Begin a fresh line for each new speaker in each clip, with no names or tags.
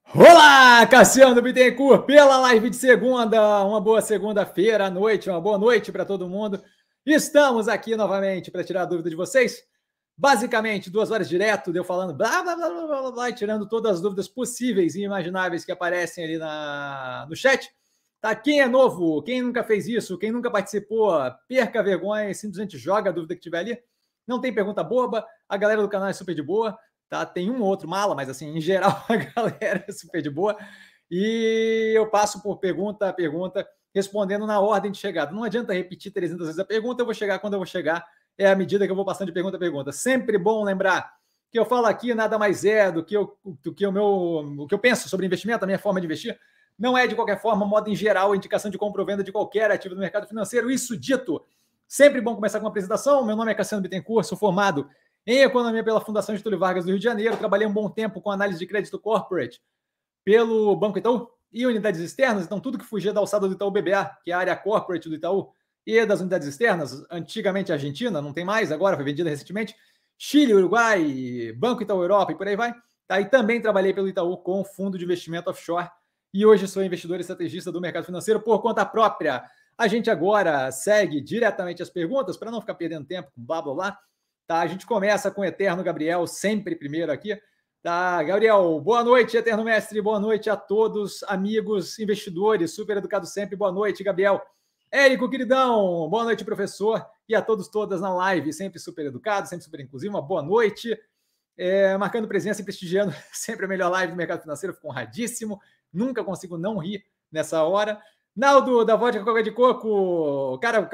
Olá, Cassiano Bittencourt, pela live de segunda, uma boa segunda-feira à noite, uma boa noite para todo mundo. Estamos aqui novamente para tirar a dúvida de vocês. Basicamente, 2 horas direto, deu falando blá, blá, blá, blá, blá, blá, tirando todas as dúvidas possíveis e imagináveis que aparecem ali no chat. Tá? Quem é novo, quem nunca fez isso, quem nunca participou, perca a vergonha e simplesmente joga a dúvida que tiver ali. Não tem pergunta boba, a galera do canal é super de boa. Tá? Tem um ou outro mala, mas assim, em geral, a galera é super de boa. E eu passo por pergunta a pergunta, respondendo na ordem de chegada. Não adianta repetir 300 vezes a pergunta, eu vou chegar quando eu vou chegar. É à medida que eu vou passando de pergunta a pergunta. Sempre bom lembrar que eu falo aqui nada mais é do que o que eu penso sobre investimento, a minha forma de investir. Não é, de qualquer forma, modo em geral, indicação de compra ou venda de qualquer ativo do mercado financeiro. Isso dito, sempre bom começar com uma apresentação. Meu nome é Cassiano Bittencourt, sou formado em Economia pela Fundação Getúlio Vargas do Rio de Janeiro. Trabalhei um bom tempo com análise de crédito corporate pelo Banco Itaú e unidades externas. Então, tudo que fugia da alçada do Itaú BBA, que é a área corporate do Itaú, e das unidades externas, antigamente a Argentina, não tem mais, agora foi vendida recentemente, Chile, Uruguai, Banco Itaú Europa e por aí vai. Tá? E também trabalhei pelo Itaú com fundo de investimento offshore e hoje sou investidor e estrategista do mercado financeiro por conta própria. A gente agora segue diretamente as perguntas para não ficar perdendo tempo com blá blá blá. Tá? A gente começa com o Eterno Gabriel, sempre primeiro aqui. Tá, Gabriel, boa noite, Eterno Mestre, boa noite a todos, amigos, investidores, super educado sempre, boa noite, Gabriel. Érico, queridão, boa noite, professor, e a todos, todas na live, sempre super educado, sempre super inclusivo, uma boa noite. Marcando presença e prestigiando sempre a melhor live do mercado financeiro, fico honradíssimo, nunca consigo não rir nessa hora. Naldo, da Vodka Coca de Coco, cara,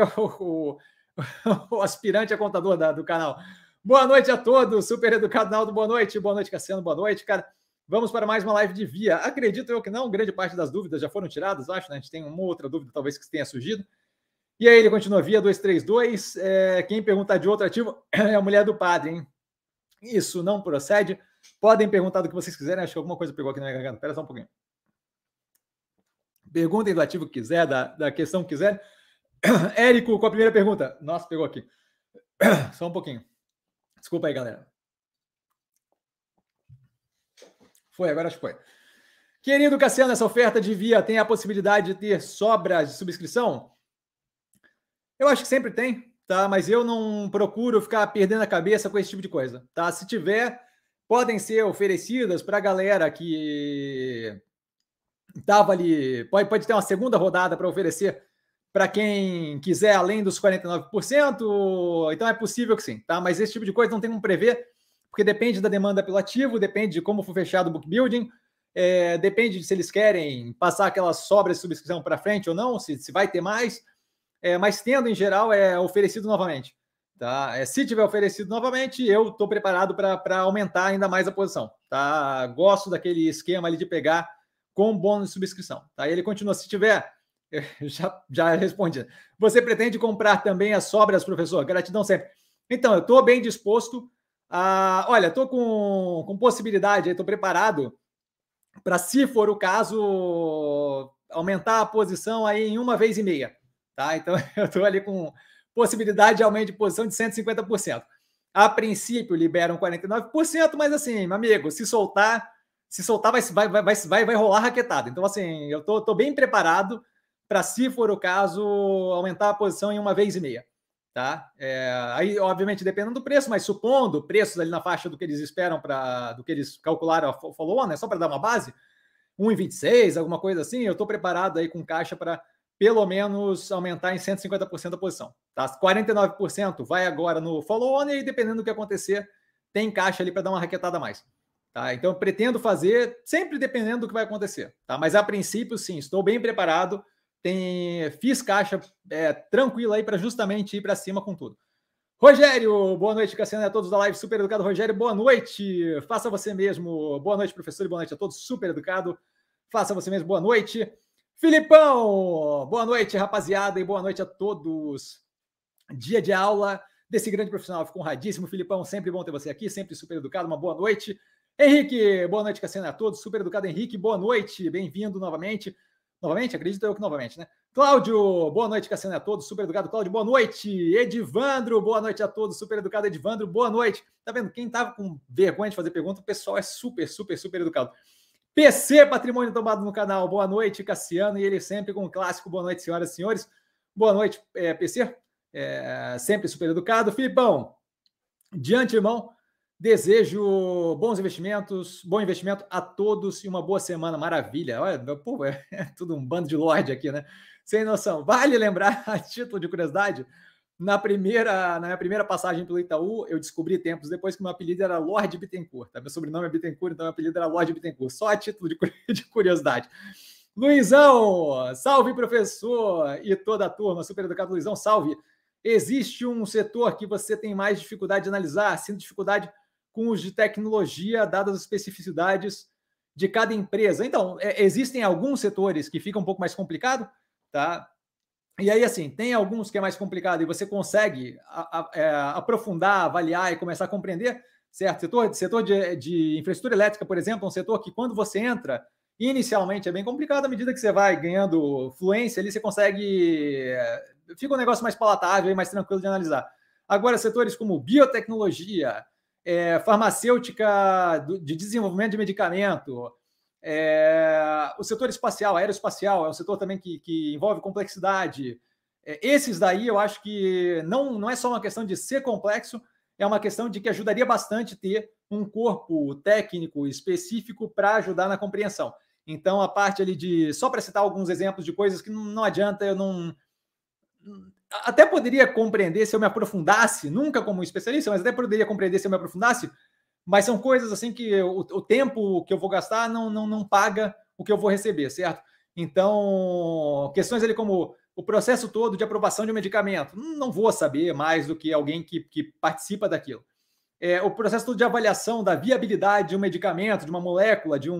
o aspirante a contador do canal. Boa noite a todos, super educado, Naldo, boa noite, Cassiano, boa noite, cara. Vamos para mais uma live de via. Acredito eu que não, grande parte das dúvidas já foram tiradas, acho, né? A gente tem uma outra dúvida, talvez, que tenha surgido. E aí ele continua, via 232, quem perguntar de outro ativo é a mulher do padre, hein? Isso não procede. Podem perguntar do que vocês quiserem, acho que alguma coisa pegou aqui na minha garganta. Espera só um pouquinho. Perguntem do ativo que quiser, da questão que quiser. Érico, com a primeira pergunta. Nossa, pegou aqui. Só um pouquinho. Desculpa aí, galera. Foi, agora acho que foi. Querido Cassiano, essa oferta de via tem a possibilidade de ter sobras de subscrição? Eu acho que sempre tem, tá? Mas eu não procuro ficar perdendo a cabeça com esse tipo de coisa, tá? Se tiver, podem ser oferecidas para a galera que estava ali. Pode ter uma segunda rodada para oferecer para quem quiser além dos 49%, então é possível que sim, tá? Mas esse tipo de coisa não tem como prever, porque depende da demanda pelo ativo, depende de como for fechado o book building, depende de se eles querem passar aquelas sobras de subscrição para frente ou não, se vai ter mais, mas tendo em geral é oferecido novamente. Tá? Se tiver oferecido novamente, eu estou preparado para aumentar ainda mais a posição. Tá? Gosto daquele esquema ali de pegar com bônus de subscrição. Tá? E ele continua, se tiver... Já respondi. Você pretende comprar também as sobras, professor? Gratidão sempre. Então, eu estou bem disposto a... Olha, estou com possibilidade, estou preparado para, se for o caso, aumentar a posição aí em 1,5 vezes. Tá? Então, eu estou ali com possibilidade de aumento de posição de 150%. A princípio, liberam 49%, mas assim, meu amigo, se soltar vai rolar raquetada. Então, assim, eu estou bem preparado para, se for o caso, aumentar a posição em 1,5 vezes. Tá? Aí, obviamente, dependendo do preço, mas supondo preços ali na faixa do que eles esperam, do que eles calcularam a follow-on, né? Só para dar uma base, 1,26, alguma coisa assim, eu estou preparado aí com caixa para, pelo menos, aumentar em 150% a posição. Tá? 49% vai agora no follow-on e, dependendo do que acontecer, tem caixa ali para dar uma raquetada a mais. Tá? Então, eu pretendo fazer, sempre dependendo do que vai acontecer. Tá? Mas, a princípio, sim, estou bem preparado. Fiz caixa tranquilo aí para justamente ir para cima com tudo. Rogério, boa noite, Cassiano, a todos da live, super educado. Rogério, boa noite, faça você mesmo. Boa noite, professor, e boa noite a todos, super educado. Faça você mesmo, boa noite. Filipão, boa noite, rapaziada, e boa noite a todos. Dia de aula desse grande profissional, fico honradíssimo. Filipão, sempre bom ter você aqui, sempre super educado, uma boa noite. Henrique, boa noite, Cassiano, a todos, super educado. Henrique, boa noite, bem-vindo novamente. Novamente? Acredito eu que novamente, né? Cláudio, boa noite, Cassiano, a todos, super educado. Cláudio, boa noite. Edivandro, boa noite a todos, super educado. Edivandro, boa noite. Tá vendo? Quem tava com vergonha de fazer pergunta, o pessoal é super, super, super educado. PC Patrimônio Tomado no canal. Boa noite, Cassiano. E ele sempre com um clássico. Boa noite, senhoras e senhores. Boa noite, PC. Sempre super educado. Filipão, de antemão, desejo bons investimentos, bom investimento a todos e uma boa semana. Maravilha. Olha, pô, é tudo um bando de lorde aqui, né? Sem noção. Vale lembrar, a título de curiosidade, na minha primeira passagem pelo Itaú, eu descobri tempos depois que meu apelido era Lorde Bittencourt. Tá? Meu sobrenome é Bittencourt, então meu apelido era Lorde Bittencourt. Só a título de curiosidade. Luizão, salve, professor, e toda a turma, super educado. Luizão, salve. Existe um setor que você tem mais dificuldade de analisar? Sinto dificuldade com os de tecnologia, dadas as especificidades de cada empresa. Então, existem alguns setores que ficam um pouco mais complicado, tá? E aí, assim, tem alguns que é mais complicado e você consegue aprofundar, avaliar e começar a compreender, certo? Setor de infraestrutura elétrica, por exemplo, é um setor que quando você entra, inicialmente é bem complicado, à medida que você vai ganhando fluência ali, você consegue... Fica um negócio mais palatável e mais tranquilo de analisar. Agora, setores como biotecnologia, farmacêutica, de desenvolvimento de medicamento, o setor espacial, aeroespacial, é um setor também que envolve complexidade. Esses daí eu acho que não é só uma questão de ser complexo, é uma questão de que ajudaria bastante ter um corpo técnico específico para ajudar na compreensão. Então, a parte ali de... Só para citar alguns exemplos de coisas que não adianta, eu não... Até poderia compreender se eu me aprofundasse, nunca como especialista, mas até poderia compreender se eu me aprofundasse, mas são coisas assim que o tempo que eu vou gastar não paga o que eu vou receber, certo? Então, questões ali como o processo todo de aprovação de um medicamento, não vou saber mais do que alguém que participa daquilo. O processo todo de avaliação da viabilidade de um medicamento, de uma molécula, de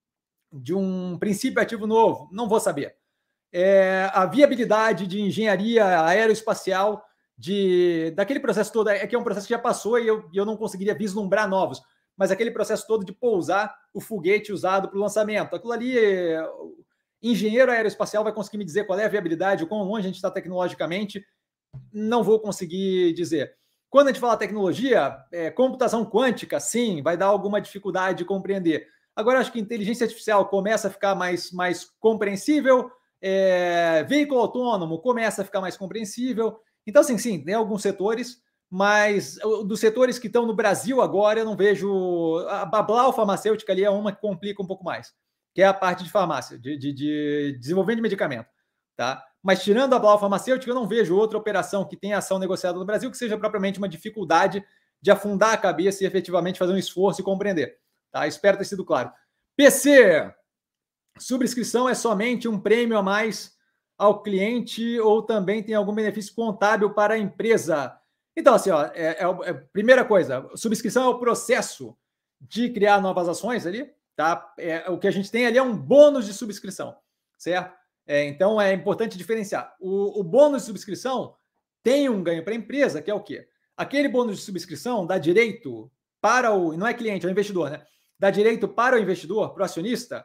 um princípio ativo novo, não vou saber. A viabilidade de engenharia aeroespacial, daquele processo todo, que é um processo que já passou e eu não conseguiria vislumbrar novos, mas aquele processo todo de pousar o foguete usado para o lançamento. Aquilo ali, engenheiro aeroespacial vai conseguir me dizer qual é a viabilidade, o quão longe a gente está tecnologicamente, não vou conseguir dizer. Quando a gente fala tecnologia, computação quântica, sim, vai dar alguma dificuldade de compreender. Agora, acho que inteligência artificial começa a ficar mais compreensível, veículo autônomo começa a ficar mais compreensível. Então, assim, sim, tem alguns setores, mas dos setores que estão no Brasil agora, eu não vejo... A Blau farmacêutica ali é uma que complica um pouco mais, que é a parte de farmácia, de desenvolvimento de medicamento, tá? Mas tirando a Blau farmacêutica, eu não vejo outra operação que tenha ação negociada no Brasil que seja propriamente uma dificuldade de afundar a cabeça e efetivamente fazer um esforço e compreender, tá? Espero ter sido claro. PC, subscrição é somente um prêmio a mais ao cliente ou também tem algum benefício contábil para a empresa? Então, assim, ó, primeira coisa, subscrição é o processo de criar novas ações ali, tá? O que a gente tem ali é um bônus de subscrição, certo? Então, é importante diferenciar. O bônus de subscrição tem um ganho para a empresa, que é o quê? Aquele bônus de subscrição dá direito para não é cliente, é o investidor, né? Dá direito para o investidor, para o acionista,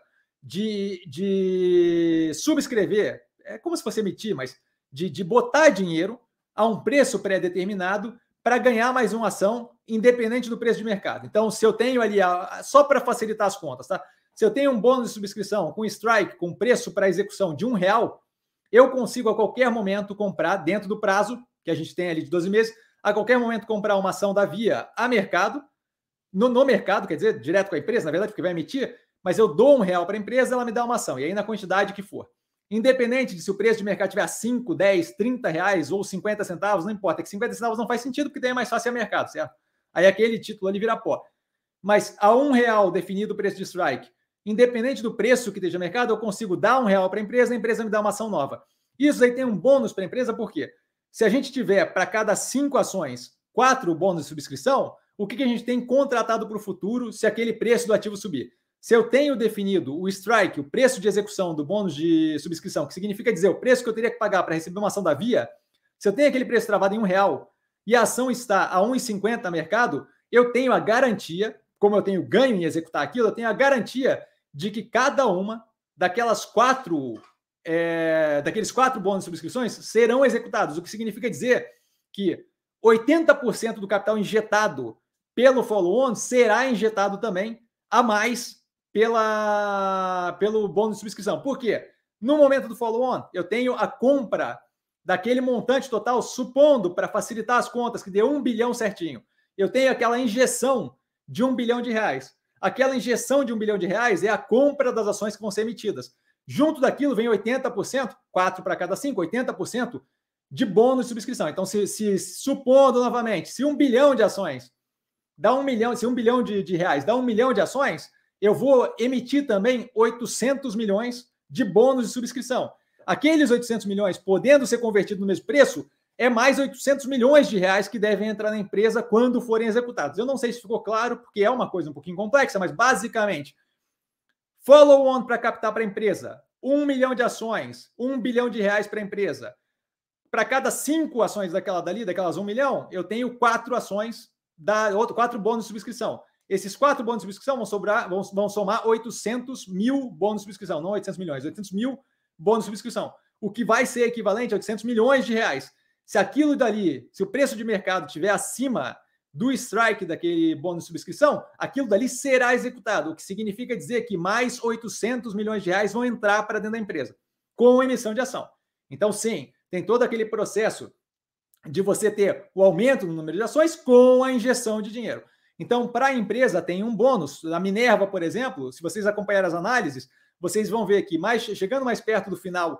de subscrever, é como se fosse emitir, mas de botar dinheiro a um preço pré-determinado para ganhar mais uma ação, independente do preço de mercado. Então, se eu tenho ali, só para facilitar as contas, tá? Se eu tenho um bônus de subscrição com strike, com preço para execução de R$1, eu consigo a qualquer momento comprar, dentro do prazo que a gente tem ali de 12 meses, a qualquer momento comprar uma ação da Via a mercado, no mercado, quer dizer, direto com a empresa, na verdade, porque vai emitir, mas eu dou R$1 para a empresa, ela me dá uma ação, e aí na quantidade que for. Independente de se o preço de mercado tiver 5, 10, 30 reais ou 50 centavos, não importa, que 50 centavos não faz sentido, porque daí é mais fácil a mercado, certo? Aí aquele título ali vira pó. Mas a R$1 definido o preço de strike, independente do preço que esteja no mercado, eu consigo dar R$1 para a empresa me dá uma ação nova. Isso aí tem um bônus para a empresa, por quê? Se a gente tiver para cada 5 ações, 4 bônus de subscrição, o que a gente tem contratado para o futuro se aquele preço do ativo subir? Se eu tenho definido o strike, o preço de execução do bônus de subscrição, que significa dizer o preço que eu teria que pagar para receber uma ação da Via, se eu tenho aquele preço travado em R$1 e a ação está a R$1,50 no mercado, eu tenho a garantia, como eu tenho ganho em executar aquilo, eu tenho a garantia de que cada uma daqueles 4 bônus de subscrições serão executados, o que significa dizer que 80% do capital injetado pelo follow-on será injetado também a mais pelo bônus de subscrição. Por quê? No momento do follow-on, eu tenho a compra daquele montante total, supondo, para facilitar as contas, que deu 1 bilhão certinho. Eu tenho aquela injeção de 1 bilhão de reais. Aquela injeção de 1 bilhão de reais é a compra das ações que vão ser emitidas. Junto daquilo vem 80%, 4 para cada 5, 80% de bônus de subscrição. Então, supondo novamente, se 1 bilhão de ações dá 1 milhão, se 1 bilhão de reais dá 1 milhão de ações, eu vou emitir também 800 milhões de bônus de subscrição. Aqueles 800 milhões podendo ser convertidos no mesmo preço, é mais 800 milhões de reais que devem entrar na empresa quando forem executados. Eu não sei se ficou claro, porque é uma coisa um pouquinho complexa, mas basicamente, follow-on para captar para a empresa, 1 milhão de ações, 1 bilhão de reais para a empresa. Para cada 5 ações daquelas 1 milhão, eu tenho 4 ações, 4 bônus de subscrição. Esses 4 bônus de subscrição vão somar 800 mil bônus de subscrição, não 800 milhões, 800 mil bônus de subscrição, o que vai ser equivalente a 800 milhões de reais. Se aquilo dali, se o preço de mercado estiver acima do strike daquele bônus de subscrição, aquilo dali será executado, o que significa dizer que mais 800 milhões de reais vão entrar para dentro da empresa, com emissão de ação. Então, sim, tem todo aquele processo de você ter o aumento no número de ações com a injeção de dinheiro. Então, para a empresa tem um bônus. A Minerva, por exemplo, se vocês acompanharem as análises, vocês vão ver que chegando mais perto do final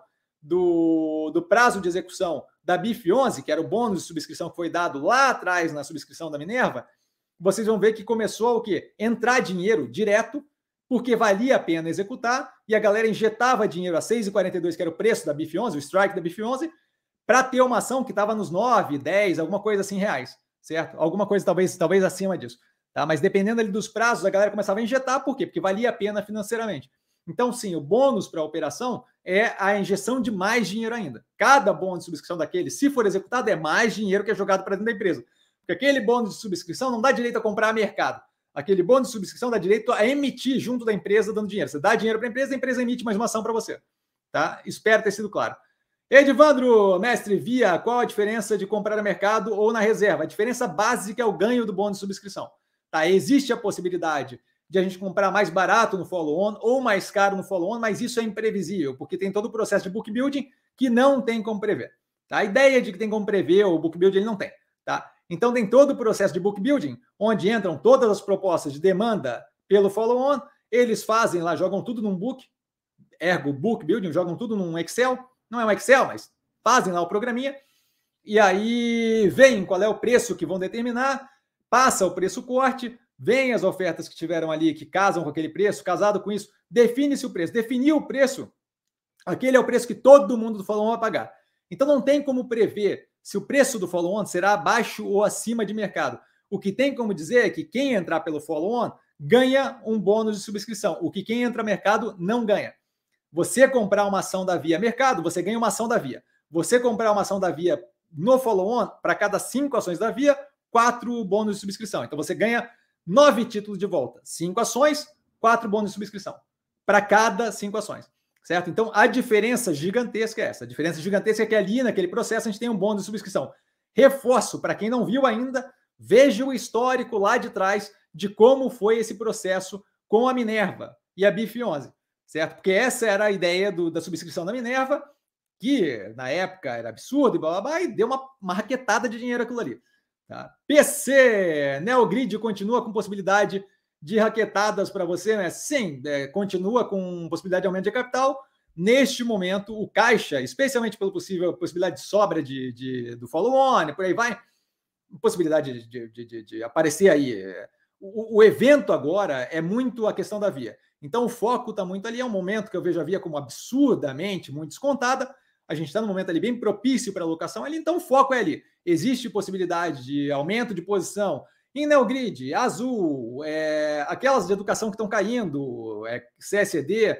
do prazo de execução da BIF11, que era o bônus de subscrição que foi dado lá atrás na subscrição da Minerva, vocês vão ver que começou o quê? Entrar dinheiro direto, porque valia a pena executar, e a galera injetava dinheiro a 6,42, que era o preço da BIF11, o strike da BIF11, para ter uma ação que estava nos 9, 10, alguma coisa assim reais, certo? Alguma coisa talvez acima disso, tá? Mas dependendo ali dos prazos, a galera começava a injetar, por quê? Porque valia a pena financeiramente. Então, sim, o bônus para a operação é a injeção de mais dinheiro ainda. Cada bônus de subscrição daquele, se for executado, é mais dinheiro que é jogado para dentro da empresa. Porque aquele bônus de subscrição não dá direito a comprar a mercado. Aquele bônus de subscrição dá direito a emitir junto da empresa dando dinheiro. Você dá dinheiro para a empresa emite mais uma ação para você. Tá? Espero ter sido claro. Edivandro, mestre, via, qual a diferença de comprar a mercado ou na reserva? A diferença básica é o ganho do bônus de subscrição. Tá? Existe a possibilidade de a gente comprar mais barato no follow-on ou mais caro no follow-on, mas isso é imprevisível, porque tem todo o processo de book building que não tem como prever. Tá? A ideia de que tem como prever o book building, ele não tem. Tá? Então tem todo o processo de book building, onde entram todas as propostas de demanda pelo follow-on, eles fazem lá, jogam tudo num book, ergo book building, jogam tudo num Excel, não é um Excel, mas fazem lá o programinha, e aí vem qual é o preço que vão determinar, passa o preço corte, vem as ofertas que tiveram ali, que casam com aquele preço, casado com isso, define-se o preço. Definiu o preço, aquele é o preço que todo mundo do follow-on vai pagar. Então não tem como prever se o preço do follow-on será abaixo ou acima de mercado. O que tem como dizer é que quem entrar pelo follow-on ganha um bônus de subscrição, o que quem entra no mercado não ganha. Você comprar uma ação da Via Mercado, você ganha uma ação da Via. Você comprar uma ação da Via no follow-on, para cada 5 ações da Via, 4 bônus de subscrição. Então você ganha 9 títulos de volta, 5 ações, 4 bônus de subscrição, para cada 5 ações, certo? Então, a diferença gigantesca é essa. A diferença gigantesca é que ali, naquele processo, a gente tem um bônus de subscrição. Reforço, para quem não viu ainda, veja o histórico lá de trás de como foi esse processo com a Minerva e a BIF11, certo? Porque essa era a ideia da subscrição da Minerva, que na época era absurdo e blá, blá, blá, e deu uma raquetada de dinheiro aquilo ali. Tá? PC, Neogrid continua com possibilidade de raquetadas para você, né? Sim, continua com possibilidade de aumento de capital. Neste momento, o caixa, especialmente pela possibilidade de sobra do follow-on, por aí vai, possibilidade de aparecer aí. O evento agora é muito a questão da Via. Então, o foco está muito ali. É um momento que eu vejo a Via como absurdamente muito descontada. A gente está num momento ali bem propício para alocação ali, então o foco é ali. Existe possibilidade de aumento de posição em Neogrid, Azul, aquelas de educação que estão caindo, CSD,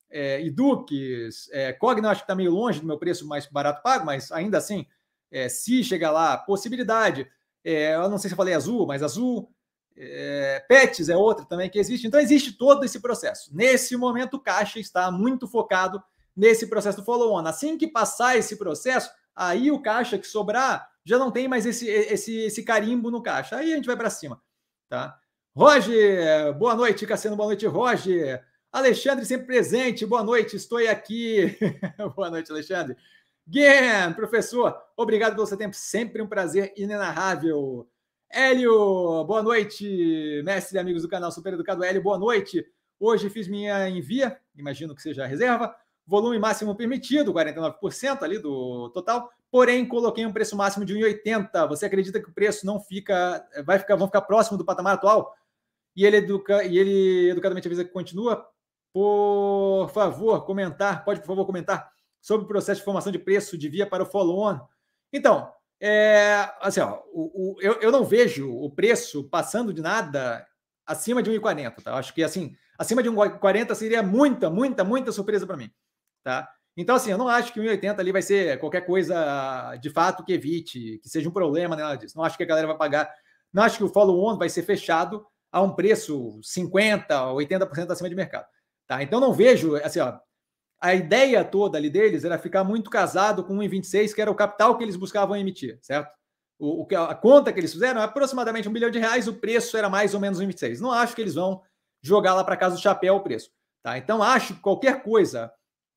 Edux, Cogna, acho que está meio longe do meu preço mais barato pago, mas ainda assim, se chegar lá, possibilidade, eu não sei se eu falei Azul, mas Azul, Pets é outra também que existe. Então existe todo esse processo. Nesse momento o caixa está muito focado nesse processo do follow-on. Assim que passar esse processo, aí o caixa que sobrar já não tem mais esse carimbo no caixa. Aí a gente vai para cima, tá? Roger, boa noite, Cassiano, boa noite, Roger. Alexandre, sempre presente, boa noite, estou aqui. Boa noite, Alexandre. Guilherme, professor, obrigado pelo seu tempo, sempre um prazer inenarrável. Hélio, boa noite, mestre e amigos do canal Super Educado. Hélio, boa noite. Hoje fiz minha envia, imagino que seja a reserva, volume máximo permitido, 49% ali do total, porém coloquei um preço máximo de 1,80. Você acredita que o preço não fica, vão ficar próximo do patamar atual? E ele educadamente avisa que continua. Por favor, pode por favor comentar sobre o processo de formação de preço de via para o follow-on. Então, assim, ó, eu não vejo o preço passando de nada acima de 1,40, tá? Acho que assim, acima de 1,40 seria muita surpresa para mim, tá? Então, assim, eu não acho que 1,80 ali vai ser qualquer coisa de fato que evite, que seja um problema, nada disso. Não acho que a galera vai pagar, não acho que o follow-on vai ser fechado a um preço 50%, 80% acima de mercado, tá? Então, não vejo, assim, ó, a ideia toda ali deles era ficar muito casado com 1,26, que era o capital que eles buscavam emitir, certo? A conta que eles fizeram é aproximadamente R$1 bilhão, o preço era mais ou menos 1,26. Não acho que eles vão jogar lá para casa do chapéu o preço, tá? Então, acho que qualquer coisa,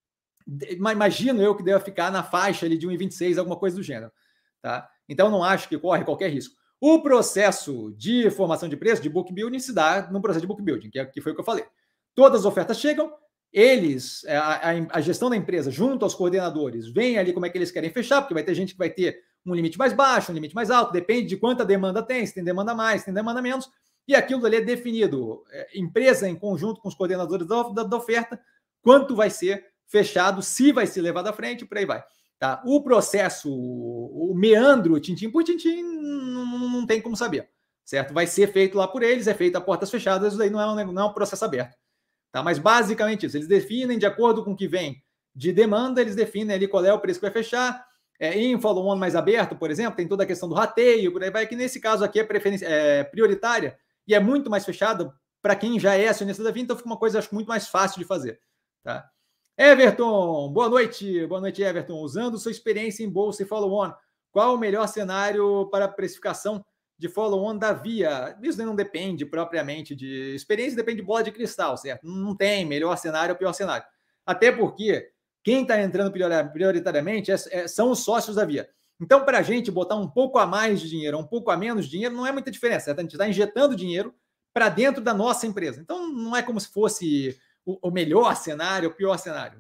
imagino eu que deva ficar na faixa ali de 1,26, alguma coisa do gênero, tá? Então, não acho que corre qualquer risco. O processo de formação de preço, de book building, se dá no processo de book building, que foi o que eu falei. Todas as ofertas chegam, eles, a gestão da empresa, junto aos coordenadores, veem ali como é que eles querem fechar, porque vai ter gente que vai ter um limite mais baixo, um limite mais alto, depende de quanta demanda tem, se tem demanda mais, se tem demanda menos, e aquilo ali é definido, empresa em conjunto com os coordenadores da oferta, quanto vai ser fechado, se vai ser levado à frente, por aí vai. Tá? O processo, o meandro, tintim por tintim, não tem como saber, certo? Vai ser feito lá por eles, é feito a portas fechadas, isso daí não é um processo aberto. Tá? Mas basicamente isso, eles definem de acordo com o que vem de demanda, eles definem ali qual é o preço que vai fechar. Em follow-on mais aberto, por exemplo, tem toda a questão do rateio, por aí vai, que nesse caso aqui é prioritária e é muito mais fechada para quem já é acionista da Via, então fica uma coisa, acho, muito mais fácil de fazer. Tá? Everton, boa noite, Everton. Usando sua experiência em bolsa e follow-on, qual o melhor cenário para a precificação de follow-on da Via? Isso não depende propriamente de experiência, depende de bola de cristal, certo? Não tem melhor cenário ou pior cenário. Até porque quem está entrando prioritariamente são os sócios da Via. Então, para a gente botar um pouco a mais de dinheiro, um pouco a menos de dinheiro, não é muita diferença, certo? A gente está injetando dinheiro para dentro da nossa empresa. Então, não é como se fosse o melhor cenário, o pior cenário.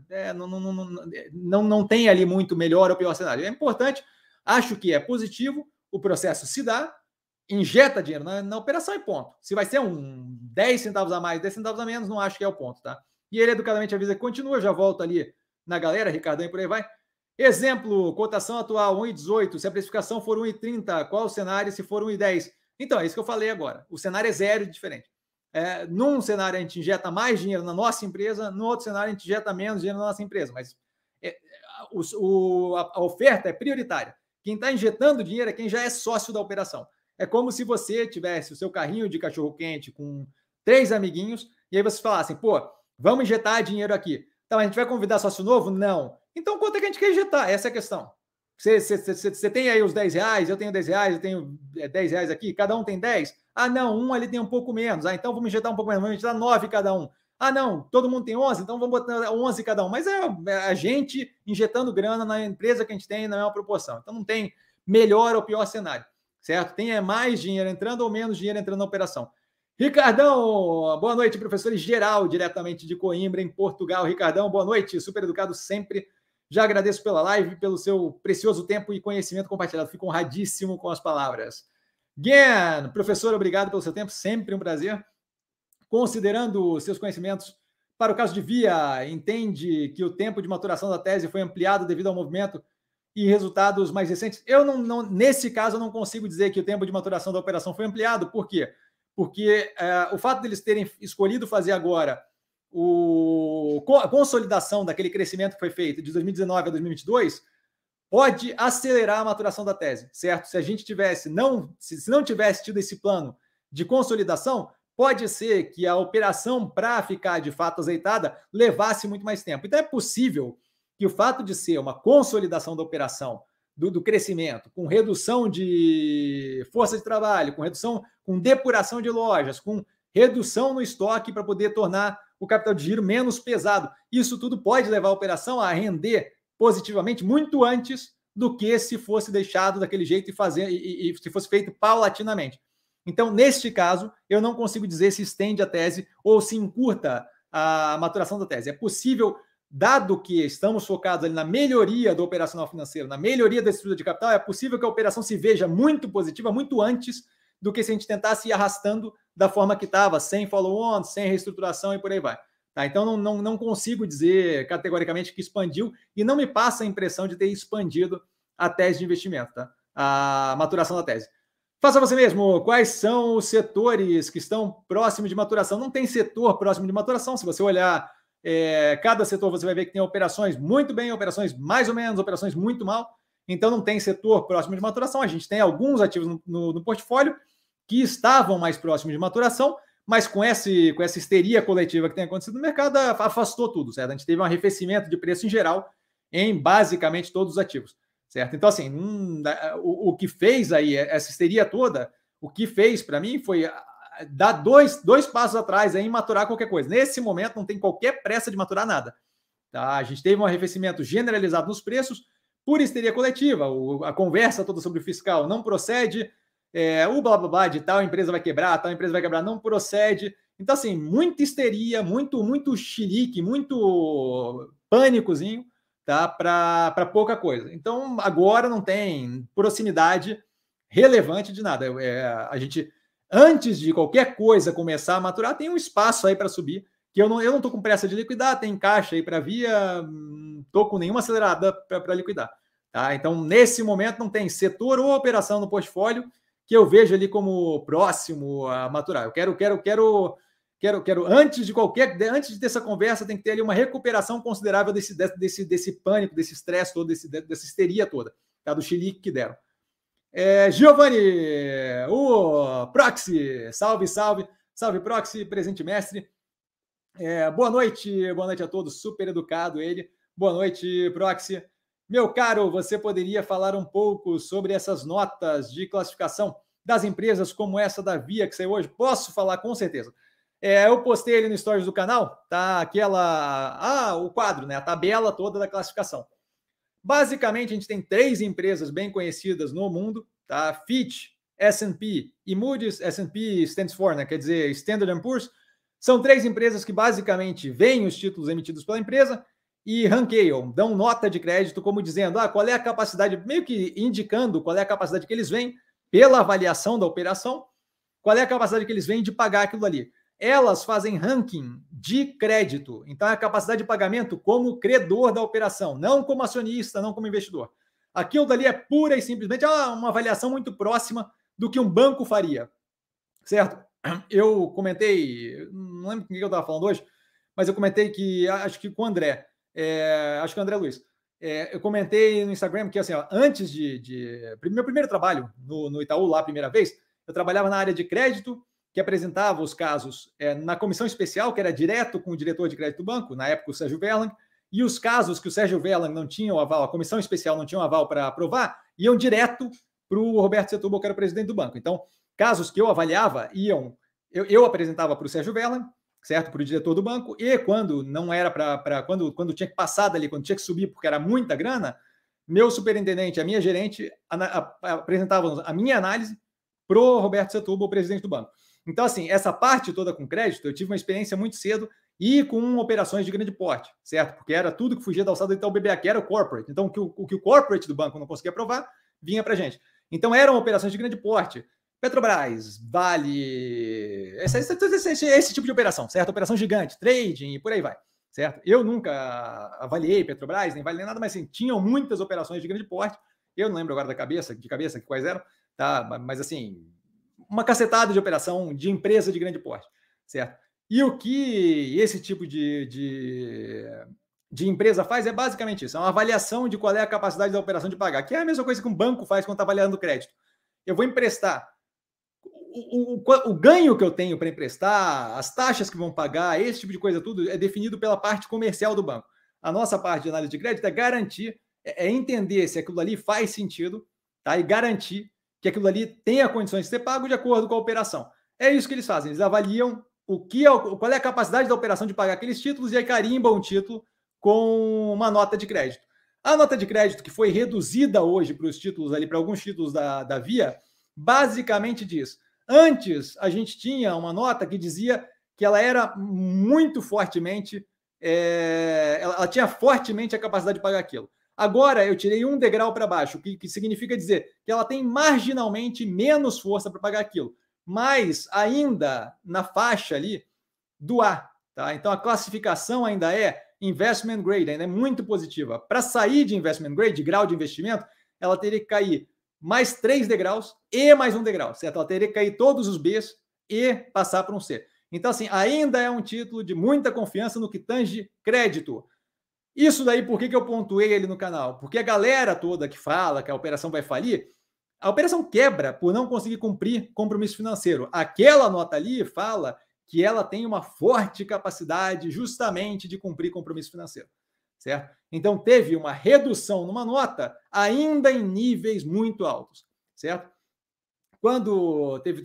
Não tem ali muito melhor ou pior cenário. É importante, acho que é positivo, o processo se dá, injeta dinheiro na operação e ponto. Se vai ser um 10 centavos a mais, 10 centavos a menos, não acho que é o ponto, tá? E ele educadamente avisa que continua, já volto ali na galera, Ricardão e por aí vai. Exemplo, cotação atual, 1,18. Se a precificação for 1,30, qual o cenário se for 1,10? Então, é isso que eu falei agora. O cenário é zero e diferente. Num cenário a gente injeta mais dinheiro na nossa empresa, no outro cenário a gente injeta menos dinheiro na nossa empresa, mas a oferta é prioritária. Quem está injetando dinheiro é quem já é sócio da operação. É como se você tivesse o seu carrinho de cachorro-quente com 3 amiguinhos e aí vocês falassem, pô, vamos injetar dinheiro aqui. Então, a gente vai convidar sócio novo? Não. Então, quanto é que a gente quer injetar? Essa é a questão. Você tem aí os R$10, eu tenho R$10, eu tenho R$10 aqui, cada um tem 10? Ah, não, um ali tem um pouco menos. Ah, então vamos injetar um pouco menos, vamos injetar 9 cada um. Ah, não, todo mundo tem 11, então vamos botar 11 cada um. Mas é a gente injetando grana na empresa que a gente tem na mesma proporção. Então, não tem melhor ou pior cenário, certo? Tem mais dinheiro entrando ou menos dinheiro entrando na operação. Ricardão, boa noite, professor geral, diretamente de Coimbra, em Portugal. Ricardão, boa noite, super educado sempre. Já agradeço pela live, pelo seu precioso tempo e conhecimento compartilhado. Fico honradíssimo com as palavras. Guen, professor, obrigado pelo seu tempo, sempre um prazer. Considerando seus conhecimentos para o caso de Via, entende que o tempo de maturação da tese foi ampliado devido ao movimento e resultados mais recentes? Nesse caso, eu não consigo dizer que o tempo de maturação da operação foi ampliado. Por quê? Porque o fato deles terem escolhido fazer agora a consolidação daquele crescimento que foi feito de 2019 a 2022 pode acelerar a maturação da tese, certo? Se a gente se não tivesse tido esse plano de consolidação, pode ser que a operação, para ficar de fato azeitada, levasse muito mais tempo. Então é possível que o fato de ser uma consolidação da operação do crescimento, com redução de força de trabalho, com depuração de lojas, com redução no estoque para poder tornar o capital de giro menos pesado. Isso tudo pode levar a operação a render positivamente muito antes do que se fosse deixado daquele jeito e se fosse feito paulatinamente. Então, neste caso, eu não consigo dizer se estende a tese ou se encurta a maturação da tese. É possível, dado que estamos focados ali na melhoria do operacional financeiro, na melhoria da estrutura de capital, é possível que a operação se veja muito positiva, muito antes do que se a gente tentasse ir arrastando da forma que estava, sem follow-on, sem reestruturação e por aí vai. Tá? Então, não consigo dizer categoricamente que expandiu e não me passa a impressão de ter expandido a tese de investimento, tá? A maturação da tese. Faça você mesmo. Quais são os setores que estão próximos de maturação? Não tem setor próximo de maturação. Se você olhar cada setor, você vai ver que tem operações muito bem, operações mais ou menos, operações muito mal. Então, não tem setor próximo de maturação. A gente tem alguns ativos no portfólio que estavam mais próximos de maturação, mas com essa histeria coletiva que tem acontecido no mercado, afastou tudo, certo? A gente teve um arrefecimento de preço em geral em basicamente todos os ativos, certo? Então, assim, o que fez aí essa histeria toda, o que fez para mim foi dar dois passos atrás aí em maturar qualquer coisa. Nesse momento, não tem qualquer pressa de maturar nada. Tá? A gente teve um arrefecimento generalizado nos preços por histeria coletiva, a conversa toda sobre o fiscal não procede, o blá blá blá de tal empresa vai quebrar, não procede. Então, assim, muita histeria, muito chilique, muito pânicozinho, tá? Para pouca coisa. Então, agora não tem proximidade relevante de nada. A gente, antes de qualquer coisa começar a maturar, tem um espaço aí para subir, que eu não estou com pressa de liquidar, tem caixa aí para via, não estou com nenhuma acelerada para liquidar. Tá? Então, nesse momento, não tem setor ou operação no portfólio que eu vejo ali como próximo a maturar. Eu quero antes de ter essa conversa, tem que ter ali uma recuperação considerável desse pânico, desse estresse todo, dessa histeria toda, tá? Do chilique que deram. Giovanni, o Proxy, salve Proxy, presente mestre. Boa noite a todos, super educado ele. Boa noite, Proxy. Meu caro, você poderia falar um pouco sobre essas notas de classificação das empresas como essa da Via que saiu hoje? Posso falar com certeza. Eu postei ali no stories do canal, tá? O quadro, né? A tabela toda da classificação. Basicamente, a gente tem 3 empresas bem conhecidas no mundo, tá? Fitch, S&P e Moody's. S&P stands for, né? Quer dizer, Standard & Poor's. São 3 empresas que basicamente veem os títulos emitidos pela empresa e ranqueiam, dão nota de crédito como dizendo qual é a capacidade, meio que indicando qual é a capacidade que eles veem pela avaliação da operação, qual é a capacidade que eles veem de pagar aquilo ali. Elas fazem ranking de crédito, então é a capacidade de pagamento como credor da operação, não como acionista, não como investidor. Aquilo dali é pura e simplesmente uma avaliação muito próxima do que um banco faria, certo? Eu comentei, não lembro com quem eu estava falando hoje, mas eu comentei que, acho que com o André, acho que o André Luiz, eu comentei no Instagram que, assim, antes meu primeiro trabalho no Itaú, lá a primeira vez, eu trabalhava na área de crédito, que apresentava os casos na comissão especial, que era direto com o diretor de crédito do banco, na época o Sérgio Verlang, e os casos que o Sérgio Verlang não tinha o aval, a comissão especial não tinha o aval para aprovar, iam direto para o Roberto Setúbal, que era o presidente do banco. Então, casos que eu avaliava, eu apresentava para o Sérgio Verlang, certo? Para o diretor do banco, e quando não era quando tinha que passar dali, quando tinha que subir, porque era muita grana, meu superintendente, a minha gerente, apresentavam a minha análise para o Roberto Setúbal, o presidente do banco. Então, assim, essa parte toda com crédito, eu tive uma experiência muito cedo e com operações de grande porte, certo? Porque era tudo que fugia da alçada do Itaú BBA, que era o corporate. Então, o que o corporate do banco não conseguia aprovar, vinha para a gente. Então, eram operações de grande porte. Petrobras, Vale, esse tipo de operação, certo? Operação gigante, trading e por aí vai, certo? Eu nunca avaliei Petrobras, nem Vale, nem nada, mas assim, tinham muitas operações de grande porte. Eu não lembro agora de cabeça quais eram, tá? Mas assim, uma cacetada de operação de empresa de grande porte, certo? E o que esse tipo de empresa faz é basicamente isso, é uma avaliação de qual é a capacidade da operação de pagar, que é a mesma coisa que um banco faz quando está avaliando crédito. Eu vou emprestar, o ganho que eu tenho para emprestar, as taxas que vão pagar, esse tipo de coisa tudo é definido pela parte comercial do banco. A nossa parte de análise de crédito é garantir é entender se aquilo ali faz sentido, tá? E garantir que aquilo ali tenha condições de ser pago de acordo com a operação. É isso que eles fazem, eles avaliam qual é a capacidade da operação de pagar aqueles títulos e aí carimbam um título com uma nota de crédito. A nota de crédito que foi reduzida hoje para os títulos ali, para alguns títulos da Via, basicamente diz: antes a gente tinha uma nota que dizia que ela era muito fortemente, ela tinha fortemente a capacidade de pagar aquilo. Agora eu tirei um degrau para baixo, que significa dizer que ela tem marginalmente menos força para pagar aquilo, mas ainda na faixa ali do A. Tá? Então a classificação ainda é investment grade, ainda é muito positiva. Para sair de investment grade, de grau de investimento, ela teria que cair mais 3 degraus e mais um degrau, certo? Ela teria que cair todos os Bs e passar para um C. Então, assim, ainda é um título de muita confiança no que tange crédito. Isso daí, por que eu pontuei ele no canal? Porque a galera toda que fala que a operação vai falir, a operação quebra por não conseguir cumprir compromisso financeiro. Aquela nota ali fala que ela tem uma forte capacidade justamente de cumprir compromisso financeiro, certo? Então, teve uma redução numa nota ainda em níveis muito altos, certo? Quando teve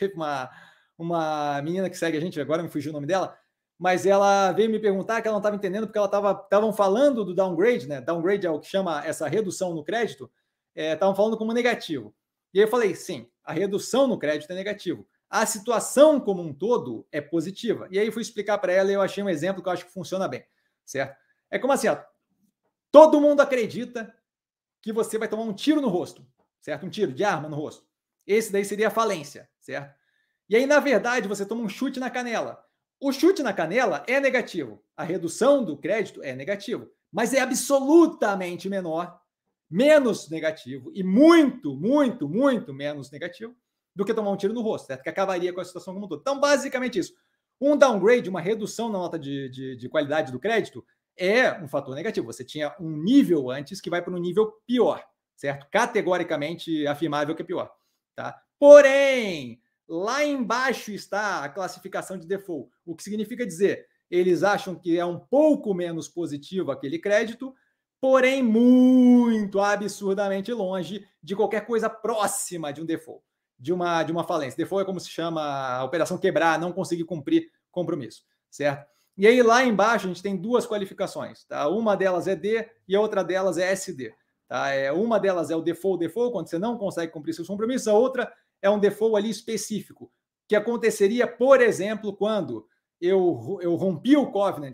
uma menina que segue a gente, agora me fugiu o nome dela, mas ela veio me perguntar que ela não estava entendendo porque estavam falando do downgrade, né? Downgrade é o que chama essa redução no crédito, estavam falando como negativo. E aí eu falei, sim, a redução no crédito é negativo. A situação como um todo é positiva. E aí fui explicar para ela e eu achei um exemplo que eu acho que funciona bem, certo? É como assim, ó, todo mundo acredita que você vai tomar um tiro no rosto, certo? Um tiro de arma no rosto. Esse daí seria a falência, certo? E aí, na verdade, você toma um chute na canela. O chute na canela é negativo. A redução do crédito é negativo. Mas é absolutamente menor, menos negativo e muito, muito, muito menos negativo do que tomar um tiro no rosto, certo? Que acabaria com a situação como um todo. Então, basicamente isso. Um downgrade, uma redução na nota de qualidade do crédito, é um fator negativo. Você tinha um nível antes que vai para um nível pior, certo? Categoricamente afirmável que é pior, tá? Porém, lá embaixo está a classificação de default, o que significa dizer, eles acham que é um pouco menos positivo aquele crédito, porém muito absurdamente longe de qualquer coisa próxima de um default, de uma falência. Default é como se chama a operação quebrar, não conseguir cumprir compromisso, certo? E aí lá embaixo a gente tem duas qualificações, tá? Uma delas é D e a outra delas é SD. Tá? Uma delas é o default, quando você não consegue cumprir seus compromissos, a outra é um default ali específico, que aconteceria, por exemplo, quando eu rompi o covenant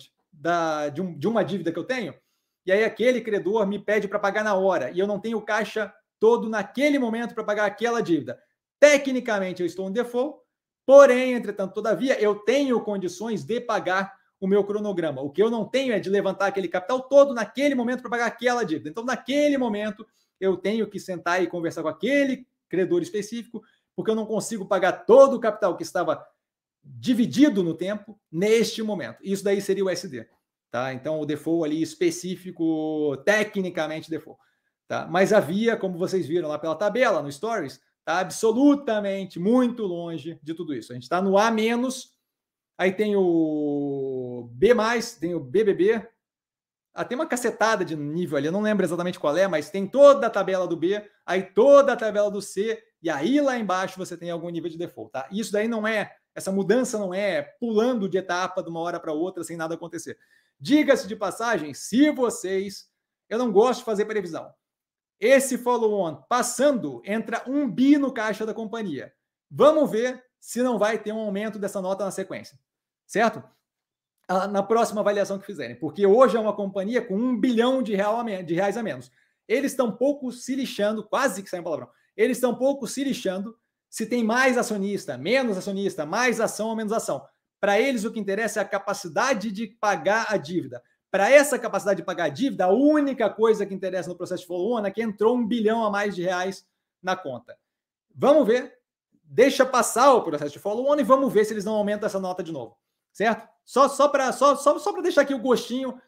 de uma dívida que eu tenho, e aí aquele credor me pede para pagar na hora, e eu não tenho caixa todo naquele momento para pagar aquela dívida. Tecnicamente, eu estou em default, porém, entretanto, todavia, eu tenho condições de pagar o meu cronograma. O que eu não tenho é de levantar aquele capital todo naquele momento para pagar aquela dívida. Então, naquele momento, eu tenho que sentar e conversar com aquele credor específico, porque eu não consigo pagar todo o capital que estava dividido no tempo neste momento. Isso daí seria o SD. Tá? Então, o default ali específico, tecnicamente default. Tá? Mas havia, como vocês viram lá pela tabela, no Stories, tá absolutamente muito longe de tudo isso. A gente está no A-, aí tem o B+, tem o BBB, tem uma cacetada de nível ali, eu não lembro exatamente qual é, mas tem toda a tabela do B, aí toda a tabela do C, e aí lá embaixo você tem algum nível de default, tá? Isso daí não é, essa mudança não é pulando de etapa de uma hora para outra sem nada acontecer. Diga-se de passagem, se vocês, eu não gosto de fazer previsão, esse follow-on passando, entra 1 bi no caixa da companhia. Vamos ver se não vai ter um aumento dessa nota na sequência, certo? Na próxima avaliação que fizerem, porque hoje é uma companhia com 1 bilhão de reais a menos. Eles estão pouco se lixando, quase que sai um palavrão, eles estão pouco se lixando se tem mais acionista, menos acionista, mais ação ou menos ação. Para eles o que interessa é a capacidade de pagar a dívida. Para essa capacidade de pagar a dívida, a única coisa que interessa no processo de follow-on é que entrou 1 bilhão a mais de reais na conta. Vamos ver, deixa passar o processo de follow-on e vamos ver se eles não aumentam essa nota de novo, certo? Só para deixar aqui o gostinho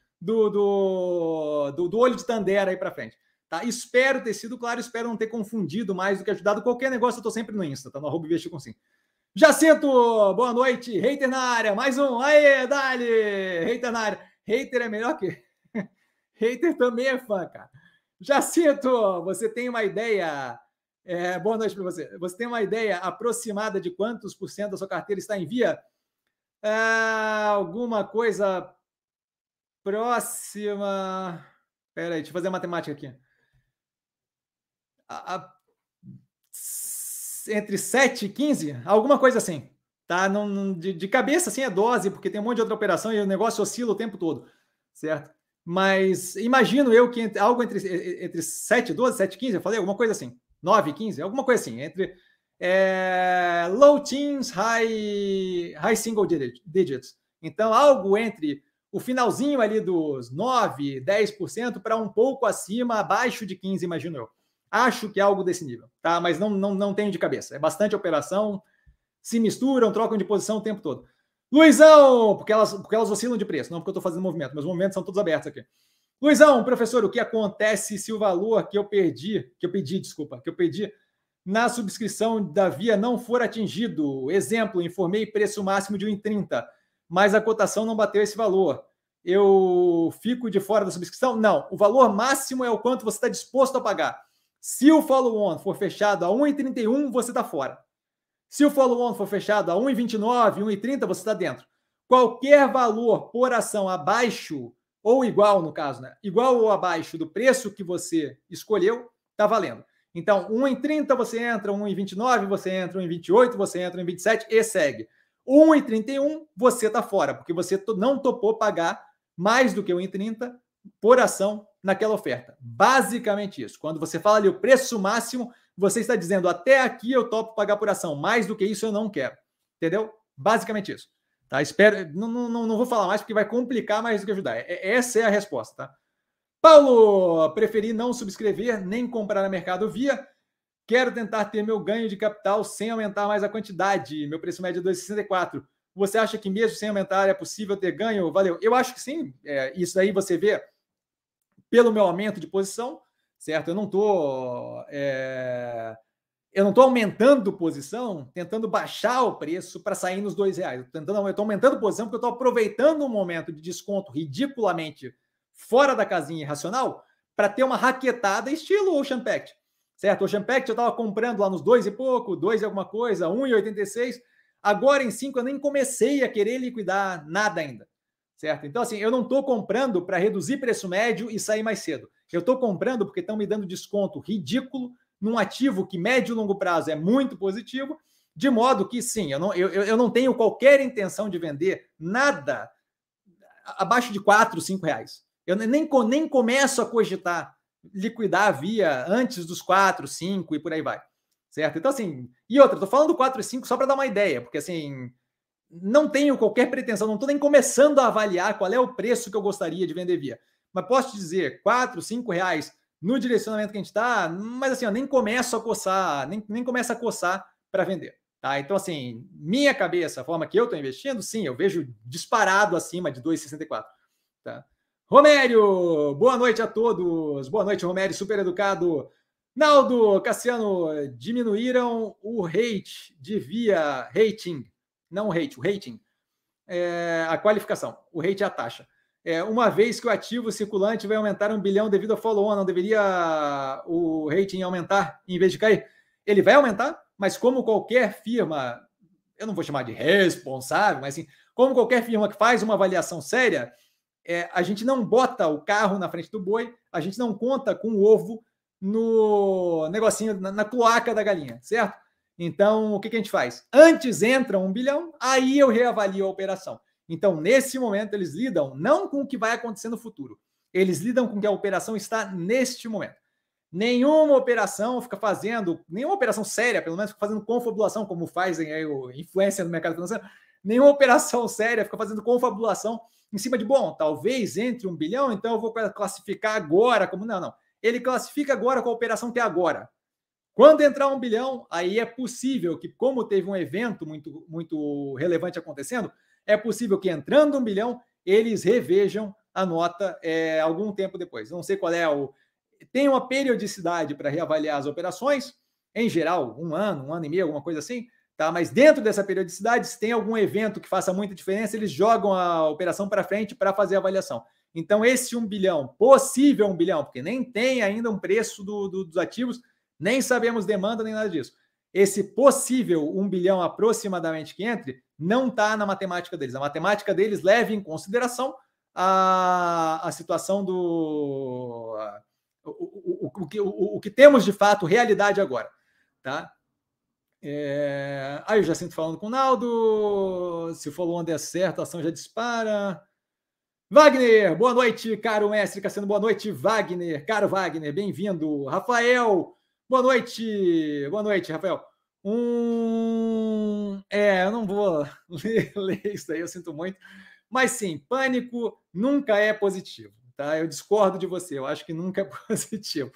do olho de Tandera aí para frente. Tá? Espero ter sido claro, espero não ter confundido mais do que ajudado. Qualquer negócio eu estou sempre no Insta, tá? No @investir.com. Jacinto, boa noite. Hater na área, mais um. Aê, Dali! Hater na área. Hater é melhor que... Hater também é fã, cara. Jacinto, você tem uma ideia... boa noite para você. Você tem uma ideia aproximada de quantos por cento da sua carteira está em via? Alguma coisa próxima... Espera aí, deixa eu fazer a matemática aqui. Entre 7 e 15, alguma coisa assim. Tá? De cabeça, assim, é dose, porque tem um monte de outra operação e o negócio oscila o tempo todo, certo? Mas imagino eu que algo entre 7 e 12, 7 e 15, eu falei, alguma coisa assim. 9 e 15, alguma coisa assim. Entre low teens, high single digits. Então, algo entre o finalzinho ali dos 9, 10% para um pouco acima, abaixo de 15, imagino eu. Acho que é algo desse nível, tá? Mas não tenho de cabeça. É bastante operação, se misturam, trocam de posição o tempo todo. Luizão, porque elas oscilam de preço, não porque eu estou fazendo movimento, meus movimentos são todos abertos aqui. Luizão, professor, o que acontece se o valor que eu pedi na subscrição da Via não for atingido? Exemplo, informei preço máximo de 1,30, mas a cotação não bateu esse valor. Eu fico de fora da subscrição? Não, o valor máximo é o quanto você está disposto a pagar. Se o follow-on for fechado a 1,31, você está fora. Se o follow-on for fechado a 1,29, 1,30, você está dentro. Qualquer valor por ação abaixo, ou igual no caso, né? Igual ou abaixo do preço que você escolheu, está valendo. Então, 1,30 você entra, 1,29 você entra, 1,28 você entra, 1,27 e segue. 1,31 você está fora, porque você não topou pagar mais do que 1,30 por ação naquela oferta. Basicamente isso. Quando você fala ali o preço máximo, você está dizendo, até aqui eu topo pagar por ação, mais do que isso eu não quero. Entendeu? Basicamente isso. Tá? Espero, não vou falar mais porque vai complicar mais do que ajudar. Essa é a resposta, tá? Paulo, preferi não subscrever nem comprar no Mercado Via. Quero tentar ter meu ganho de capital sem aumentar mais a quantidade. Meu preço médio é 2,64. Você acha que mesmo sem aumentar é possível ter ganho? Valeu. Eu acho que sim. Isso aí você vê pelo meu aumento de posição, certo? Eu não estou aumentando posição, tentando baixar o preço para sair nos R$2. Eu estou aumentando posição porque eu estou aproveitando um momento de desconto ridiculamente fora da casinha irracional para ter uma raquetada estilo Ocean Pact, certo? Ocean Pact eu estava comprando lá nos 2 e pouco, 2 e alguma coisa, 1,86. Agora em 5 eu nem comecei a querer liquidar nada ainda, certo? Então, assim, eu não estou comprando para reduzir preço médio e sair mais cedo. Eu estou comprando porque estão me dando desconto ridículo num ativo que médio e longo prazo é muito positivo, de modo que, sim, eu não tenho qualquer intenção de vender nada abaixo de R$4, R$5. Eu nem começo a cogitar liquidar a Via antes dos 4, 5 e por aí vai, certo? Então, assim, e outra, estou falando 4 e 5 só para dar uma ideia, porque, assim, não tenho qualquer pretensão, não estou nem começando a avaliar qual é o preço que eu gostaria de vender Via. Mas posso te dizer, R$4, R$5 no direcionamento que a gente está, mas assim, eu nem começo a coçar, nem começo a coçar para vender. Tá? Então, assim, minha cabeça, a forma que eu estou investindo, sim, eu vejo disparado acima de 2,64. Tá? Romério, boa noite a todos. Boa noite, Romério, super educado. Naldo, Cassiano, diminuíram o rate de Via, rating, não o rate, o rating, a qualificação, o rate é a taxa. Uma vez que o ativo circulante vai aumentar 1 bilhão devido ao follow-on, não deveria o rating aumentar em vez de cair? Ele vai aumentar, mas como qualquer firma, eu não vou chamar de responsável, mas assim, como qualquer firma que faz uma avaliação séria, a gente não bota o carro na frente do boi, a gente não conta com o ovo no negocinho, na cloaca da galinha, certo? Então, o que a gente faz? Antes entra 1 bilhão, aí eu reavalio a operação. Então, nesse momento, eles lidam não com o que vai acontecer no futuro, eles lidam com o que a operação está neste momento. Nenhuma operação fica fazendo, nenhuma operação séria, pelo menos, fica fazendo confabulação, como fazem aí o influência no mercado financeiro. Nenhuma operação séria fica fazendo confabulação em cima de, bom, talvez entre 1 bilhão, então eu vou classificar agora como... Não. Ele classifica agora com a operação que é agora. Quando entrar 1 bilhão, aí é possível que, como teve um evento muito, muito relevante acontecendo, é possível que entrando 1 bilhão, eles revejam a nota algum tempo depois. Não sei qual é tem uma periodicidade para reavaliar as operações, em geral, 1 ano e meio, alguma coisa assim, tá? Mas dentro dessa periodicidade, se tem algum evento que faça muita diferença, eles jogam a operação para frente para fazer a avaliação. Então, esse 1 bilhão, possível 1 bilhão, porque nem tem ainda um preço dos ativos, nem sabemos demanda, nem nada disso. Esse possível 1 bilhão aproximadamente que entre, não está na matemática deles. A matemática deles leva em consideração a situação do... O que temos de fato, realidade agora. Tá? Aí eu já sinto falando com o Naldo. Se for Luan der certo, a ação já dispara. Wagner, boa noite, caro mestre Cassiano. Boa noite, Wagner. Caro Wagner, bem-vindo. Rafael, boa noite. Boa noite, Rafael. Eu não vou ler isso aí, eu sinto muito. Mas sim, pânico nunca é positivo, tá? Eu discordo de você, eu acho que nunca é positivo.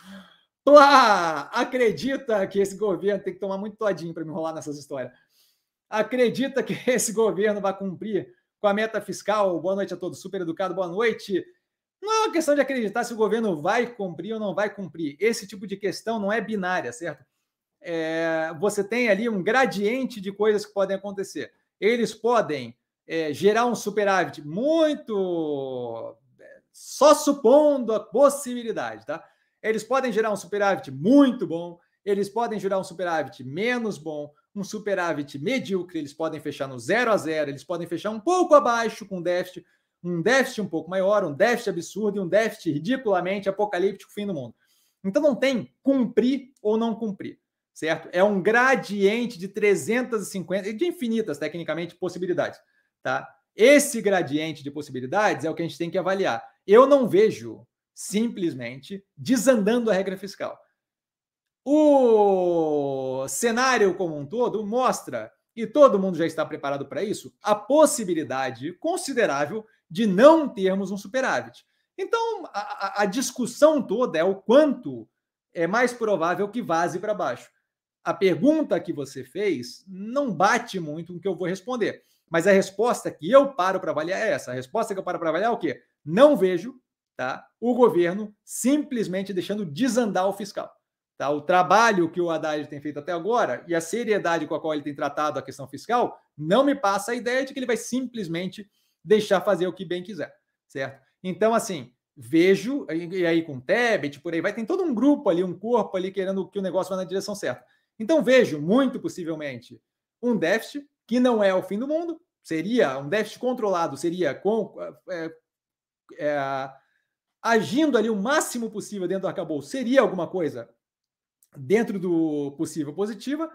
Acredita que esse governo tem que tomar muito todinho para me enrolar nessas histórias. Acredita que esse governo vai cumprir com a meta fiscal? Boa noite a todos, super educado, boa noite. Não é uma questão de acreditar se o governo vai cumprir ou não vai cumprir. Esse tipo de questão não é binária, certo? Você tem ali um gradiente de coisas que podem acontecer. Eles podem gerar um superávit muito... só supondo a possibilidade, tá? Eles podem gerar um superávit muito bom, eles podem gerar um superávit menos bom, um superávit medíocre, eles podem fechar no 0 a 0, eles podem fechar um pouco abaixo com déficit, um déficit um pouco maior, um déficit absurdo e um déficit ridiculamente apocalíptico, fim do mundo. Então não tem cumprir ou não cumprir, certo? É um gradiente de 350, de infinitas, tecnicamente, possibilidades, tá? Esse gradiente de possibilidades é o que a gente tem que avaliar. Eu não vejo simplesmente desandando a regra fiscal. O cenário como um todo mostra, e todo mundo já está preparado para isso, a possibilidade considerável de não termos um superávit. Então, a discussão toda é o quanto é mais provável que vaze para baixo. A pergunta que você fez não bate muito com o que eu vou responder, mas a resposta que eu paro para avaliar é essa. A resposta que eu paro para avaliar é o quê? Não vejo, tá, o governo simplesmente deixando desandar o fiscal. Tá? O trabalho que o Haddad tem feito até agora e a seriedade com a qual ele tem tratado a questão fiscal não me passa a ideia de que ele vai simplesmente deixar fazer o que bem quiser, certo? Então, assim, vejo, e aí com o Tebet, por aí vai, tem todo um grupo ali, um corpo ali querendo que o negócio vá na direção certa. Então, vejo, muito possivelmente, um déficit que não é o fim do mundo, seria um déficit controlado, seria agindo ali o máximo possível dentro do arcabouço, seria alguma coisa dentro do possível positiva,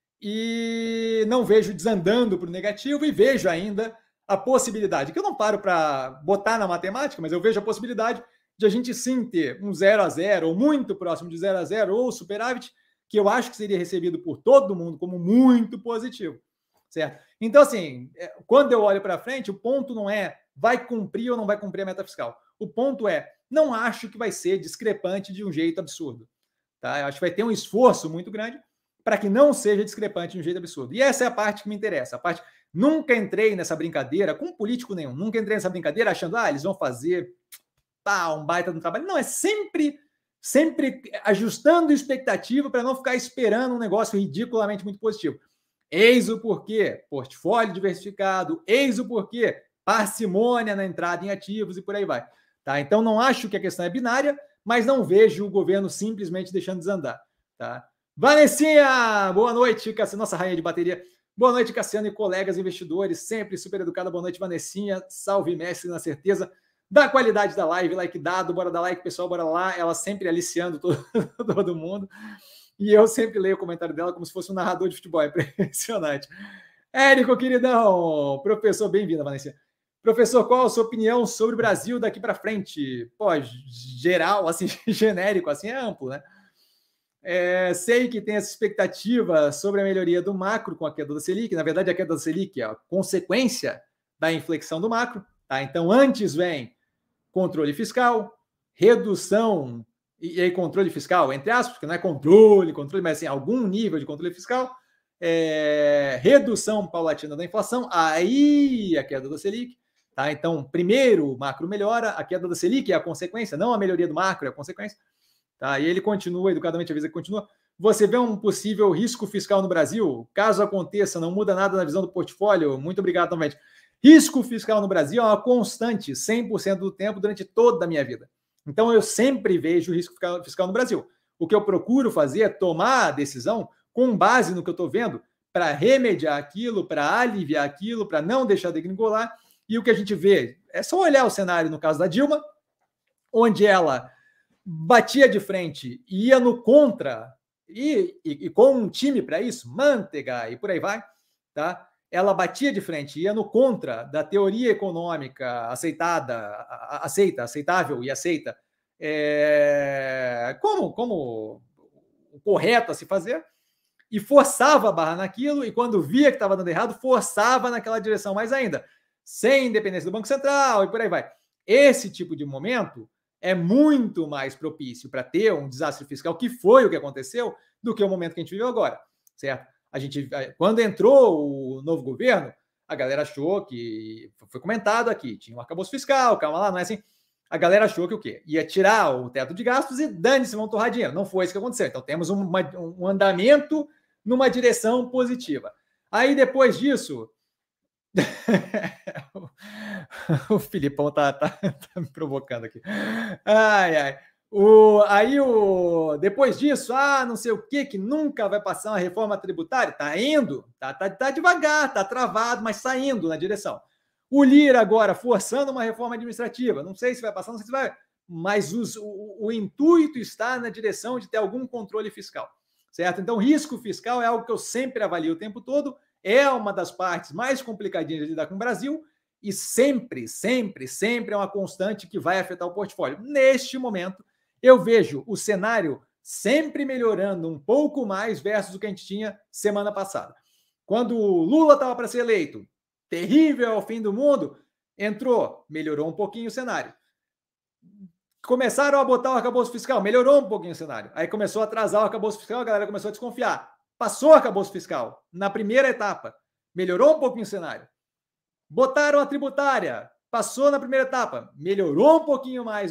e não vejo desandando para o negativo, e vejo ainda a possibilidade, que eu não paro para botar na matemática, mas eu vejo a possibilidade de a gente sim ter um 0 a 0, ou muito próximo de 0 a 0, ou superávit, que eu acho que seria recebido por todo mundo como muito positivo, certo? Então, assim, quando eu olho para frente, o ponto não é vai cumprir ou não vai cumprir a meta fiscal. O ponto é, não acho que vai ser discrepante de um jeito absurdo. Tá? Eu acho que vai ter um esforço muito grande para que não seja discrepante de um jeito absurdo. E essa é a parte que me interessa. A parte, nunca entrei nessa brincadeira com político nenhum. Nunca entrei nessa brincadeira achando, eles vão fazer um baita no trabalho. Não, é sempre ajustando expectativa para não ficar esperando um negócio ridiculamente muito positivo. Eis o porquê, portfólio diversificado, eis o porquê, parcimônia na entrada em ativos e por aí vai. Tá? Então, não acho que a questão é binária, mas não vejo o governo simplesmente deixando desandar. Tá? Vanessinha, boa noite, Cassiano, nossa rainha de bateria. Boa noite, Cassiano e colegas investidores, sempre super educada. Boa noite, Vanessinha. Salve, mestre, na certeza da qualidade da live. Like dado, bora dar like, pessoal, bora lá. Ela sempre aliciando todo mundo. E eu sempre leio o comentário dela como se fosse um narrador de futebol. É impressionante. Érico, queridão. Professor, bem-vinda, Vanessinha. Professor, qual a sua opinião sobre o Brasil daqui para frente? Pô, geral, assim, genérico, assim, é amplo, né? Sei que tem essa expectativa sobre a melhoria do macro com a queda da Selic. Na verdade, a queda da Selic é a consequência da inflexão do macro. Tá? Então, antes vem controle fiscal, redução, e aí controle fiscal, entre aspas, porque não é controle, mas assim, algum nível de controle fiscal, redução paulatina da inflação, aí a queda da Selic. Tá? Então, primeiro o macro melhora, a queda da Selic é a consequência, não a melhoria do macro é a consequência. Tá? E ele continua, educadamente avisa que continua. Você vê um possível risco fiscal no Brasil? Caso aconteça, não muda nada na visão do portfólio? Muito obrigado, novamente. Risco fiscal no Brasil é uma constante, 100% do tempo, durante toda a minha vida. Então, eu sempre vejo risco fiscal no Brasil. O que eu procuro fazer é tomar a decisão com base no que eu estou vendo para remediar aquilo, para aliviar aquilo, para não deixar degringolar. E o que a gente vê é só olhar o cenário no caso da Dilma, onde ela batia de frente e ia no contra, e com um time para isso, Manteiga e por aí vai, tá? Ela batia de frente, ia no contra da teoria econômica aceitável e aceita, como o correto a se fazer, e forçava a barra naquilo, e quando via que estava dando errado, forçava naquela direção mais ainda, sem independência do Banco Central e por aí vai. Esse tipo de momento é muito mais propício para ter um desastre fiscal, que foi o que aconteceu, do que o momento que a gente viveu agora, certo? Quando entrou o novo governo, a galera achou que, foi comentado aqui, tinha um arcabouço fiscal, calma lá, não é assim? A galera achou que o quê? Ia tirar o teto de gastos e dane-se, vão torrar dinheiro. Não foi isso que aconteceu. Então temos um andamento numa direção positiva. Aí depois disso, o Filipão tá me provocando aqui. Depois disso, não sei o que nunca vai passar uma reforma tributária. Tá indo, tá devagar, tá travado, mas tá indo na direção. O Lira agora forçando uma reforma administrativa. Não sei se vai passar, não sei se vai, mas o intuito está na direção de ter algum controle fiscal, certo? Então, risco fiscal é algo que eu sempre avalio o tempo todo, é uma das partes mais complicadinhas de lidar com o Brasil e sempre é uma constante que vai afetar o portfólio. Neste momento, eu vejo o cenário sempre melhorando um pouco mais versus o que a gente tinha semana passada. Quando o Lula estava para ser eleito, terrível é o fim do mundo, entrou, melhorou um pouquinho o cenário. Começaram a botar o arcabouço fiscal, melhorou um pouquinho o cenário. Aí começou a atrasar o arcabouço fiscal, a galera começou a desconfiar. Passou o arcabouço fiscal na primeira etapa, melhorou um pouquinho o cenário. Botaram a tributária, passou na primeira etapa, melhorou um pouquinho mais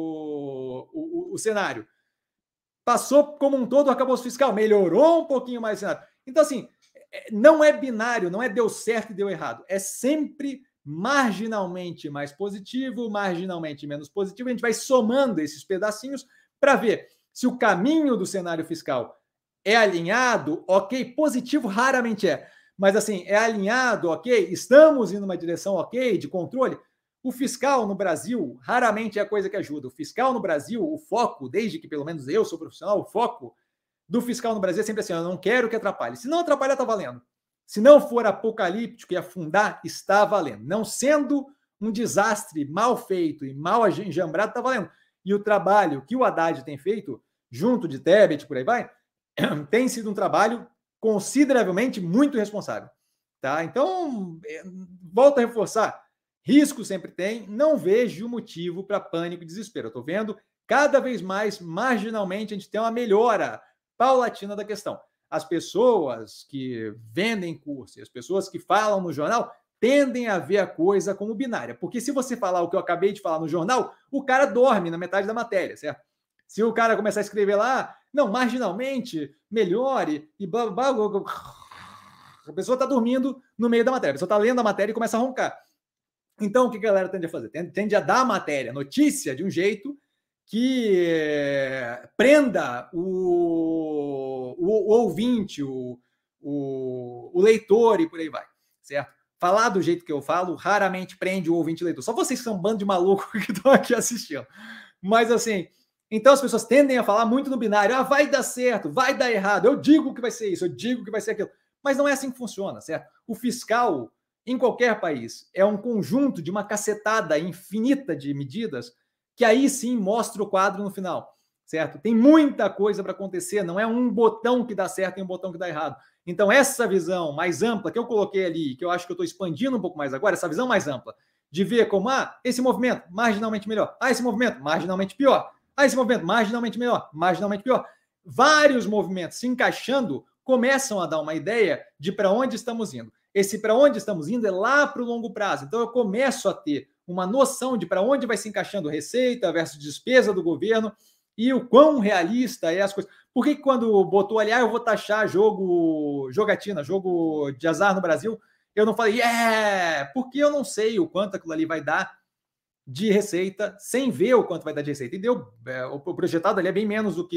o cenário. Passou como um todo o arcabouço fiscal, melhorou um pouquinho mais o cenário. Então, assim, não é binário, não é deu certo e deu errado. É sempre marginalmente mais positivo, marginalmente menos positivo. A gente vai somando esses pedacinhos para ver se o caminho do cenário fiscal é alinhado, ok, positivo raramente é, mas assim, é alinhado, ok, estamos indo numa direção ok, de controle. O fiscal no Brasil raramente é a coisa que ajuda. O fiscal no Brasil, o foco, desde que pelo menos eu sou profissional, o foco do fiscal no Brasil é sempre assim, eu não quero que atrapalhe. Se não atrapalhar, está valendo. Se não for apocalíptico e afundar, está valendo. Não sendo um desastre mal feito e mal enjambrado, está valendo. E o trabalho que o Haddad tem feito, junto de Tebet, por aí vai, tem sido um trabalho consideravelmente muito responsável. Tá? Então, volto a reforçar, risco sempre tem, não vejo motivo para pânico e desespero. Eu estou vendo cada vez mais, marginalmente, a gente tem uma melhora paulatina da questão. As pessoas que vendem curso, as pessoas que falam no jornal, tendem a ver a coisa como binária. Porque se você falar o que eu acabei de falar no jornal, o cara dorme na metade da matéria, certo? Se o cara começar a escrever lá, não, marginalmente, melhore, e blá, blá, blá, blá, a pessoa está dormindo no meio da matéria, a pessoa está lendo a matéria e começa a roncar. Então, o que a galera tende a fazer? Tende a dar a matéria, notícia, de um jeito que prenda o ouvinte, o leitor e por aí vai, certo? Falar do jeito que eu falo raramente prende o ouvinte e o leitor. Só vocês que são um bando de malucos que estão aqui assistindo. Mas assim, então as pessoas tendem a falar muito no binário. Vai dar certo, vai dar errado. Eu digo que vai ser isso, eu digo que vai ser aquilo. Mas não é assim que funciona, certo? O fiscal, em qualquer país, é um conjunto de uma cacetada infinita de medidas que aí sim mostra o quadro no final, certo? Tem muita coisa para acontecer, não é um botão que dá certo e um botão que dá errado. Então, essa visão mais ampla que eu coloquei ali, que eu acho que eu estou expandindo um pouco mais agora, essa visão mais ampla, de ver como, esse movimento marginalmente melhor, esse movimento marginalmente pior, esse movimento marginalmente melhor, marginalmente pior. Vários movimentos se encaixando começam a dar uma ideia de para onde estamos indo. Esse para onde estamos indo é lá para o longo prazo. Então, eu começo a ter uma noção de para onde vai se encaixando receita versus despesa do governo e o quão realista é as coisas. Por que quando botou ali, eu vou taxar jogatina, jogo de azar no Brasil, eu não falei, porque eu não sei o quanto aquilo ali vai dar de receita, sem ver o quanto vai dar de receita. E o projetado ali é bem menos do que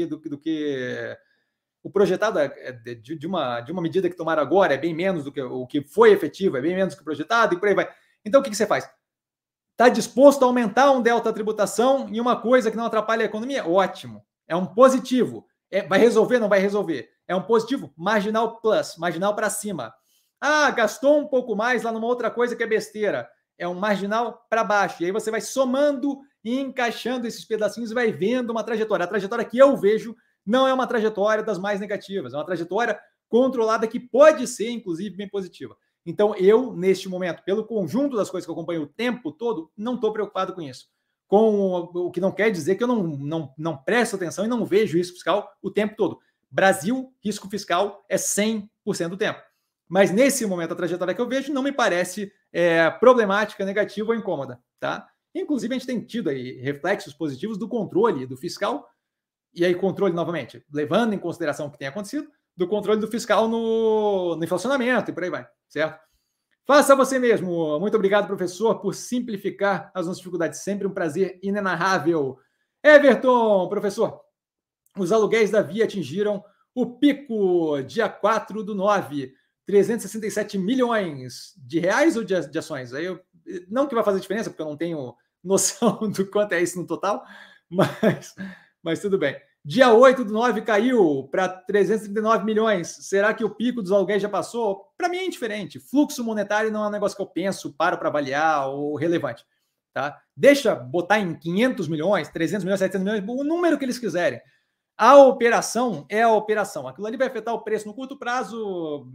o projetado de uma medida que tomaram agora, é bem menos do que o que foi efetivo, é bem menos do que o projetado, e por aí vai. Então, o que você faz? Está disposto a aumentar um delta tributação em uma coisa que não atrapalha a economia? Ótimo. É um positivo. Vai resolver? Não vai resolver. É um positivo? Marginal plus, marginal para cima. Gastou um pouco mais lá numa outra coisa que é besteira. É um marginal para baixo. E aí você vai somando e encaixando esses pedacinhos e vai vendo uma trajetória. A trajetória que eu vejo não é uma trajetória das mais negativas. É uma trajetória controlada que pode ser, inclusive, bem positiva. Então, eu, neste momento, pelo conjunto das coisas que eu acompanho o tempo todo, não estou preocupado com isso. O que não quer dizer que eu não presto atenção e não vejo risco fiscal o tempo todo. Brasil, risco fiscal é 100% do tempo. Mas, nesse momento, a trajetória que eu vejo não me parece problemática, negativa ou incômoda. Tá? Inclusive, a gente tem tido aí reflexos positivos do controle do fiscal, e aí controle, novamente, levando em consideração o que tem acontecido, do controle do fiscal no inflacionamento e por aí vai, certo? Faça você mesmo. Muito obrigado, professor, por simplificar as nossas dificuldades. Sempre um prazer inenarrável. Everton, professor, os aluguéis da Via atingiram o pico dia 4/9, 367 milhões de reais ou de ações? Aí não que vai fazer diferença, porque eu não tenho noção do quanto é isso no total, mas tudo bem. Dia 8/9 caiu para 339 milhões. Será que o pico dos aluguéis já passou? Para mim é indiferente. Fluxo monetário não é um negócio que eu penso, paro para avaliar ou relevante. Tá? Deixa botar em 500 milhões, 300 milhões, 700 milhões, o número que eles quiserem. A operação é a operação. Aquilo ali vai afetar o preço no curto prazo.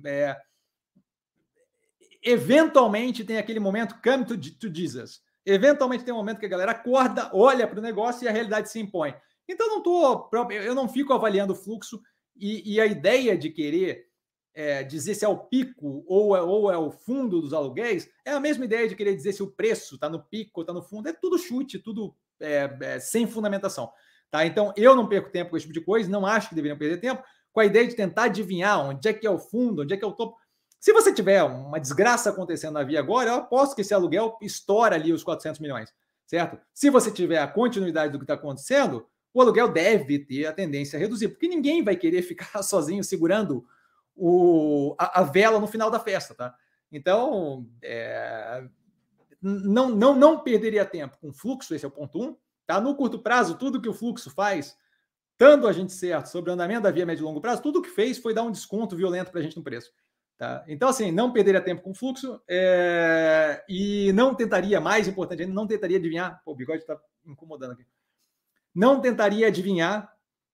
Eventualmente tem aquele momento, come to Jesus. Eventualmente tem um momento que a galera acorda, olha para o negócio e a realidade se impõe. Então, eu não fico avaliando o fluxo e a ideia de querer dizer se é o pico ou é o fundo dos aluguéis é a mesma ideia de querer dizer se o preço está no pico ou está no fundo. É tudo chute, tudo sem fundamentação. Tá? Então, eu não perco tempo com esse tipo de coisa, não acho que deveriam perder tempo com a ideia de tentar adivinhar onde é que é o fundo, onde é que é o topo. Se você tiver uma desgraça acontecendo na Via agora, eu aposto que esse aluguel estoura ali os 400 milhões, certo? Se você tiver a continuidade do que está acontecendo, o aluguel deve ter a tendência a reduzir, porque ninguém vai querer ficar sozinho segurando a vela no final da festa, tá? Então, não perderia tempo com fluxo, esse é o ponto 1. Tá? No curto prazo, tudo que o fluxo faz, estando a gente certo sobre o andamento da Via médio e longo prazo, tudo que fez foi dar um desconto violento para a gente no preço. Tá? Então, assim, não perderia tempo com fluxo e não tentaria, mais importante ainda, não tentaria adivinhar. Pô, o bigode está incomodando aqui. Não tentaria adivinhar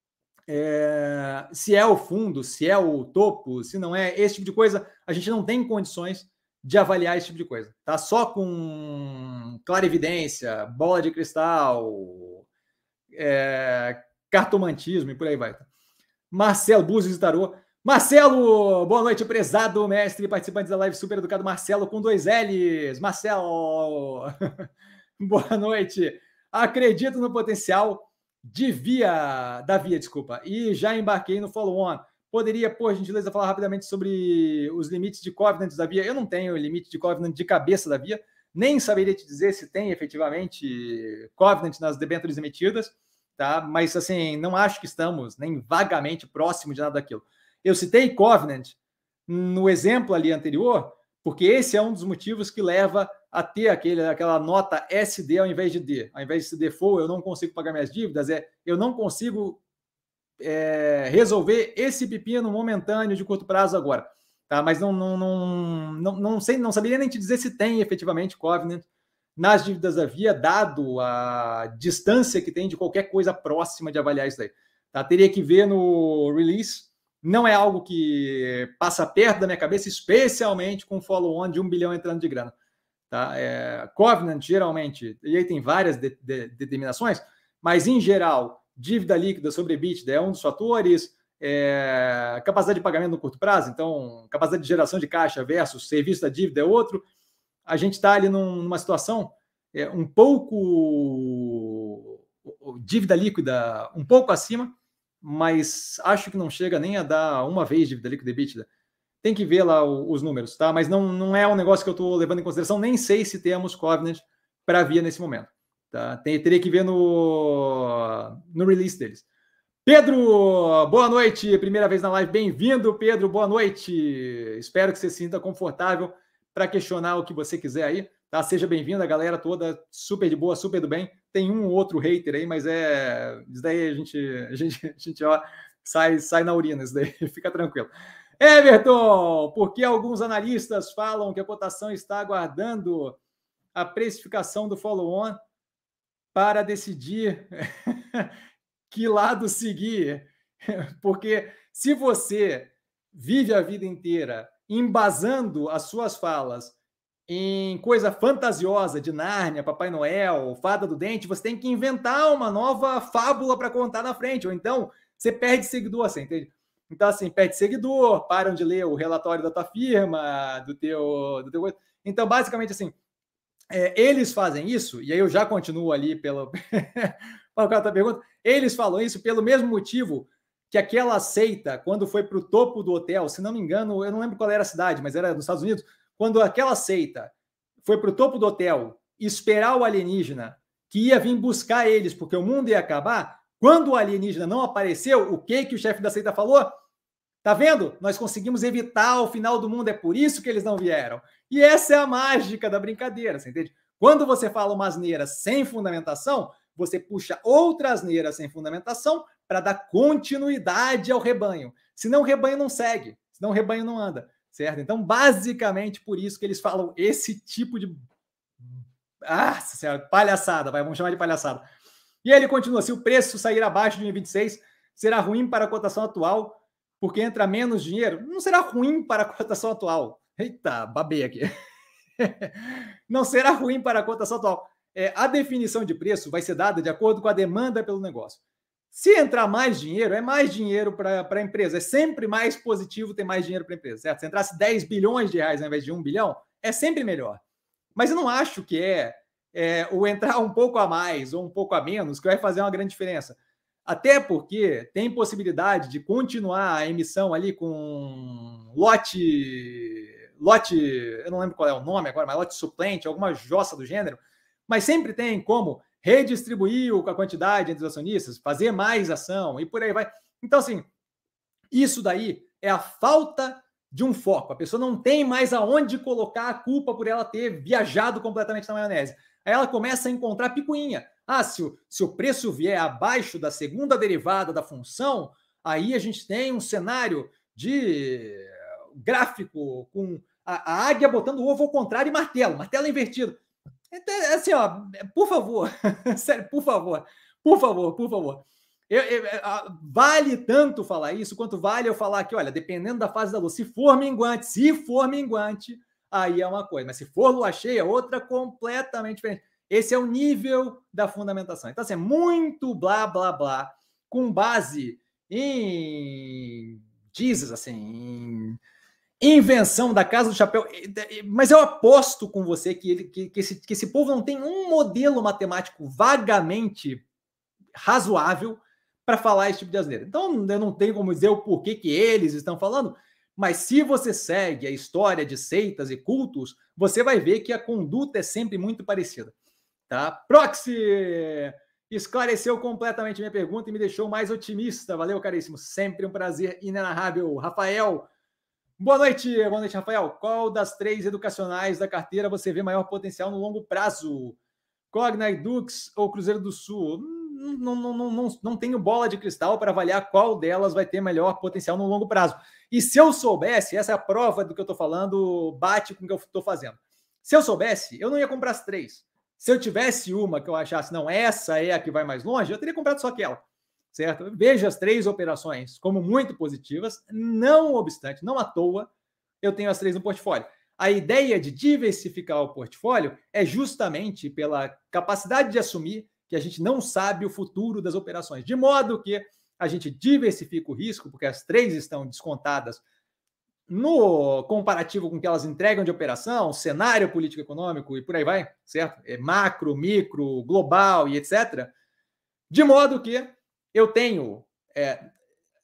se é o fundo, se é o topo, se não é, esse tipo de coisa. A gente não tem condições de avaliar esse tipo de coisa. Tá? Só com clarividência, bola de cristal, cartomantismo e por aí vai. Tá? Marcelo Búzios e Tarô. Marcelo, boa noite, prezado mestre e participantes da live super educado Marcelo com 2 L's. Marcelo, boa noite. Acredito no potencial da Via, desculpa, e já embarquei no follow-on. Poderia, por gentileza, falar rapidamente sobre os limites de covenants da Via? Eu não tenho limite de covenant de cabeça da Via, nem saberia te dizer se tem efetivamente covenant nas debêntures emitidas, tá? Mas, assim, não acho que estamos nem vagamente próximo de nada daquilo. Eu citei covenant no exemplo ali anterior, porque esse é um dos motivos que leva a ter aquela nota SD ao invés de D. Ao invés de se default, eu não consigo pagar minhas dívidas, eu não consigo resolver esse pepino momentâneo de curto prazo agora. Tá? Mas não sei, não saberia nem te dizer se tem efetivamente covenant nas dívidas da Via, dado a distância que tem de qualquer coisa próxima de avaliar isso daí. Tá? Teria que ver no release. Não é algo que passa perto da minha cabeça, especialmente com follow-on de 1 bilhão entrando de grana. Tá? Covenant, geralmente, e aí tem várias determinações, mas, em geral, dívida líquida sobre EBITDA é um dos fatores, capacidade de pagamento no curto prazo, então, capacidade de geração de caixa versus serviço da dívida é outro. A gente está ali numa situação um pouco dívida líquida um pouco acima, mas acho que não chega nem a dar uma vez dívida líquida e EBITDA. Tem que ver lá os números, tá? Mas não é um negócio que eu estou levando em consideração, nem sei se temos Covenant para Via nesse momento. Tá? Teria que ver no release deles. Pedro, boa noite, primeira vez na live, bem-vindo, Pedro, boa noite. Espero que você se sinta confortável para questionar o que você quiser aí, tá? Seja bem-vindo, a galera toda super de boa, super do bem. Tem um ou outro hater aí, mas isso daí a gente ó, sai na urina, isso daí, fica tranquilo. Everton, por que alguns analistas falam que a cotação está aguardando a precificação do follow-on para decidir que lado seguir? Porque se você vive a vida inteira embasando as suas falas em coisa fantasiosa de Nárnia, Papai Noel, Fada do Dente, você tem que inventar uma nova fábula para contar na frente, ou então você perde seguidor, assim, entende? Então, assim, perde seguidor, param de ler o relatório da tua firma, do teu... Então, basicamente, assim, eles fazem isso, e aí eu já continuo ali pelo... para a pergunta, eles falam isso pelo mesmo motivo que aquela seita, quando foi para o topo do hotel, se não me engano, eu não lembro qual era a cidade, mas era nos Estados Unidos, quando aquela seita foi para o topo do hotel esperar o alienígena que ia vir buscar eles, porque o mundo ia acabar, quando o alienígena não apareceu, o que o chefe da seita falou? Tá vendo? Nós conseguimos evitar o final do mundo, é por isso que eles não vieram. E essa é a mágica da brincadeira, você entende? Quando você fala uma asneira sem fundamentação, você puxa outra asneira sem fundamentação para dar continuidade ao rebanho. Senão o rebanho não segue, senão o rebanho não anda, certo? Então, basicamente, por isso que eles falam esse tipo de... senhora, palhaçada, vamos chamar de palhaçada. E aí ele continua, se o preço sair abaixo de 1,26, será ruim para a cotação atual, porque entra menos dinheiro? Não será ruim para a cotação atual. Eita, babei aqui. Não será ruim para a cotação atual. A definição de preço vai ser dada de acordo com a demanda pelo negócio. Se entrar mais dinheiro, é mais dinheiro para a empresa. É sempre mais positivo ter mais dinheiro para a empresa, certo? Se entrasse 10 bilhões de reais ao invés de 1 bilhão, é sempre melhor. Mas eu não acho que o entrar um pouco a mais ou um pouco a menos que vai fazer uma grande diferença. Até porque tem possibilidade de continuar a emissão ali com lote, eu não lembro qual é o nome agora, mas lote suplente, alguma jossa do gênero, mas sempre tem como redistribuir a quantidade entre os acionistas, fazer mais ação e por aí vai. Então, assim, isso daí é a falta de um foco. A pessoa não tem mais aonde colocar a culpa por ela ter viajado completamente na maionese. Aí ela começa a encontrar picuinha. Se o preço vier abaixo da segunda derivada da função, aí a gente tem um cenário de gráfico com a águia botando o ovo ao contrário e martelo invertido. Então, assim, ó, por favor, sério, por favor. Vale tanto falar isso, quanto vale eu falar que, olha, dependendo da fase da lua, se for minguante, aí é uma coisa, mas se for lua cheia, outra completamente diferente. Esse é o nível da fundamentação. Então, assim, é muito blá, blá, blá, com base em Jesus, assim, em invenção da Casa do Chapéu. Mas eu aposto com você que esse povo não tem um modelo matemático vagamente razoável para falar esse tipo de asneira. Então, eu não tenho como dizer o porquê que eles estão falando, mas se você segue a história de seitas e cultos, você vai ver que a conduta é sempre muito parecida. Tá? Proxy esclareceu completamente minha pergunta e me deixou mais otimista. Valeu, caríssimo. Sempre um prazer inenarrável. Rafael, boa noite, Rafael. Qual das 3 educacionais da carteira você vê maior potencial no longo prazo? Cogna, Dux ou Cruzeiro do Sul? Não tenho bola de cristal para avaliar qual delas vai ter melhor potencial no longo prazo. E se eu soubesse, essa é a prova do que eu estou falando, bate com o que eu estou fazendo. Se eu soubesse, eu não ia comprar as 3. Se eu tivesse uma que eu achasse, não, essa é a que vai mais longe, eu teria comprado só aquela, certo? Eu vejo as 3 operações como muito positivas, não obstante, não à toa, eu tenho as 3 no portfólio. A ideia de diversificar o portfólio é justamente pela capacidade de assumir que a gente não sabe o futuro das operações, de modo que a gente diversifica o risco, porque as 3 estão descontadas no comparativo com o que elas entregam de operação, cenário político-econômico e por aí vai, certo? Macro, micro, global e etc. De modo que eu tenho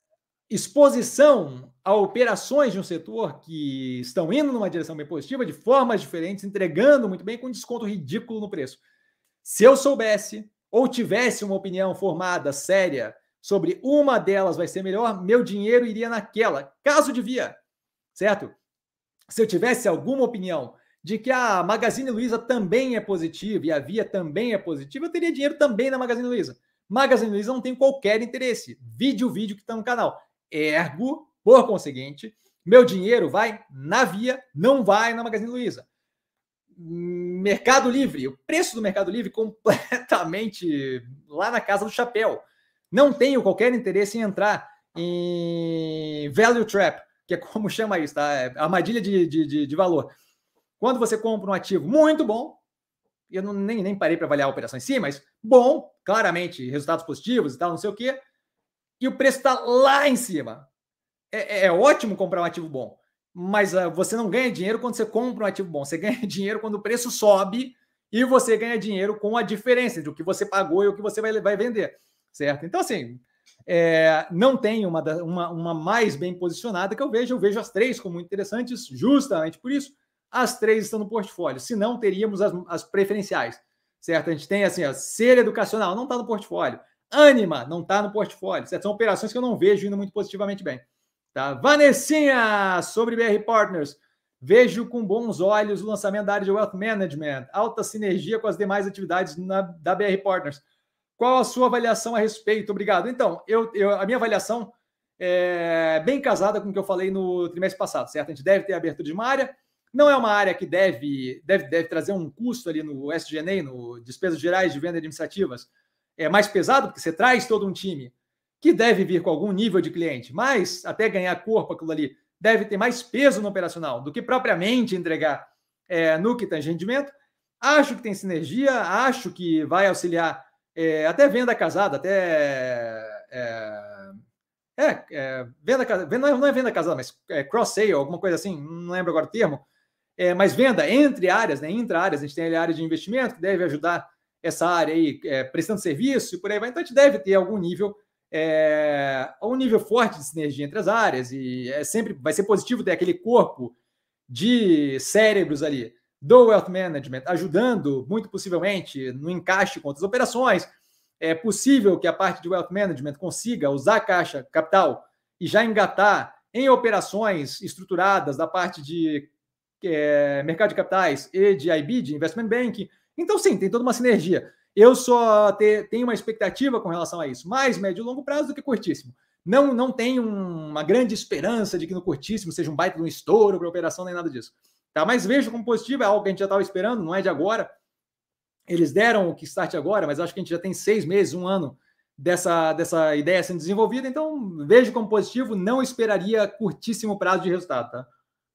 exposição a operações de um setor que estão indo numa direção bem positiva, de formas diferentes, entregando muito bem, com desconto ridículo no preço. Se eu soubesse ou tivesse uma opinião formada, séria, sobre uma delas vai ser melhor, meu dinheiro iria naquela, caso de Via, certo? Se eu tivesse alguma opinião de que a Magazine Luiza também é positiva e a Via também é positiva, eu teria dinheiro também na Magazine Luiza. Magazine Luiza não tem qualquer interesse. Vídeo que está no canal. Ergo, por conseguinte, meu dinheiro vai na Via, não vai na Magazine Luiza. Mercado Livre, o preço do Mercado Livre completamente lá na casa do chapéu. Não tenho qualquer interesse em entrar em value trap, que é como chama isso, tá? É armadilha de valor. Quando você compra um ativo muito bom, eu nem parei para avaliar a operação em si, mas bom, claramente, resultados positivos e tal, não sei o quê, e o preço está lá em cima. É ótimo comprar um ativo bom, mas você não ganha dinheiro quando você compra um ativo bom, você ganha dinheiro quando o preço sobe e você ganha dinheiro com a diferença entre o que você pagou e o que você vai vender, certo? Então, assim, não tem uma mais bem posicionada que eu vejo as três como muito interessantes, justamente por isso. As três estão no portfólio, senão teríamos as preferenciais, certo? A gente tem assim, a Ser Educacional não está no portfólio, Anima não está no portfólio, certo? São operações que eu não vejo indo muito positivamente bem. Tá? Vanessinha, sobre BR Partners, vejo com bons olhos o lançamento da área de Wealth Management, alta sinergia com as demais atividades da BR Partners. Qual a sua avaliação a respeito? Obrigado. Então, a minha avaliação é bem casada com o que eu falei no trimestre passado, certo? A gente deve ter abertura de uma área, não é uma área que deve trazer um custo ali no SG&A, no Despesas Gerais de Vendas Administrativas, mais pesado, porque você traz todo um time que deve vir com algum nível de cliente, mas até ganhar corpo aquilo ali, deve ter mais peso no operacional do que propriamente entregar no que tange rendimento. Acho que tem sinergia, acho que vai auxiliar até venda casada, venda, não é venda casada, mas cross-sale, alguma coisa assim, não lembro agora o termo, mas venda entre áreas, né, intra-áreas, a gente tem a área de investimento que deve ajudar essa área aí, prestando serviço e por aí vai, então a gente deve ter algum nível, um nível forte de sinergia entre as áreas e sempre vai ser positivo ter aquele corpo de cérebros ali do Wealth Management ajudando, muito possivelmente, no encaixe com outras operações. É possível que a parte de Wealth Management consiga usar a caixa capital e já engatar em operações estruturadas da parte de mercado de capitais e de IB, de Investment Banking. Então, sim, tem toda uma sinergia. Eu só tenho uma expectativa com relação a isso, mais médio e longo prazo do que curtíssimo. Não tenho uma grande esperança de que no curtíssimo seja um baita de um estouro para a operação, nem nada disso. Tá? Mas vejo como positivo, é algo que a gente já estava esperando, não é de agora. Eles deram o Kickstart agora, mas acho que a gente já tem 6 meses, 1 ano dessa ideia sendo desenvolvida, então vejo como positivo, não esperaria curtíssimo prazo de resultado, tá?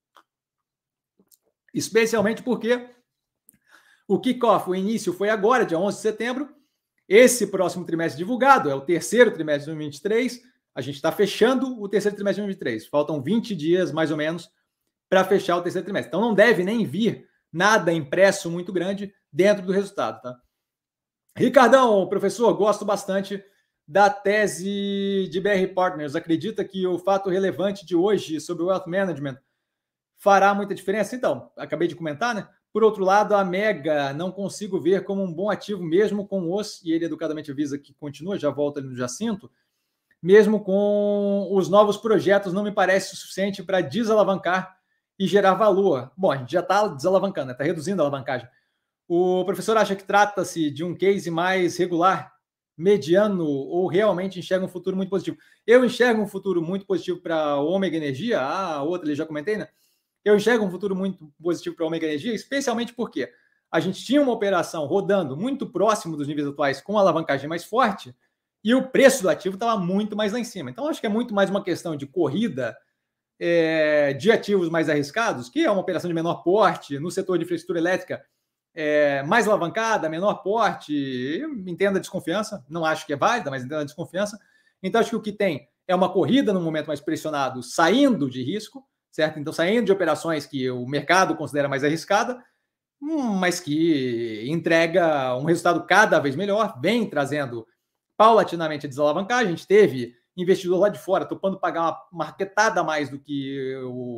Especialmente porque o kickoff, o início foi agora, dia 11 de setembro, esse próximo trimestre divulgado é o terceiro trimestre de 2023, a gente está fechando o terceiro trimestre de 2023, faltam 20 dias mais ou menos para fechar o terceiro trimestre, então não deve nem vir nada impresso muito grande dentro do resultado, tá? Ricardão, professor, gosto bastante da tese de BR Partners. Acredita que o fato relevante de hoje sobre o Wealth Management fará muita diferença? Então, acabei de comentar, né? Por outro lado, a Mega não consigo ver como um bom ativo, mesmo com e ele educadamente avisa que continua, já volta ali no Jacinto, mesmo com os novos projetos, não me parece o suficiente para desalavancar e gerar valor. Bom, a gente já está desalavancando, né? Está reduzindo a alavancagem. O professor acha que trata-se de um case mais regular, mediano, ou realmente enxerga um futuro muito positivo? Eu enxergo um futuro muito positivo para a Ômega Energia, a outra ali já comentei, né? Eu enxergo um futuro muito positivo para a Ômega Energia, especialmente porque a gente tinha uma operação rodando muito próximo dos níveis atuais, com alavancagem mais forte, e o preço do ativo estava muito mais lá em cima. Então, acho que é muito mais uma questão de corrida de ativos mais arriscados, que é uma operação de menor porte no setor de infraestrutura elétrica, mais alavancada, menor porte, entendo a desconfiança, não acho que é válida, mas entendo a desconfiança. Então, acho que o que tem é uma corrida no momento mais pressionado, saindo de risco, certo? Então, saindo de operações que o mercado considera mais arriscada, mas que entrega um resultado cada vez melhor, vem trazendo paulatinamente a desalavancagem. A gente teve investidor lá de fora topando pagar uma marketada a mais do que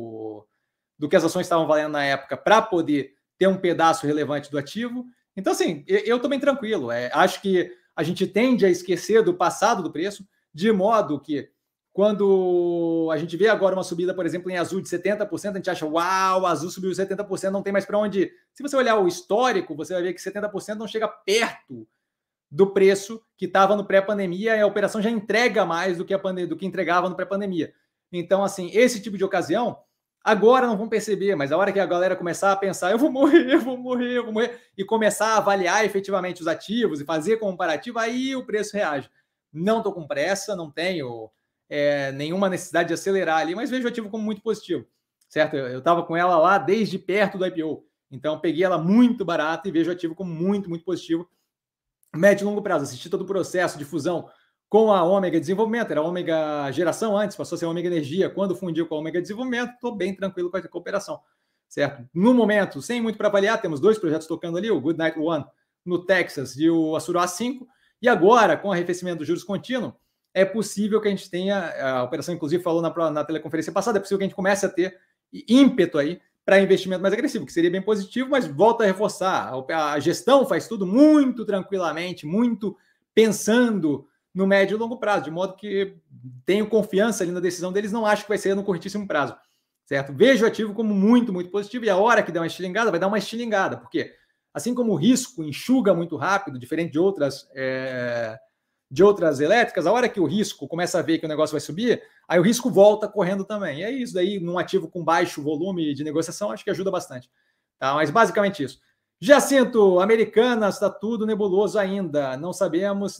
as ações estavam valendo na época para poder ter um pedaço relevante do ativo. Então, assim, eu estou bem tranquilo. Acho que a gente tende a esquecer do passado do preço, de modo que quando a gente vê agora uma subida, por exemplo, em Azul de 70%, a gente acha, uau, Azul subiu 70%, não tem mais para onde ir. Se você olhar o histórico, você vai ver que 70% não chega perto do preço que estava no pré-pandemia, e a operação já entrega mais do que entregava no pré-pandemia. Então, assim, esse tipo de ocasião, agora não vão perceber, mas a hora que a galera começar a pensar, eu vou morrer, e começar a avaliar efetivamente os ativos e fazer comparativo, aí o preço reage. Não estou com pressa, não tenho nenhuma necessidade de acelerar ali, mas vejo o ativo como muito positivo, certo? Eu estava com ela lá desde perto do IPO, então peguei ela muito barata e vejo o ativo como muito, muito positivo. Médio e longo prazo, assisti todo o processo de fusão com a Ômega Desenvolvimento, era a Ômega Geração antes, passou a ser a Ômega Energia, quando fundiu com a Ômega Desenvolvimento, estou bem tranquilo com a cooperação, certo? No momento, sem muito para avaliar, temos 2 projetos tocando ali, o Goodnight One no Texas e o Assuro A5, e agora, com o arrefecimento dos juros contínuo, é possível que a gente tenha, a operação inclusive falou na teleconferência passada, é possível que a gente comece a ter ímpeto aí para investimento mais agressivo, que seria bem positivo, mas volta a reforçar, a gestão faz tudo muito tranquilamente, muito pensando no médio e longo prazo, de modo que tenho confiança ali na decisão deles, não acho que vai ser no curtíssimo prazo, certo? Vejo o ativo como muito, muito positivo, e a hora que der uma estilingada, vai dar uma estilingada, porque assim como o risco enxuga muito rápido, diferente de outras elétricas, a hora que o risco começa a ver que o negócio vai subir, aí o risco volta correndo também. E é isso daí, num ativo com baixo volume de negociação, acho que ajuda bastante. Tá? Mas basicamente isso. Jacinto, Americanas, está tudo nebuloso ainda. Não sabemos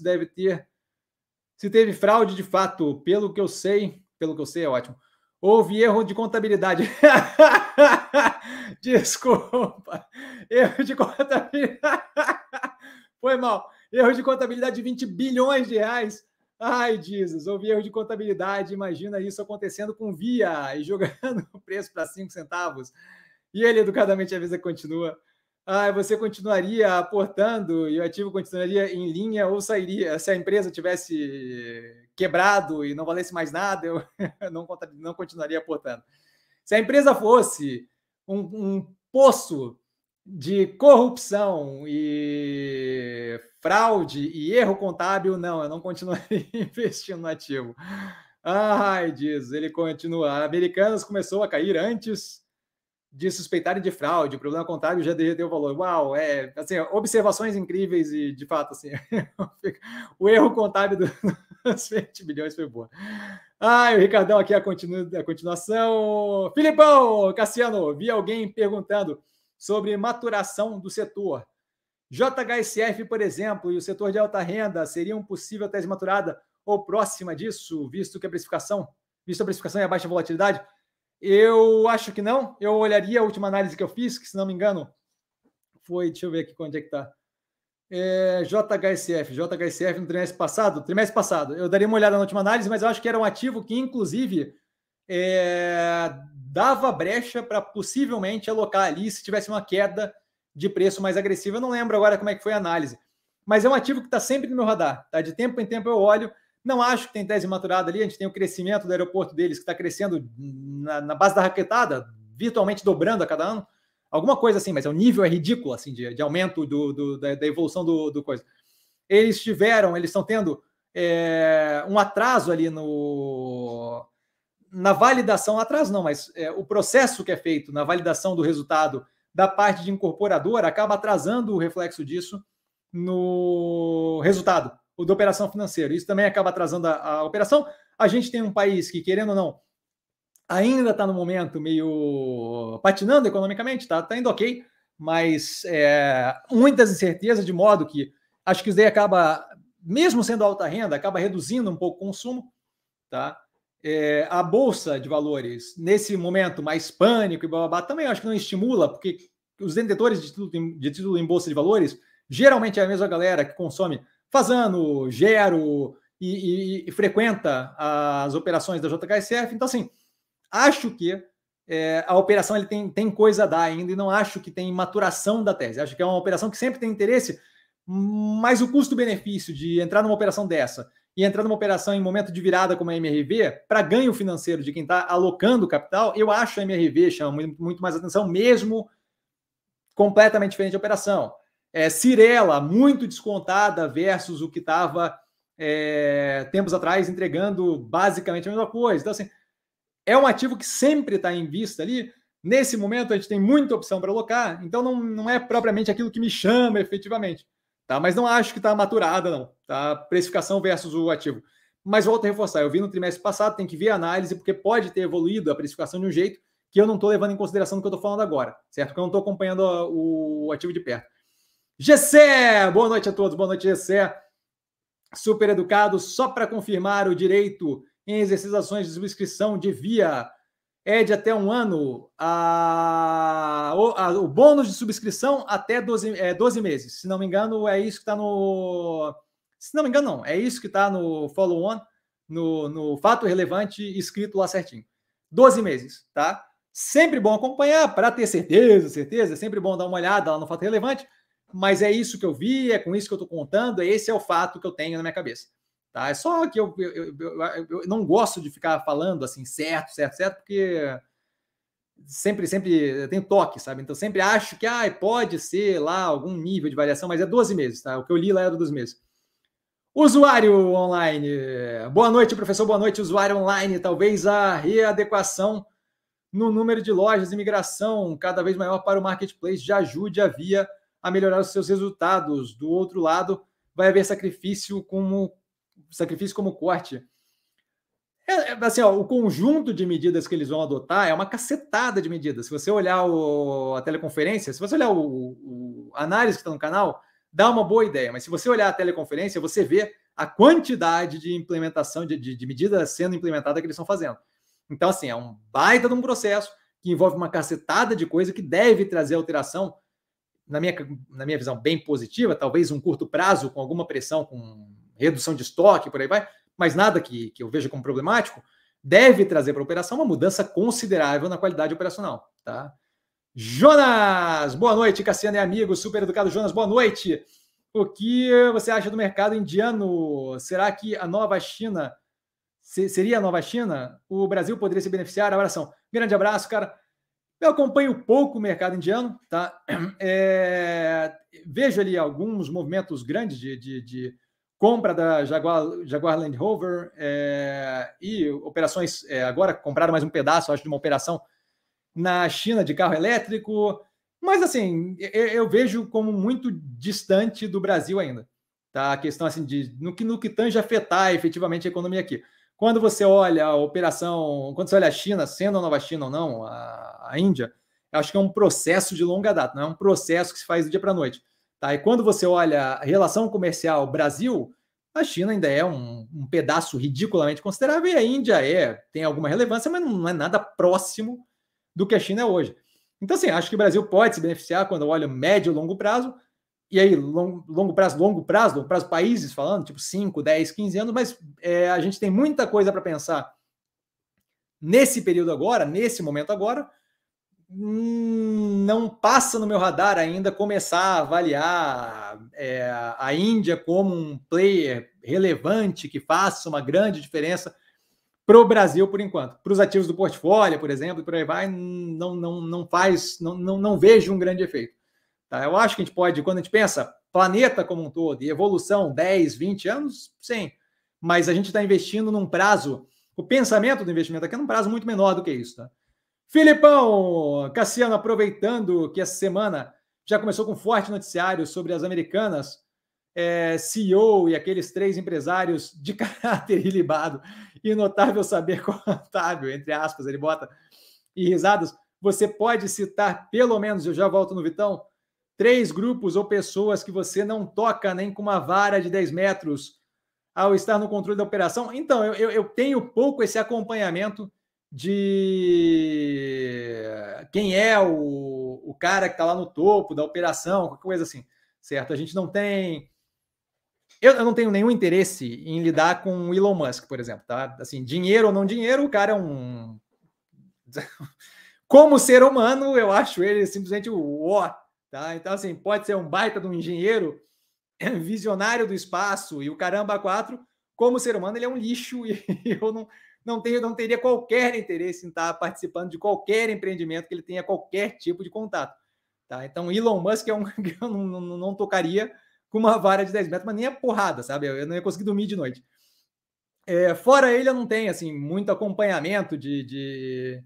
se teve fraude de fato. Pelo que eu sei é ótimo. Houve erro de contabilidade. Desculpa. Erro de contabilidade. Foi mal. Erro de contabilidade de 20 bilhões de reais. Ai, Jesus, houve erro de contabilidade. Imagina isso acontecendo com Via e jogando o preço para 5 centavos. E ele educadamente avisa que continua. Você continuaria aportando e o ativo continuaria em linha ou sairia? Se a empresa tivesse quebrado e não valesse mais nada, eu não continuaria aportando. Se a empresa fosse um poço de corrupção e fraude e erro contábil, não, eu não continuaria investindo no ativo. Ai, diz, ele continua. A Americanas começou a cair antes de suspeitarem de fraude, o problema contábil já derreteu o valor. Uau, assim, observações incríveis e, de fato, assim, o erro contábil dos 20 bilhões foi boa. O Ricardão aqui, a continuação. Filipão, Cassiano, vi alguém perguntando sobre maturação do setor. JHSF, por exemplo, e o setor de alta renda seria um possível tese maturada ou próxima disso, visto a precificação e a baixa volatilidade? Eu acho que não. Eu olharia a última análise que eu fiz, que, se não me engano, foi... Deixa eu ver aqui onde é que está. JHSF no trimestre passado. Eu daria uma olhada na última análise, mas eu acho que era um ativo que, inclusive, dava brecha para possivelmente alocar ali se tivesse uma queda de preço mais agressiva. Eu não lembro agora como é que foi a análise, mas é um ativo que está sempre no meu radar. Tá? De tempo em tempo eu olho. Não acho que tem tese maturada ali. A gente tem o crescimento do aeroporto deles, que está crescendo na base da raquetada, virtualmente dobrando a cada ano. Alguma coisa assim, mas o nível é ridículo assim, de aumento da evolução do coisa. Eles estão tendo um atraso ali na validação, atraso não, mas o processo que é feito na validação do resultado da parte de incorporadora acaba atrasando o reflexo disso no resultado da operação financeira. Isso também acaba atrasando a operação. A gente tem um país que, querendo ou não, ainda está no momento meio patinando economicamente, tá indo ok, mas muitas incertezas, de modo que acho que isso daí acaba, mesmo sendo alta renda, acaba reduzindo um pouco o consumo, tá? A Bolsa de Valores, nesse momento mais pânico e blá, blá, blá, também acho que não estimula, porque os detentores de título em Bolsa de Valores geralmente é a mesma galera que consome Fazano, Gero e frequenta as operações da JHSF. Então, assim, acho que a operação ele tem coisa a dar ainda e não acho que tem maturação da tese. Acho que é uma operação que sempre tem interesse, mas o custo-benefício de entrar numa operação dessa e entrar numa operação em momento de virada como a MRV, para ganho financeiro de quem está alocando capital, eu acho a MRV chama muito mais atenção, mesmo completamente diferente de operação. Cirela, muito descontada versus o que estava tempos atrás, entregando basicamente a mesma coisa. Então, assim, é um ativo que sempre está em vista ali. Nesse momento, a gente tem muita opção para alocar, então não é propriamente aquilo que me chama efetivamente. Tá? Mas não acho que está maturada, não. Tá? Precificação versus o ativo. Mas volto a reforçar, eu vi no trimestre passado, tem que ver a análise, porque pode ter evoluído a precificação de um jeito que eu não estou levando em consideração no que eu estou falando agora, certo? Porque eu não estou acompanhando o ativo de perto. Gessé! Boa noite a todos, boa noite, Gessé. Super educado, só para confirmar o direito em exercitações de subscrição de via de até 1 ano, o bônus de subscrição até 12 meses. Se não me engano, é isso que está no... Se não me engano, não. É isso que está no follow-on, no fato relevante, escrito lá certinho. 12 meses, tá? Sempre bom acompanhar para ter certeza. É sempre bom dar uma olhada lá no fato relevante, mas é isso que eu vi, é com isso que eu estou contando, esse é o fato que eu tenho na minha cabeça. Tá? É só que eu não gosto de ficar falando assim, certo, porque sempre eu tenho toque, sabe? Então sempre acho que pode ser lá algum nível de variação, mas é 12 meses, tá? O que eu li lá era 12 meses. Usuário online. Boa noite, professor, boa noite, usuário online. Talvez a readequação no número de lojas e migração cada vez maior para o marketplace já ajude a Via a melhorar os seus resultados. Do outro lado, vai haver sacrifício como corte. Assim, o conjunto de medidas que eles vão adotar é uma cacetada de medidas. Se você olhar a teleconferência, se você olhar a análise que está no canal, dá uma boa ideia. Mas se você olhar a teleconferência, você vê a quantidade de implementação, de medidas sendo implementada que eles estão fazendo. Então, assim, é um baita de um processo que envolve uma cacetada de coisa que deve trazer alteração, na minha visão, bem positiva, talvez um curto prazo, com alguma pressão, com redução de estoque, por aí vai, mas nada que eu veja como problemático, deve trazer para a operação uma mudança considerável na qualidade operacional. Tá? Jonas, boa noite, Cassiano e amigo, super educado Jonas, boa noite. O que você acha do mercado indiano? Será que a nova China seria a nova China? O Brasil poderia se beneficiar? Abração. Grande abraço, cara. Eu acompanho pouco o mercado indiano, tá? Vejo ali alguns movimentos grandes de compra da Jaguar Land Rover e operações. Agora compraram mais um pedaço, acho, de uma operação na China de carro elétrico. Mas, assim, eu vejo como muito distante do Brasil ainda. Tá? A questão, assim, no que tange afetar efetivamente a economia aqui. Quando você olha a operação, quando você olha a China, sendo a nova China ou não, a Índia, eu acho que é um processo de longa data, não é um processo que se faz do dia para a noite. Tá? E quando você olha a relação comercial Brasil, a China ainda é um pedaço ridiculamente considerável e a Índia tem alguma relevância, mas não é nada próximo do que a China é hoje. Então, assim, acho que o Brasil pode se beneficiar quando eu olho médio e longo prazo, e aí, longo prazo, países falando, tipo 5, 10, 15 anos, mas a gente tem muita coisa para pensar nesse período agora, nesse momento agora. Não passa no meu radar ainda começar a avaliar a Índia como um player relevante que faça uma grande diferença para o Brasil por enquanto. Para os ativos do portfólio, por exemplo, e por aí vai, não vejo um grande efeito. Tá? Eu acho que a gente pode, quando a gente pensa planeta como um todo e evolução 10, 20 anos, sim, mas a gente está investindo num prazo, o pensamento do investimento aqui é num prazo muito menor do que isso. Tá? Filipão, Cassiano, aproveitando que essa semana já começou com um forte noticiário sobre as americanas, CEO e aqueles 3 empresários de caráter ilibado e notável saber contábil, entre aspas, ele bota, e risadas, você pode citar pelo menos, eu já volto no Vitão, 3 grupos ou pessoas que você não toca nem com uma vara de 10 metros ao estar no controle da operação? Então, eu tenho pouco esse acompanhamento de quem é o cara que está lá no topo da operação, qualquer coisa assim, certo? A gente não tem... Eu não tenho nenhum interesse em lidar com o Elon Musk, por exemplo, tá? Assim, dinheiro ou não dinheiro, o cara é um... Como ser humano, eu acho ele simplesmente o ó, tá? Então, assim, pode ser um baita de um engenheiro visionário do espaço e o caramba 4, como ser humano, ele é um lixo e eu não teria qualquer interesse em estar participando de qualquer empreendimento que ele tenha qualquer tipo de contato. Tá? Então, Elon Musk é um que eu não tocaria com uma vara de 10 metros, mas nem a porrada, sabe? Eu não ia conseguir dormir de noite. Fora ele, eu não tenho assim, muito acompanhamento de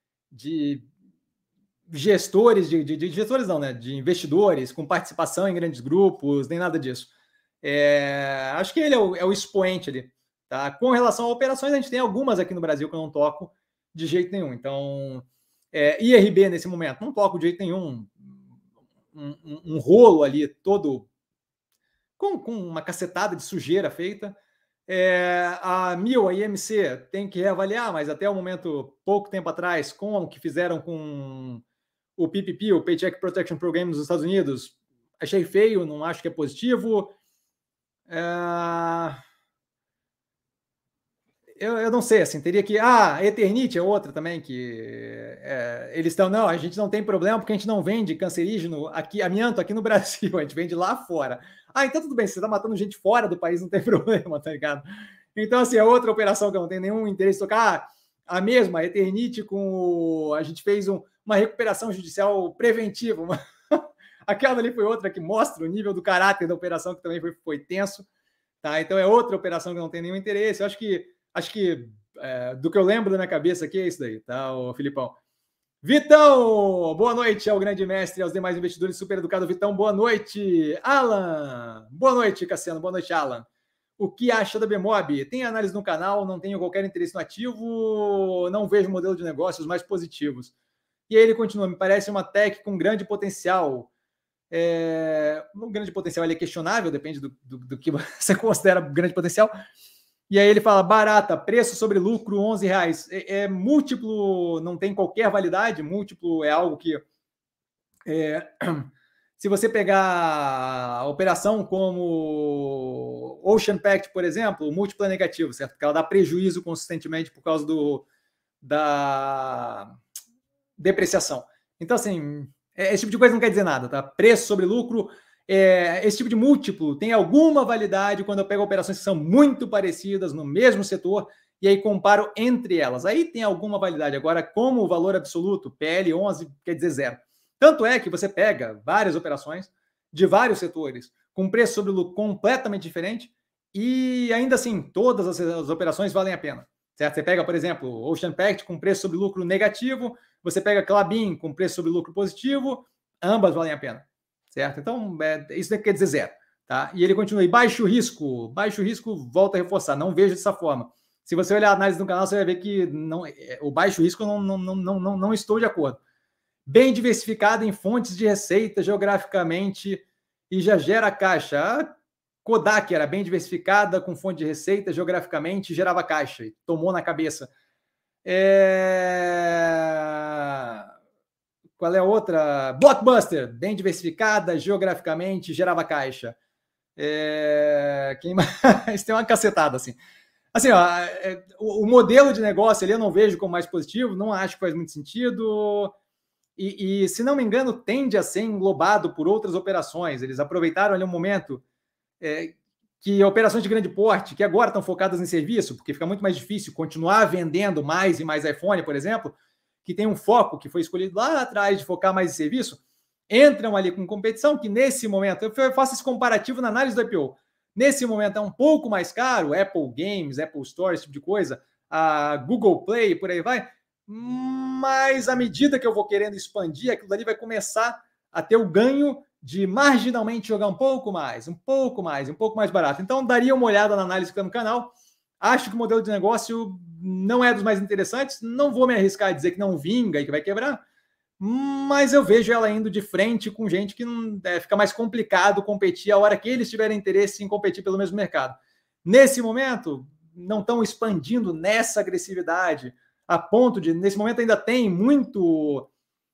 gestores, de gestores não, né? De investidores com participação em grandes grupos, nem nada disso. Acho que ele é o expoente ali. Tá? Com relação a operações, a gente tem algumas aqui no Brasil que eu não toco de jeito nenhum. Então, IRB nesse momento, não toco de jeito nenhum. Um rolo ali todo com uma cacetada de sujeira feita. A MIL, a IMC, tem que reavaliar, mas até o momento, pouco tempo atrás, com o que fizeram com o PPP, o Paycheck Protection Program nos Estados Unidos, achei feio, não acho que é positivo. Eu não sei, assim, teria que... Eternit é outra também, que eles estão... Não, a gente não tem problema porque a gente não vende cancerígeno, amianto aqui no Brasil, a gente vende lá fora. Então tudo bem, se você está matando gente fora do país, não tem problema, tá ligado? Então, assim, é outra operação que eu não tenho nenhum interesse em tocar. A mesma, a Eternit, a gente fez uma recuperação judicial preventiva. Aquela ali foi outra que mostra o nível do caráter da operação, que também foi tenso. Tá? Então é outra operação que eu não tenho nenhum interesse. Eu acho que do que eu lembro da minha cabeça aqui é isso daí, tá, o Filipão? Vitão, boa noite ao grande mestre e aos demais investidores super educados. Vitão, boa noite. Alan, boa noite, Cassiano, boa noite, Alan. O que acha da Bemob? Tem análise no canal, não tenho qualquer interesse no ativo, não vejo modelo de negócios mais positivos. E aí ele continua, me parece uma tech com grande potencial. Um grande potencial, ele é questionável, depende do que você considera grande potencial. E aí ele fala, barata, preço sobre lucro, R$11. Múltiplo, não tem qualquer validade, múltiplo é algo que... se você pegar a operação como Ocean Pact, por exemplo, o múltiplo é negativo, certo? Porque ela dá prejuízo consistentemente por causa da depreciação. Então, assim, esse tipo de coisa não quer dizer nada, tá? Preço sobre lucro... esse tipo de múltiplo tem alguma validade quando eu pego operações que são muito parecidas no mesmo setor e aí comparo entre elas. Aí tem alguma validade. Agora, como o valor absoluto, PL 11 quer dizer zero. Tanto é que você pega várias operações de vários setores com preço sobre lucro completamente diferente e ainda assim todas as operações valem a pena. Certo? Você pega, por exemplo, Ocean Pact com preço sobre lucro negativo, você pega Klabin com preço sobre lucro positivo, ambas valem a pena. Certo? Então, isso quer dizer zero. Tá? E ele continua, e baixo risco, volta a reforçar, não vejo dessa forma. Se você olhar a análise do canal, você vai ver que o baixo risco eu não estou de acordo. Bem diversificado em fontes de receita geograficamente e já gera caixa. A Kodak era bem diversificada com fonte de receita geograficamente, gerava caixa, e tomou na cabeça. Qual é a outra? Blockbuster, bem diversificada, geograficamente, gerava caixa. Quem mais? Tem uma cacetada, assim. Assim, o modelo de negócio ali eu não vejo como mais positivo, não acho que faz muito sentido. E se não me engano, tende a ser englobado por outras operações. Eles aproveitaram ali um momento que operações de grande porte, que agora estão focadas em serviço, porque fica muito mais difícil continuar vendendo mais e mais iPhone, por exemplo, que tem um foco que foi escolhido lá atrás de focar mais em serviço, entram ali com competição, que nesse momento, eu faço esse comparativo na análise do IPO, nesse momento é um pouco mais caro, Apple Games, Apple Store, esse tipo de coisa, a Google Play, por aí vai, mas à medida que eu vou querendo expandir, aquilo dali vai começar a ter o ganho de marginalmente jogar um pouco mais barato. Então, daria uma olhada na análise que está no canal. Acho que o modelo de negócio não é dos mais interessantes. Não vou me arriscar a dizer que não vinga e que vai quebrar, mas eu vejo ela indo de frente com gente que não fica mais complicado competir a hora que eles tiverem interesse em competir pelo mesmo mercado. Nesse momento, não estão expandindo nessa agressividade, a ponto de, nesse momento, ainda tem muitos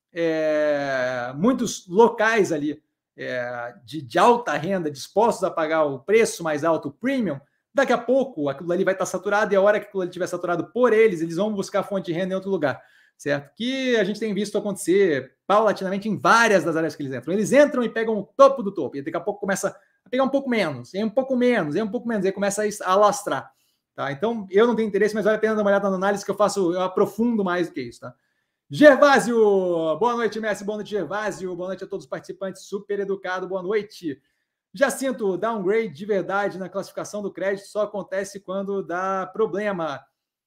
locais ali de alta renda dispostos a pagar o preço mais alto, o premium. Daqui a pouco aquilo ali vai estar saturado e a hora que aquilo ali estiver saturado por eles vão buscar fonte de renda em outro lugar, certo? Que a gente tem visto acontecer paulatinamente em várias das áreas que eles entram. Eles entram e pegam o topo do topo e daqui a pouco começa a pegar um pouco menos, e um pouco menos, e um pouco menos, aí começa a alastrar. Tá? Então, eu não tenho interesse, mas vale a pena dar uma olhada na análise que eu aprofundo mais do que isso. Tá? Gervásio, boa noite, Messi, boa noite, Gervásio, boa noite a todos os participantes, super educado, boa noite. Jacinto, downgrade de verdade na classificação do crédito só acontece quando dá problema.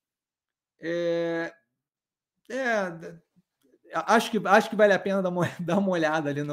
Acho que vale a pena dar uma olhada ali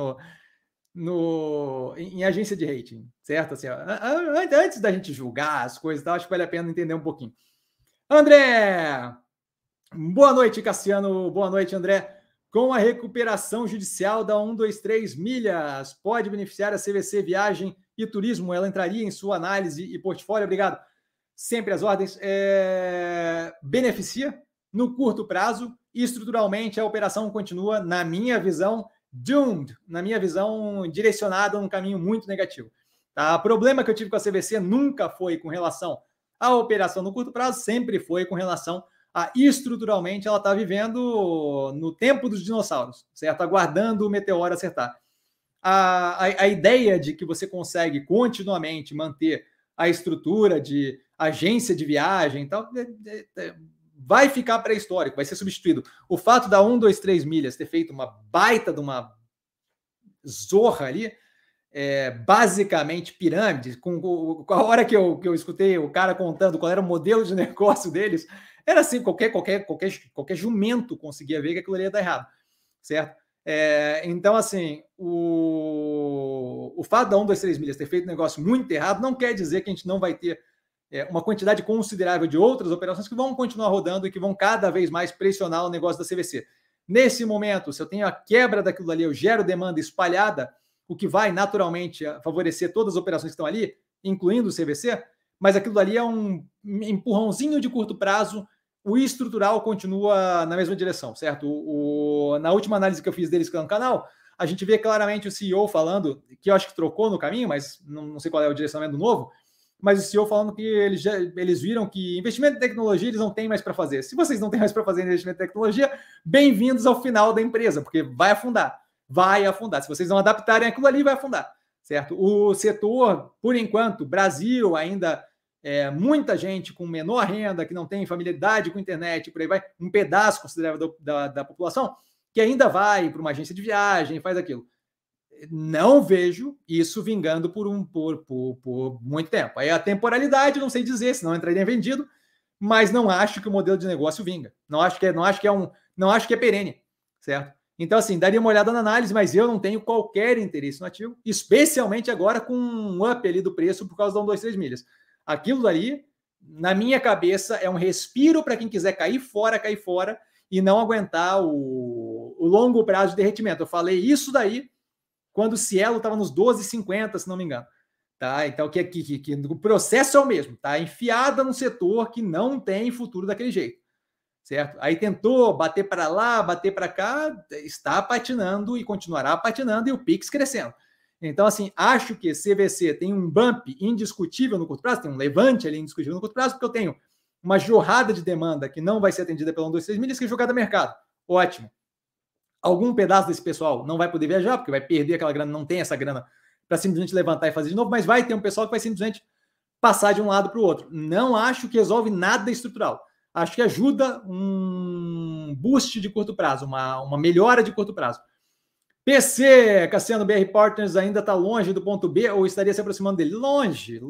em agência de rating, certo? Assim, antes da gente julgar as coisas, acho que vale a pena entender um pouquinho. André, boa noite, Cassiano. Boa noite, André. Com a recuperação judicial da 123 milhas, pode beneficiar a CVC Viagem e Turismo? Ela entraria em sua análise e portfólio? Obrigado. Sempre as ordens. Beneficia no curto prazo e estruturalmente a operação continua, na minha visão, doomed, na minha visão, direcionada num caminho muito negativo. Tá? O problema que eu tive com a CVC nunca foi com relação à operação no curto prazo, sempre foi com relação estruturalmente ela está vivendo no tempo dos dinossauros, certo? Aguardando o meteoro acertar. A ideia de que você consegue continuamente manter a estrutura de agência de viagem e tal, vai ficar pré-histórico, vai ser substituído. O fato da 123 milhas ter feito uma baita de uma zorra ali, basicamente pirâmide, com a hora que eu escutei o cara contando qual era o modelo de negócio deles, era assim, qualquer jumento conseguia ver que aquilo ali ia dar errado, certo? Então, assim, o fato da 123 milhas ter feito um negócio muito errado não quer dizer que a gente não vai ter uma quantidade considerável de outras operações que vão continuar rodando e que vão cada vez mais pressionar o negócio da CVC. Nesse momento, se eu tenho a quebra daquilo ali, eu gero demanda espalhada, o que vai naturalmente favorecer todas as operações que estão ali, incluindo o CVC, mas aquilo ali é um empurrãozinho de curto prazo, o estrutural continua na mesma direção, certo? Na última análise que eu fiz deles no canal, a gente vê claramente o CEO falando, que eu acho que trocou no caminho, mas não sei qual é o direcionamento novo, mas o CEO falando que eles viram que investimento em tecnologia eles não têm mais para fazer. Se vocês não têm mais para fazer investimento em tecnologia, bem-vindos ao final da empresa, porque vai afundar. Vai afundar. Se vocês não adaptarem aquilo ali, vai afundar, certo? O setor, por enquanto, Brasil ainda muita gente com menor renda, que não tem familiaridade com internet, por aí vai, um pedaço considerável da população, que ainda vai para uma agência de viagem e faz aquilo. Não vejo isso vingando por muito tempo. Aí a temporalidade, não sei dizer, se não entraria vendido, mas não acho que o modelo de negócio vinga. Não acho que é perene, certo? Então, assim, daria uma olhada na análise, mas eu não tenho qualquer interesse no ativo, especialmente agora com um up ali do preço por causa da 123 milhas. Aquilo ali, na minha cabeça, é um respiro para quem quiser cair fora e não aguentar o longo prazo de derretimento. Eu falei isso daí quando o Cielo estava nos 12,50, se não me engano. Tá? Então, que o processo é o mesmo. Tá? Enfiada num setor que não tem futuro daquele jeito. Certo? Aí tentou bater para lá, bater para cá, está patinando e continuará patinando e o Pix crescendo. Então, assim, acho que CVC tem um bump indiscutível no curto prazo, tem um levante ali indiscutível no curto prazo, porque eu tenho uma jorrada de demanda que não vai ser atendida pela 123 milhas, que é jogada mercado. Ótimo. Algum pedaço desse pessoal não vai poder viajar, porque vai perder aquela grana, não tem essa grana para simplesmente levantar e fazer de novo, mas vai ter um pessoal que vai simplesmente passar de um lado para o outro. Não acho que resolve nada estrutural. Acho que ajuda um boost de curto prazo, uma melhora de curto prazo. PC, Cassiano, BR Partners ainda está longe do ponto B ou estaria se aproximando dele? Longe.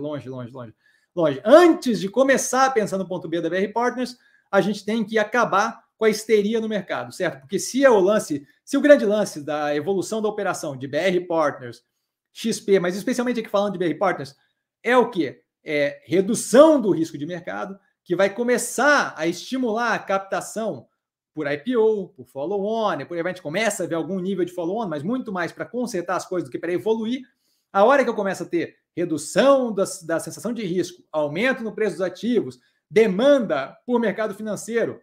Antes de começar a pensar no ponto B da BR Partners, a gente tem que acabar com a histeria no mercado, certo? Porque se o grande lance da evolução da operação de BR Partners, XP, mas especialmente aqui falando de BR Partners, é o quê? É redução do risco de mercado, que vai começar a estimular a captação por IPO, por follow-on, por aí a gente começa a ver algum nível de follow-on, mas muito mais para consertar as coisas do que para evoluir. A hora que eu começo a ter redução da sensação de risco, aumento no preço dos ativos, demanda por mercado financeiro,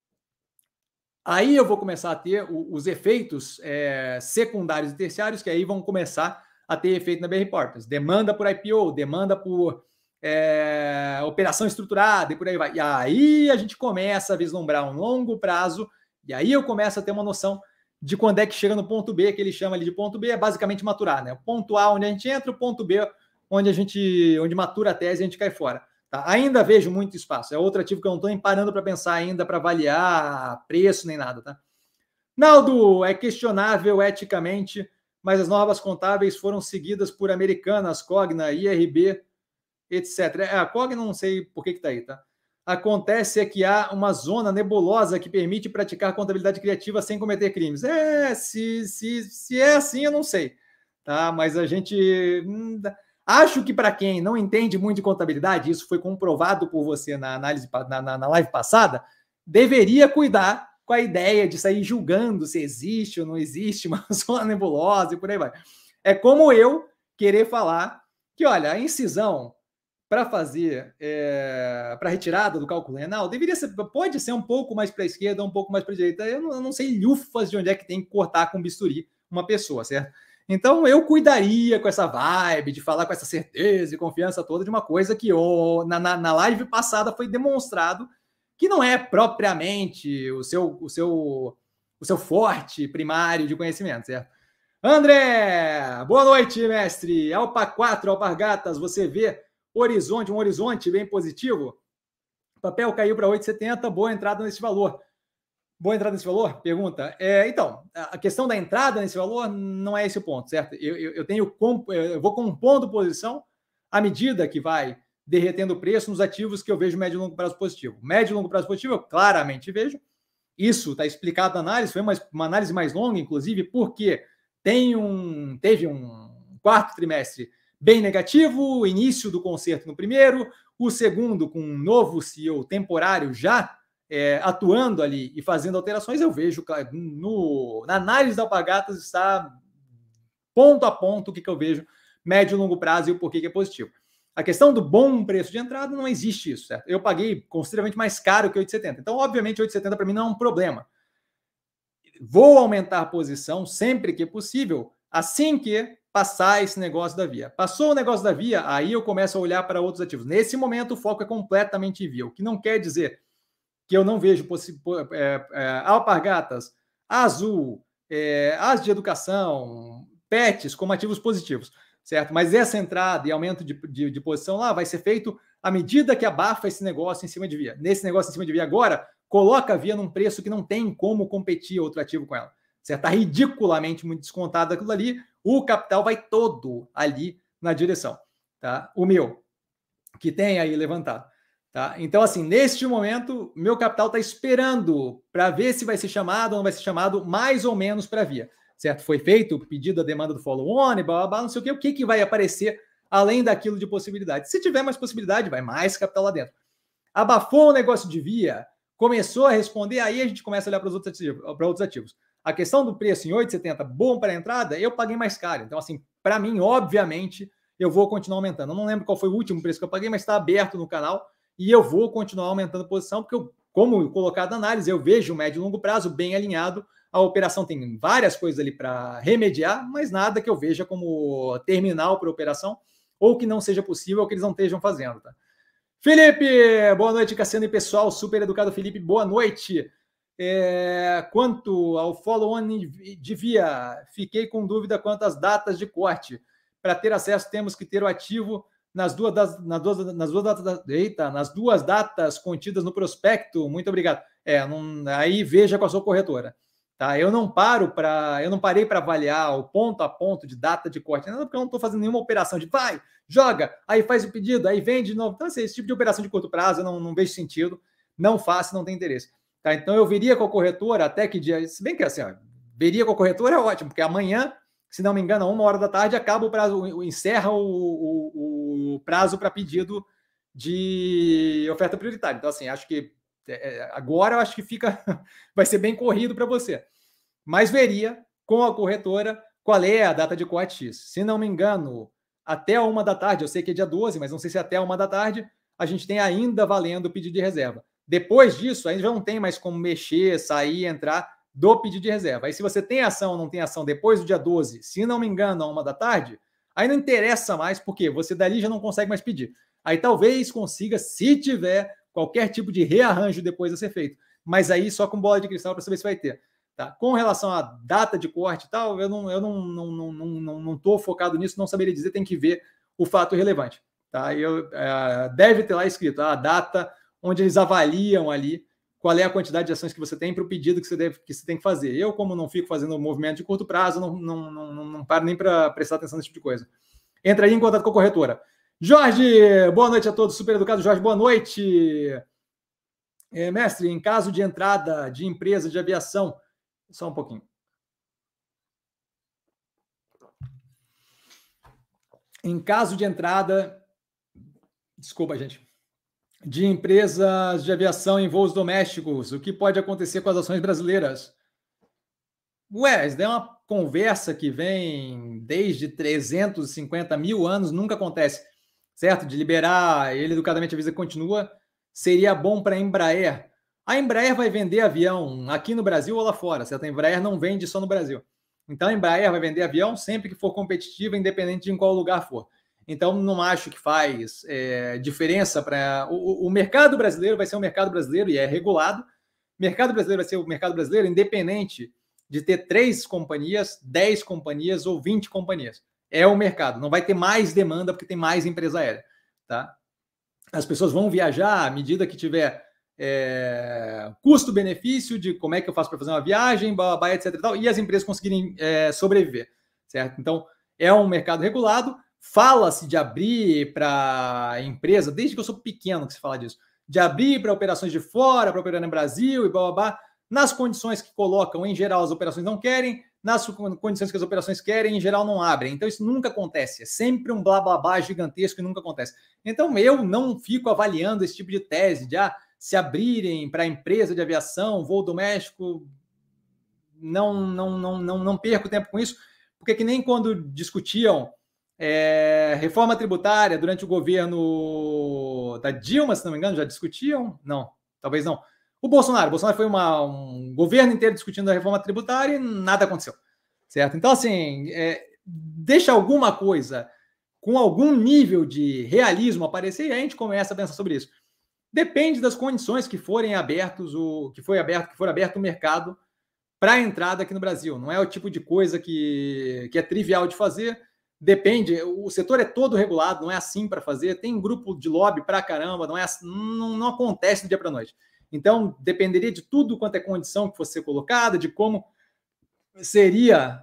aí eu vou começar a ter os efeitos secundários e terciários que aí vão começar a ter efeito na BR Partners. Demanda por IPO, demanda por operação estruturada e por aí vai. E aí a gente começa a vislumbrar um longo prazo e aí eu começo a ter uma noção de quando é que chega no ponto B, que ele chama ali de ponto B, é basicamente maturar, né? O ponto A onde a gente entra, o ponto B onde matura a tese e a gente cai fora. Tá? Ainda vejo muito espaço. É outro ativo que eu não estou nem parando para pensar ainda, para avaliar preço nem nada, tá? Naldo, é questionável eticamente, mas as normas contábeis foram seguidas por Americanas, Cogna, IRB, etc. A Cogna não sei por que está aí, tá? Acontece é que há uma zona nebulosa que permite praticar contabilidade criativa sem cometer crimes. Se é assim, eu não sei, tá? Mas a gente acho que para quem não entende muito de contabilidade, isso foi comprovado por você na análise na live passada, deveria cuidar com a ideia de sair julgando se existe ou não existe uma zona nebulosa e por aí vai. É como eu querer falar que, olha, a incisão para fazer, para retirada do cálculo renal, pode ser um pouco mais para a esquerda, um pouco mais para a direita. Eu não sei lufas de onde é que tem que cortar com bisturi uma pessoa, certo? Então, eu cuidaria com essa vibe, de falar com essa certeza e confiança toda de uma coisa que na live passada foi demonstrado que não é propriamente o seu forte primário de conhecimento, certo? André, boa noite, mestre. Alpa 4, Alpargatas, você vê um horizonte bem positivo? O papel caiu para 8,70, boa entrada nesse valor. Boa entrada nesse valor? Pergunta. Então, a questão da entrada nesse valor não é esse o ponto, certo? Eu vou compondo posição à medida que vai derretendo o preço nos ativos que eu vejo médio e longo prazo positivo. Médio e longo prazo positivo eu claramente vejo. Isso está explicado na análise, foi uma análise mais longa, inclusive, porque teve um quarto trimestre bem negativo, o início do concerto no primeiro, o segundo com um novo CEO temporário já atuando ali e fazendo alterações. Eu vejo na análise da Alpargatas está ponto a ponto o que eu vejo médio e longo prazo e o porquê que é positivo. A questão do bom preço de entrada não existe isso, certo? Eu paguei consideravelmente mais caro que 8,70. Então, obviamente, 8,70 para mim não é um problema. Vou aumentar a posição sempre que possível, assim que passar esse negócio da Via. Passou o negócio da Via, aí eu começo a olhar para outros ativos. Nesse momento, o foco é completamente em Via, o que não quer dizer que eu não vejo Alpargatas, Azul, as de educação, PETs como ativos positivos, certo? Mas essa entrada e aumento de posição lá vai ser feito à medida que abafa esse negócio em cima de Via. Nesse negócio em cima de Via agora, coloca a Via num preço que não tem como competir outro ativo com ela. Certo? Está ridiculamente muito descontado aquilo ali, o capital vai todo ali na direção. Tá? O meu, que tem aí levantado. Tá? Então, assim, neste momento, meu capital está esperando para ver se vai ser chamado ou não vai ser chamado mais ou menos para Via. Certo? Foi feito o pedido da demanda do follow-on, blá, blá, blá, não sei o que vai aparecer além daquilo de possibilidade. Se tiver mais possibilidade, vai mais capital lá dentro. Abafou o negócio de Via, começou a responder, aí a gente começa a olhar para outros ativos. A questão do preço em 8,70, bom para a entrada, eu paguei mais caro. Então, assim, para mim, obviamente, eu vou continuar aumentando. Eu não lembro qual foi o último preço que eu paguei, mas está aberto no canal e eu vou continuar aumentando a posição, porque, como colocado na análise, eu vejo o médio e longo prazo bem alinhado. A operação tem várias coisas ali para remediar, mas nada que eu veja como terminal para a operação ou que não seja possível ou que eles não estejam fazendo, tá? Felipe, boa noite, Cassiano e pessoal, super educado Felipe, boa noite. Quanto ao follow-on de Via, fiquei com dúvida quanto às datas de corte. Para ter acesso, temos que ter o ativo nas duas datas contidas no prospecto. Muito obrigado. Aí veja com a sua corretora. Tá? Eu não parei para avaliar o ponto a ponto de data de corte, não, porque eu não estou fazendo nenhuma operação de vai, joga, aí faz o pedido, aí vende de novo. Então, assim, esse tipo de operação de curto prazo eu não vejo sentido, não faço, não tem interesse. Tá? Então, eu veria com a corretora até que dia, se bem que assim, veria com a corretora é ótimo, porque amanhã, se não me engano, 1h acaba o prazo, encerra o prazo para pedido de oferta prioritária. Então, assim, acho que agora eu acho que vai ser bem corrido para você. Mas veria com a corretora qual é a data de corte X. Se não me engano, até 1h, eu sei que é dia 12, mas não sei se até 1h, a gente tem ainda valendo o pedido de reserva. Depois disso, aí já não tem mais como mexer, sair, entrar do pedido de reserva. Aí se você tem ação ou não tem ação depois do dia 12, se não me engano, a 1h, aí não interessa mais, porque você dali já não consegue mais pedir. Aí talvez consiga, se tiver qualquer tipo de rearranjo depois a ser feito. Mas aí só com bola de cristal para saber se vai ter. Tá? Com relação à data de corte e tal, eu não estou focado nisso, não saberia dizer, tem que ver o fato relevante. Tá? Deve ter lá escrito a data onde eles avaliam ali qual é a quantidade de ações que você tem para o pedido que você tem que fazer. Eu, como não fico fazendo movimento de curto prazo, não paro nem para prestar atenção nesse tipo de coisa. Entra aí em contato com a corretora. Jorge, boa noite a todos. Super educado, Jorge, boa noite. Mestre, em caso de entrada de empresa de aviação, só um pouquinho. Em caso de entrada, desculpa, gente, de empresas de aviação em voos domésticos, o que pode acontecer com as ações brasileiras? Isso daí é uma conversa que vem desde 350 mil anos, nunca acontece, certo? De liberar, ele educadamente avisa que continua, seria bom para a Embraer. A Embraer vai vender avião aqui no Brasil ou lá fora, certo? A Embraer não vende só no Brasil. Então, a Embraer vai vender avião sempre que for competitiva, independente de em qual lugar for. Então, não acho que faz diferença para... O mercado brasileiro vai ser um mercado brasileiro e é regulado. O mercado brasileiro vai ser o mercado brasileiro independente de ter 3 companhias, 10 companhias ou 20 companhias. É o mercado. Não vai ter mais demanda porque tem mais empresa aérea. Tá? As pessoas vão viajar à medida que tiver custo-benefício de como é que eu faço para fazer uma viagem, etc. E tal, e as empresas conseguirem sobreviver. Certo? Então, é um mercado regulado. Fala-se de abrir para empresa, desde que eu sou pequeno que se fala disso, de abrir para operações de fora, para operar no Brasil e blá, blá, blá. Nas condições que colocam, em geral, as operações não querem, nas condições que as operações querem, em geral, não abrem. Então, isso nunca acontece. É sempre um blá, blá, blá gigantesco e nunca acontece. Então, eu não fico avaliando esse tipo de tese de se abrirem para empresa de aviação, voo doméstico, não perco tempo com isso, porque que nem quando discutiam reforma tributária durante o governo da Dilma, se não me engano, já discutiam? Não, talvez não. O Bolsonaro foi um governo inteiro discutindo a reforma tributária e nada aconteceu, certo? Então, assim, deixa alguma coisa com algum nível de realismo aparecer e a gente começa a pensar sobre isso. Depende das condições que forem abertos, que for aberto o mercado para a entrada aqui no Brasil. Não é o tipo de coisa que é trivial de fazer. Depende, o setor é todo regulado, não é assim para fazer. Tem um grupo de lobby para caramba, não acontece do dia para a noite. Então, dependeria de tudo quanto é condição que fosse ser colocada, de como seria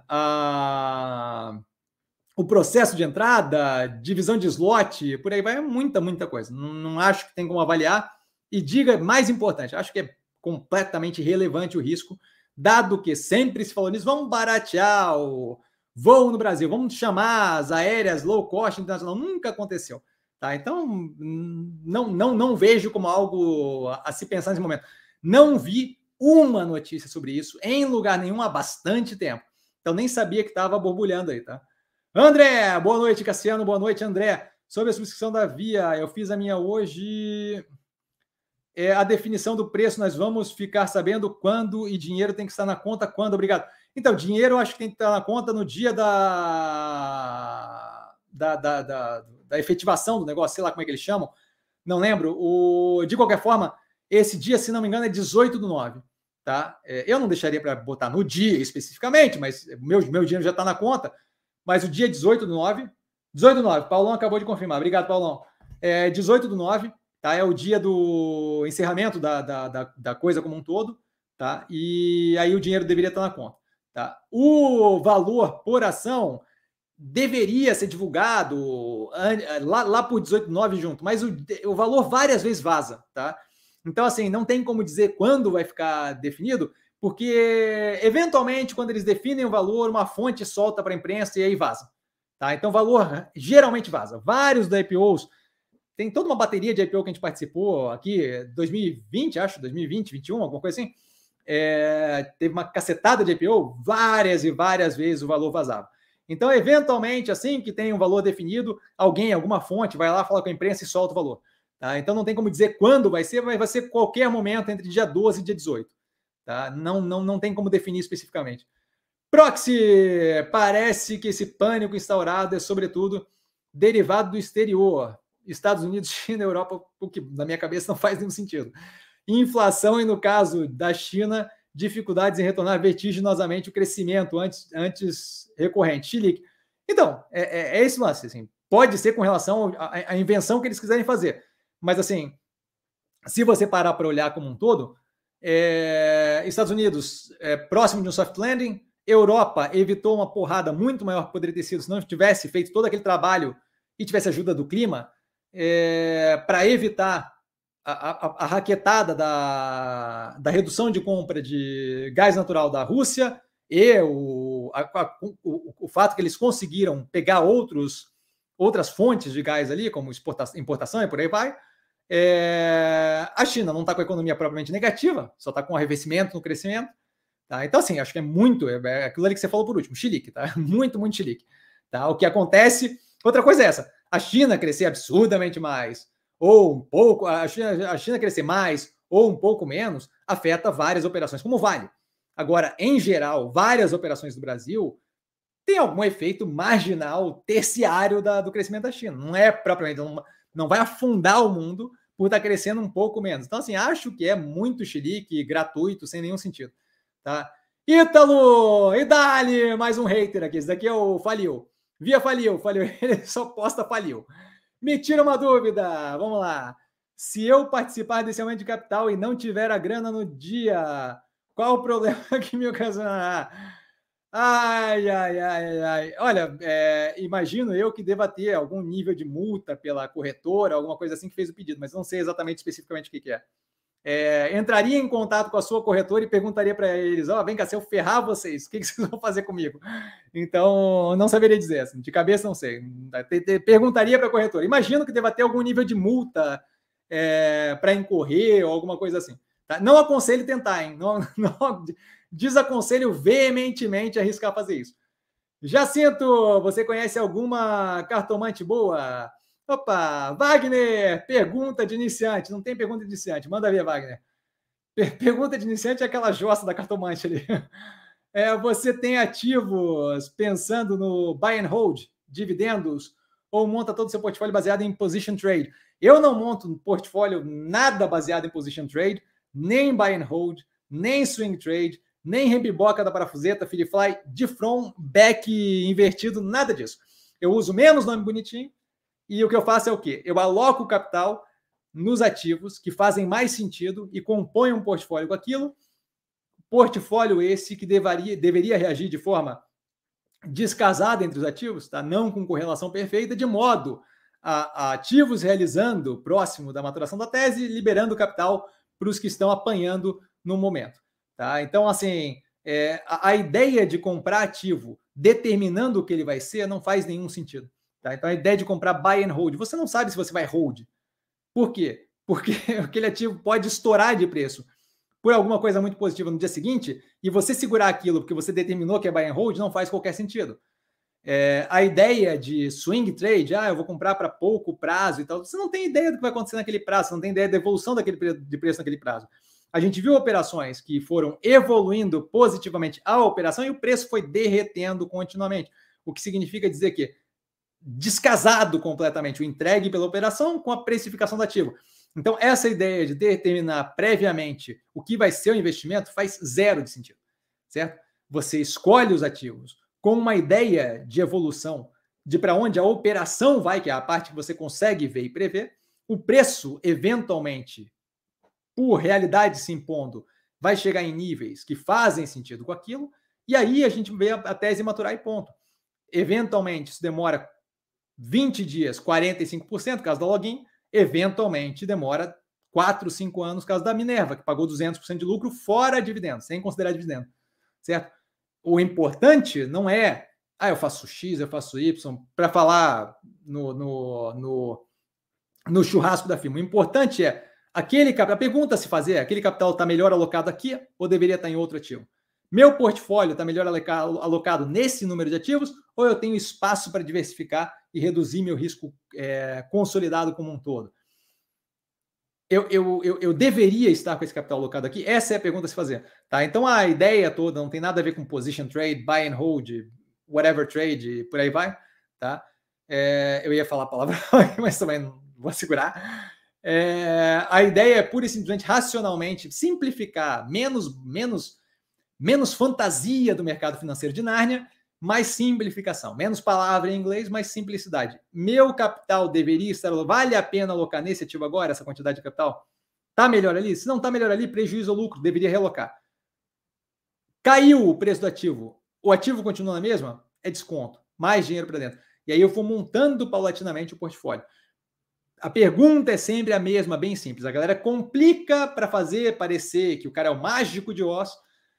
o processo de entrada, divisão de slot, por aí vai, muita coisa. Não acho que tem como avaliar. E diga, mais importante, acho que é completamente irrelevante o risco, dado que sempre se falou nisso, vamos baratear o voo no Brasil, vamos chamar as aéreas low cost internacional. Nunca aconteceu. Tá? Então, não vejo como algo a se pensar nesse momento. Não vi uma notícia sobre isso em lugar nenhum há bastante tempo. Então, nem sabia que estava borbulhando aí, tá? André, boa noite, Cassiano, boa noite, André. Sobre a subscrição da Via, eu fiz a minha hoje. A definição do preço, nós vamos ficar sabendo quando e dinheiro tem que estar na conta quando, obrigado. Então, dinheiro eu acho que tem que estar na conta no dia da efetivação do negócio, sei lá como é que eles chamam, não lembro. De qualquer forma, esse dia, se não me engano, é 18/9. Tá? Eu não deixaria para botar no dia especificamente, mas meu dinheiro já está na conta. Mas o dia 18/9, 18/9, Paulão acabou de confirmar. Obrigado, Paulão. 18/9, tá? É o dia do encerramento da coisa como um todo, tá? E aí o dinheiro deveria estar na conta, tá? O valor por ação deveria ser divulgado lá por 18/9 junto, mas o valor várias vezes vaza, tá? Então, assim, não tem como dizer quando vai ficar definido, porque, eventualmente, quando eles definem o valor, uma fonte solta para a imprensa e aí vaza. Tá? Então, o valor geralmente vaza. Vários da IPOs, tem toda uma bateria de IPO que a gente participou aqui, 2020, acho, 2020, 2021, alguma coisa assim. Teve uma cacetada de IPO, várias e várias vezes o valor vazava. Então, eventualmente, assim que tem um valor definido, alguém, alguma fonte, vai lá, fala com a imprensa e solta o valor. Tá? Então, não tem como dizer quando vai ser, mas vai ser qualquer momento entre dia 12 e dia 18. Tá? Não tem como definir especificamente. Proxy, parece que esse pânico instaurado é, sobretudo, derivado do exterior. Estados Unidos, China, Europa, o que na minha cabeça não faz nenhum sentido. Inflação, e no caso da China, dificuldades em retornar vertiginosamente o crescimento antes recorrente. Chilique. Então, é esse lance, assim, pode ser com relação à invenção que eles quiserem fazer, mas assim, se você parar para olhar como um todo, Estados Unidos próximo de um soft landing, Europa evitou uma porrada muito maior que poderia ter sido se não tivesse feito todo aquele trabalho e tivesse ajuda do clima para evitar a raquetada da redução de compra de gás natural da Rússia e o fato que eles conseguiram pegar outras fontes de gás ali, como importação e por aí vai. A China não está com a economia propriamente negativa, só está com um arrefecimento no crescimento. Tá? Então, assim, acho que é muito, aquilo ali que você falou por último, chilique, tá? Muito, muito chilique. Tá? O que acontece, outra coisa é essa, a China crescer absurdamente mais, ou um pouco, a China crescer mais, ou um pouco menos, afeta várias operações, como o Vale. Agora, em geral, várias operações do Brasil têm algum efeito marginal, terciário do crescimento da China. Não é propriamente, não vai afundar o mundo por estar crescendo um pouco menos. Então, assim, acho que é muito chilique, gratuito, sem nenhum sentido. Tá? Ítalo, e dali, mais um hater aqui. Esse daqui é o Faliu. Faliu, ele só posta Faliu. Me tira uma dúvida, vamos lá. Se eu participar desse aumento de capital e não tiver a grana no dia, qual o problema que me ocasionará? Ai. Olha, imagino eu que deva ter algum nível de multa pela corretora, alguma coisa assim que fez o pedido, mas não sei exatamente, especificamente o que é. Entraria em contato com a sua corretora e perguntaria para eles, vem cá, se eu ferrar vocês, o que vocês vão fazer comigo? Então, não saberia dizer, assim, de cabeça não sei. Perguntaria para a corretora. Imagino que deva ter algum nível de multa para incorrer ou alguma coisa assim. Tá? Não aconselho tentar, hein? Não, desaconselho veementemente arriscar fazer isso. Jacinto, você conhece alguma cartomante boa? Opa, Wagner, pergunta de iniciante. Não tem pergunta de iniciante. Manda ver, Wagner. Pergunta de iniciante é aquela jossa da cartomante ali. Você tem ativos pensando no buy and hold, dividendos, ou monta todo o seu portfólio baseado em position trade? Eu não monto um portfólio nada baseado em position trade, nem buy and hold, nem swing trade, nem rebiboca da parafuseta, Filifly, de front, back invertido, nada disso. Eu uso menos nome bonitinho, e o que eu faço é o quê? Eu aloco o capital nos ativos que fazem mais sentido e compõem um portfólio com aquilo. Portfólio esse que deveria reagir de forma descasada entre os ativos, tá? Não com correlação perfeita, de modo a ativos realizando próximo da maturação da tese, liberando capital para os que estão apanhando no momento. Tá? Então, assim, a ideia de comprar ativo determinando o que ele vai ser não faz nenhum sentido. Tá? Então, a ideia de comprar buy and hold, você não sabe se você vai hold. Por quê? Porque aquele ativo pode estourar de preço por alguma coisa muito positiva no dia seguinte e você segurar aquilo porque você determinou que é buy and hold não faz qualquer sentido. A ideia de swing trade, eu vou comprar para pouco prazo e tal, você não tem ideia do que vai acontecer naquele prazo, você não tem ideia da evolução de preço naquele prazo. A gente viu operações que foram evoluindo positivamente a operação e o preço foi derretendo continuamente, o que significa dizer que descasado completamente o entregue pela operação com a precificação do ativo. Então, essa ideia de determinar previamente o que vai ser o investimento faz zero de sentido, certo? Você escolhe os ativos com uma ideia de evolução de para onde a operação vai, que é a parte que você consegue ver e prever, o preço, eventualmente, por realidade se impondo, vai chegar em níveis que fazem sentido com aquilo, e aí a gente vê a tese maturar e ponto. Eventualmente, isso demora 20 dias, 45%, caso da login, eventualmente demora 4, 5 anos, caso da Minerva, que pagou 200% de lucro fora dividendo, sem considerar dividendo, certo? O importante não é, eu faço X, eu faço Y, para falar no churrasco da firma. O importante é, a pergunta a se fazer, aquele capital está melhor alocado aqui ou deveria estar em outro ativo? Meu portfólio está melhor alocado nesse número de ativos ou eu tenho espaço para diversificar e reduzir meu risco consolidado como um todo? Eu deveria estar com esse capital alocado aqui? Essa é a pergunta a se fazer. Tá? Então, a ideia toda não tem nada a ver com position trade, buy and hold, whatever trade, por aí vai. Tá? Eu ia falar a palavra, mas também não vou segurar. A ideia é pura e simplesmente, racionalmente, simplificar, menos Menos fantasia do mercado financeiro de Nárnia, mais simplificação. Menos palavra em inglês, mais simplicidade. Meu capital deveria estar... Vale a pena alocar nesse ativo agora, essa quantidade de capital? Está melhor ali? Se não está melhor ali, prejuízo ou lucro, deveria realocar. Caiu o preço do ativo. O ativo continua na mesma? É desconto. Mais dinheiro para dentro. E aí eu vou montando paulatinamente o portfólio. A pergunta é sempre a mesma, bem simples. A galera complica para fazer parecer que o cara é o mágico de Oz,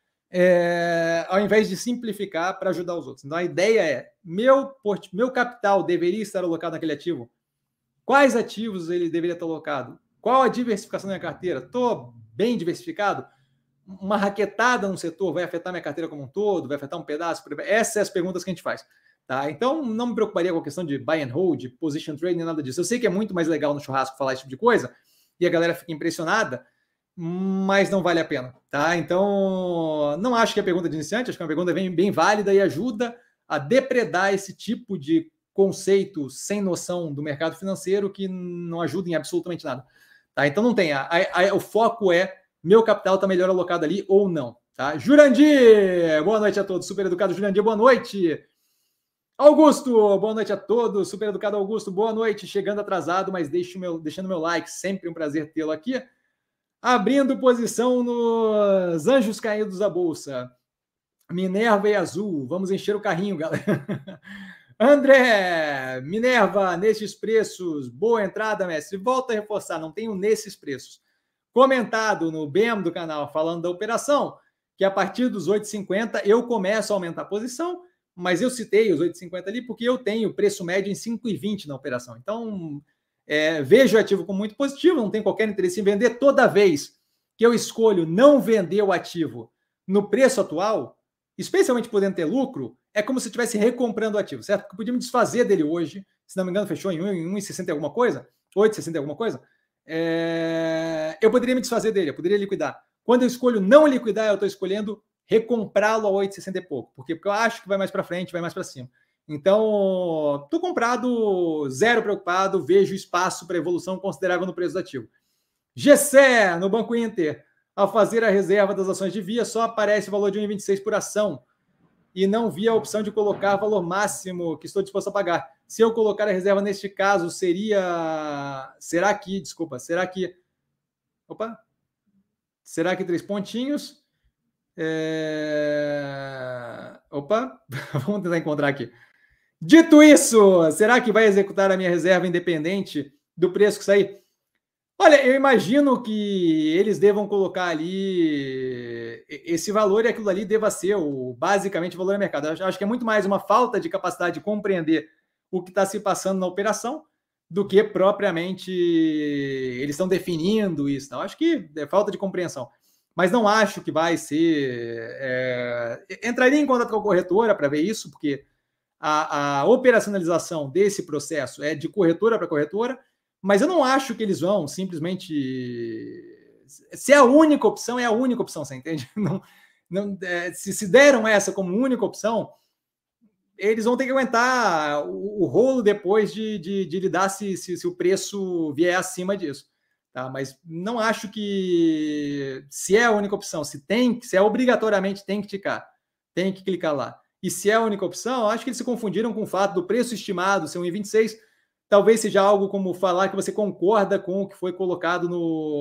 ao invés de simplificar para ajudar os outros. Então a ideia é, meu capital deveria estar alocado naquele ativo? Quais ativos ele deveria estar alocado? Qual a diversificação da minha carteira? Estou bem diversificado? Uma raquetada no setor vai afetar minha carteira como um todo? Vai afetar um pedaço? Essas são as perguntas que a gente faz. Tá? Então, não me preocuparia com a questão de buy and hold, position trade, nem nada disso. Eu sei que é muito mais legal no churrasco falar esse tipo de coisa, e a galera fica impressionada, mas não vale a pena. Tá? Então, não acho que é pergunta de iniciante, acho que é uma pergunta bem válida e ajuda a depredar esse tipo de conceito sem noção do mercado financeiro que não ajuda em absolutamente nada. Tá? Então, não tem. O foco é, meu capital está melhor alocado ali ou não. Tá? Jurandir, boa noite a todos. Super educado Jurandir, boa noite. Augusto, boa noite a todos. Super educado Augusto, boa noite. Chegando atrasado, mas deixando meu like. Sempre um prazer tê-lo aqui. Abrindo posição nos anjos caídos da bolsa. Minerva e Azul. Vamos encher o carrinho, galera. André, Minerva, nesses preços. Boa entrada, mestre. Volta a reforçar, não tenho nesses preços. Comentado no BEM do canal, falando da operação, que a partir dos 8,50 eu começo a aumentar a posição, mas eu citei os 8,50 ali porque eu tenho preço médio em 5,20 na operação. Então, vejo o ativo como muito positivo, não tenho qualquer interesse em vender. Toda vez que eu escolho não vender o ativo no preço atual, especialmente podendo ter lucro, é como se eu estivesse recomprando o ativo, certo? Eu podia me desfazer dele hoje, se não me engano, fechou em 1,60 alguma coisa, 8,60 alguma coisa, eu poderia me desfazer dele, eu poderia liquidar. Quando eu escolho não liquidar, eu estou escolhendo recomprá-lo a 8,60 e pouco, porque eu acho que vai mais para frente, vai mais para cima. Então, estou comprado, zero preocupado, vejo espaço para evolução considerável no preço do ativo. Gessé, no Banco Inter, ao fazer a reserva das ações de Via, só aparece o valor de 1,26 por ação e não vi a opção de colocar valor máximo que estou disposto a pagar. Se eu colocar a reserva neste caso, será que 3 pontinhos? Vamos tentar encontrar aqui. Dito isso, será que vai executar a minha reserva independente do preço que sair? Olha, eu imagino que eles devam colocar ali esse valor e aquilo ali deva ser basicamente o valor do mercado. Eu acho que é muito mais uma falta de capacidade de compreender o que está se passando na operação do que propriamente eles estão definindo isso. Não, acho que é falta de compreensão. Mas não acho que vai ser... Entraria em contato com a corretora para ver isso, porque a operacionalização desse processo é de corretora para corretora, mas eu não acho que eles vão simplesmente... Se é a única opção, é a única opção, você entende? Se deram essa como única opção, eles vão ter que aguentar o rolo depois de lidar se o preço vier acima disso. Tá? Mas não acho que... Se é a única opção, se é obrigatoriamente tem que clicar lá. E se é a única opção, acho que eles se confundiram com o fato do preço estimado ser 1,26, talvez seja algo como falar que você concorda com o que foi colocado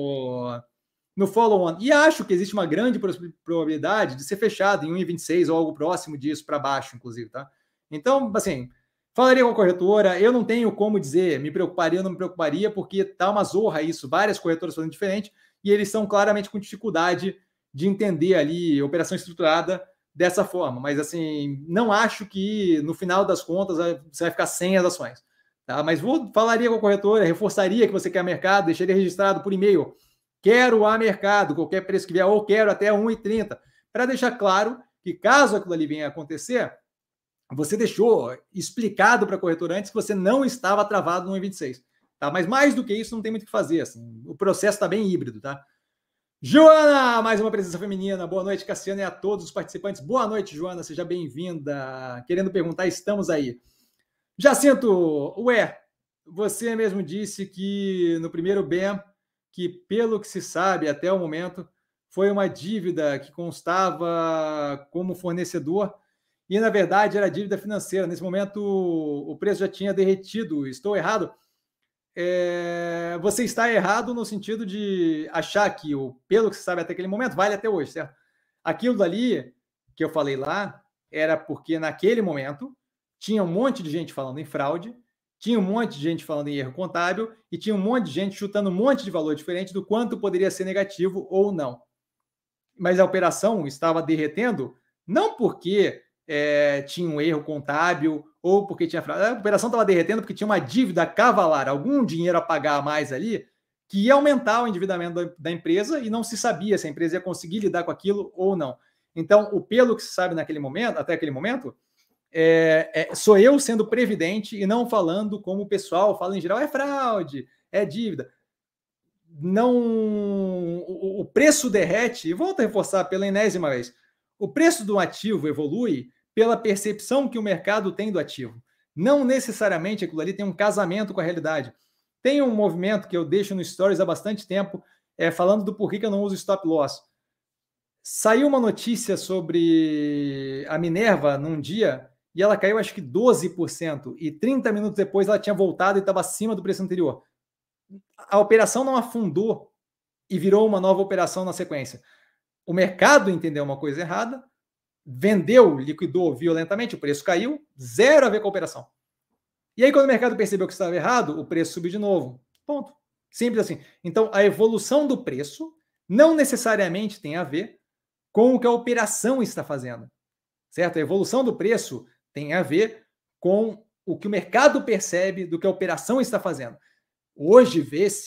no follow-on. E acho que existe uma grande probabilidade de ser fechado em 1,26 ou algo próximo disso para baixo, inclusive. Tá? Então, assim, falaria com a corretora, eu não tenho como dizer me preocuparia ou não me preocuparia, porque tá uma zorra isso, várias corretoras fazendo diferente, e eles são claramente com dificuldade de entender ali operação estruturada dessa forma. Mas, assim, não acho que no final das contas você vai ficar sem as ações. Tá? Mas falaria com a corretora, reforçaria que você quer mercado, deixaria registrado por e-mail. Quero a mercado, qualquer preço que vier, ou quero até 1,30, para deixar claro que caso aquilo ali venha a acontecer, você deixou explicado para a corretora antes que você não estava travado no 1,26. Tá? Mas mais do que isso, não tem muito o que fazer. Assim. O processo está bem híbrido. Tá? Joana, mais uma presença feminina. Boa noite, Cassiano, e a todos os participantes. Boa noite, Joana, seja bem-vinda. Querendo perguntar, estamos aí. Jacinto, você mesmo disse que no primeiro BEM, que pelo que se sabe até o momento, foi uma dívida que constava como fornecedor e, na verdade, era dívida financeira. Nesse momento, o preço já tinha derretido. Estou errado? Você está errado no sentido de achar que, pelo que você sabe até aquele momento, vale até hoje, certo? Aquilo dali que eu falei lá era porque, naquele momento, tinha um monte de gente falando em fraude, tinha um monte de gente falando em erro contábil e tinha um monte de gente chutando um monte de valor diferente do quanto poderia ser negativo ou não. Mas a operação estava derretendo não porque tinha um erro contábil ou porque tinha fraude. A operação estava derretendo porque tinha uma dívida cavalar, algum dinheiro a pagar a mais ali, que ia aumentar o endividamento da empresa e não se sabia se a empresa ia conseguir lidar com aquilo ou não. Então, pelo que se sabe naquele momento, até aquele momento, sou eu sendo previdente e não falando como o pessoal fala em geral, é fraude, é dívida. Não, o preço derrete, e volto a reforçar pela enésima vez, o preço do ativo evolui pela percepção que o mercado tem do ativo. Não necessariamente aquilo ali tem um casamento com a realidade. Tem um movimento que eu deixo no Stories há bastante tempo, falando do porquê que eu não uso stop loss. Saiu uma notícia sobre a Minerva num dia e ela caiu acho que 12% e 30 minutos depois ela tinha voltado e estava acima do preço anterior. A operação não afundou e virou uma nova operação na sequência. O mercado entendeu uma coisa errada, vendeu, liquidou violentamente, o preço caiu, zero a ver com a operação. E aí, quando o mercado percebeu que estava errado, o preço subiu de novo. Ponto. Simples assim. Então, a evolução do preço não necessariamente tem a ver com o que a operação está fazendo. Certo? A evolução do preço tem a ver com o que o mercado percebe do que a operação está fazendo. Hoje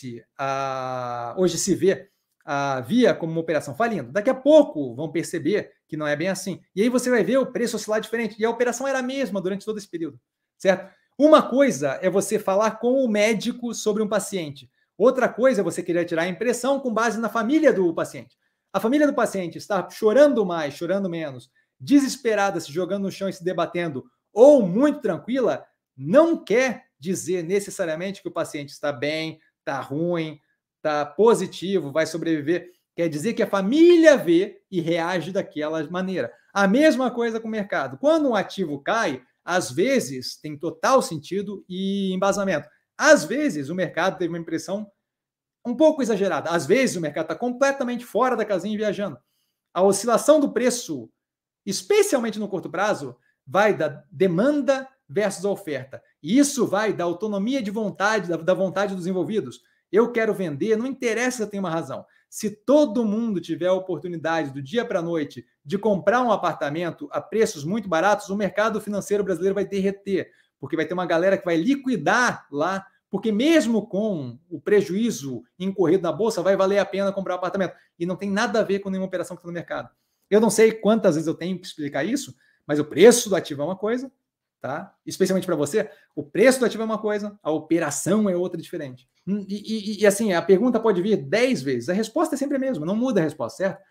se vê a Via como uma operação falindo. Daqui a pouco vão perceber que não é bem assim. E aí você vai ver o preço oscilar diferente. E a operação era a mesma durante todo esse período. Certo? Uma coisa é você falar com o médico sobre um paciente. Outra coisa é você querer tirar a impressão com base na família do paciente. A família do paciente está chorando mais, chorando menos, desesperada, se jogando no chão e se debatendo, ou muito tranquila, não quer dizer necessariamente que o paciente está bem, está ruim, está positivo, vai sobreviver. Quer dizer que a família vê e reage daquela maneira. A mesma coisa com o mercado. Quando um ativo cai, às vezes tem total sentido e embasamento. Às vezes o mercado teve uma impressão um pouco exagerada. Às vezes o mercado está completamente fora da casinha e viajando. A oscilação do preço, especialmente no curto prazo, vai da demanda versus a oferta. E isso vai da autonomia de vontade, da vontade dos envolvidos. Eu quero vender, não interessa se eu tenho uma razão. Se todo mundo tiver a oportunidade do dia para a noite de comprar um apartamento a preços muito baratos, o mercado financeiro brasileiro vai derreter, porque vai ter uma galera que vai liquidar lá, porque mesmo com o prejuízo incorrido na bolsa, vai valer a pena comprar um apartamento. E não tem nada a ver com nenhuma operação que está no mercado. Eu não sei quantas vezes eu tenho que explicar isso, mas o preço do ativo é uma coisa, tá? Especialmente para você, o preço do ativo é uma coisa, a operação é outra diferente. E assim, a pergunta pode vir 10 vezes, a resposta é sempre a mesma, não muda a resposta, certo?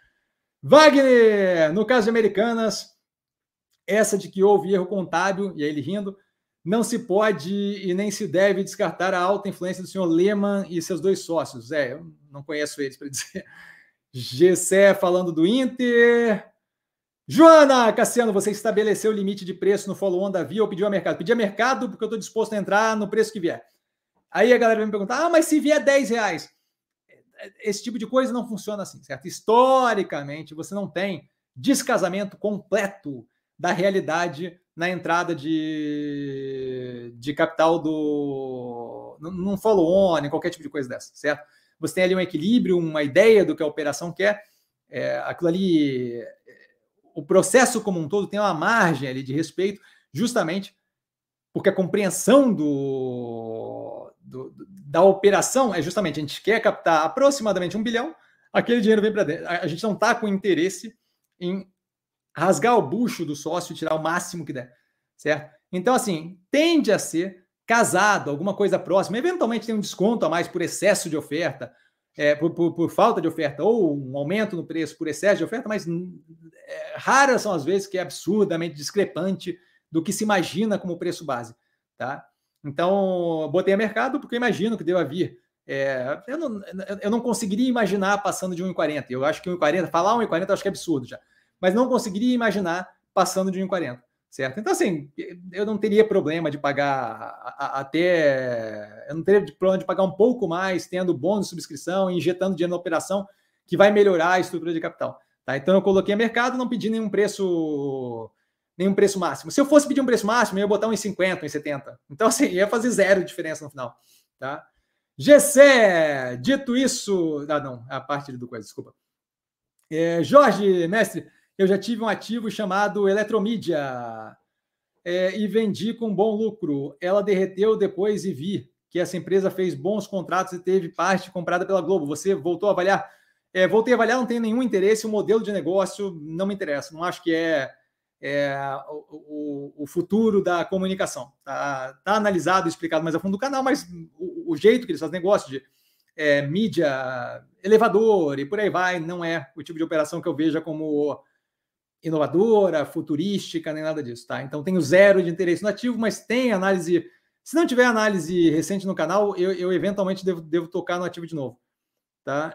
Wagner, no caso de Americanas, essa de que houve erro contábil, e aí ele rindo, não se pode e nem se deve descartar a alta influência do senhor Lehman e seus dois sócios. Eu não conheço eles para dizer. Gessé falando do Inter. Joana Cassiano, você estabeleceu o limite de preço no follow-on da Via ou pediu a mercado? Pedi a mercado porque eu estou disposto a entrar no preço que vier. Aí a galera vai me perguntar, mas se vier R$10? Esse tipo de coisa não funciona assim, certo? Historicamente, você não tem descasamento completo da realidade na entrada de capital num follow-on, em qualquer tipo de coisa dessa, certo? Você tem ali um equilíbrio, uma ideia do que a operação quer, aquilo ali, o processo como um todo tem uma margem ali de respeito, justamente porque a compreensão da operação é justamente, a gente quer captar aproximadamente 1 bilhão, aquele dinheiro vem para dentro. A gente não está com interesse em rasgar o bucho do sócio e tirar o máximo que der, certo? Então, assim, tende a ser casado, alguma coisa próxima, eventualmente tem um desconto a mais por excesso de oferta, por falta de oferta, ou um aumento no preço por excesso de oferta, mas raras são as vezes que é absurdamente discrepante do que se imagina como preço base, tá? Então, botei a mercado porque eu imagino que deva vir Eu não conseguiria imaginar passando de 1,40. Eu acho que 1,40, falar 1,40 eu acho que é absurdo já. Mas não conseguiria imaginar passando de 1,40, certo? Então, assim, eu não teria problema de pagar eu não teria problema de pagar um pouco mais, tendo bônus de subscrição, injetando dinheiro na operação, que vai melhorar a estrutura de capital. Tá? Então, eu coloquei a mercado, não pedi nenhum preço máximo. Se eu fosse pedir um preço máximo, eu ia botar 1,50, 1,70. Então, assim, ia fazer zero diferença no final. Tá? Gessé, dito isso... não, a parte do coisa, desculpa. Jorge, mestre, eu já tive um ativo chamado Eletromídia e vendi com bom lucro. Ela derreteu depois e vi que essa empresa fez bons contratos e teve parte comprada pela Globo. Você voltou a avaliar? Voltei a avaliar, não tenho nenhum interesse. O modelo de negócio não me interessa. Não acho que o futuro da comunicação. Tá analisado e explicado mais a fundo do canal, mas o jeito que eles fazem negócio de mídia, elevador e por aí vai, não é o tipo de operação que eu veja como inovadora, futurística, nem nada disso, tá? Então tenho zero de interesse no ativo, mas tem análise. Se não tiver análise recente no canal, eu eventualmente devo tocar no ativo de novo, tá?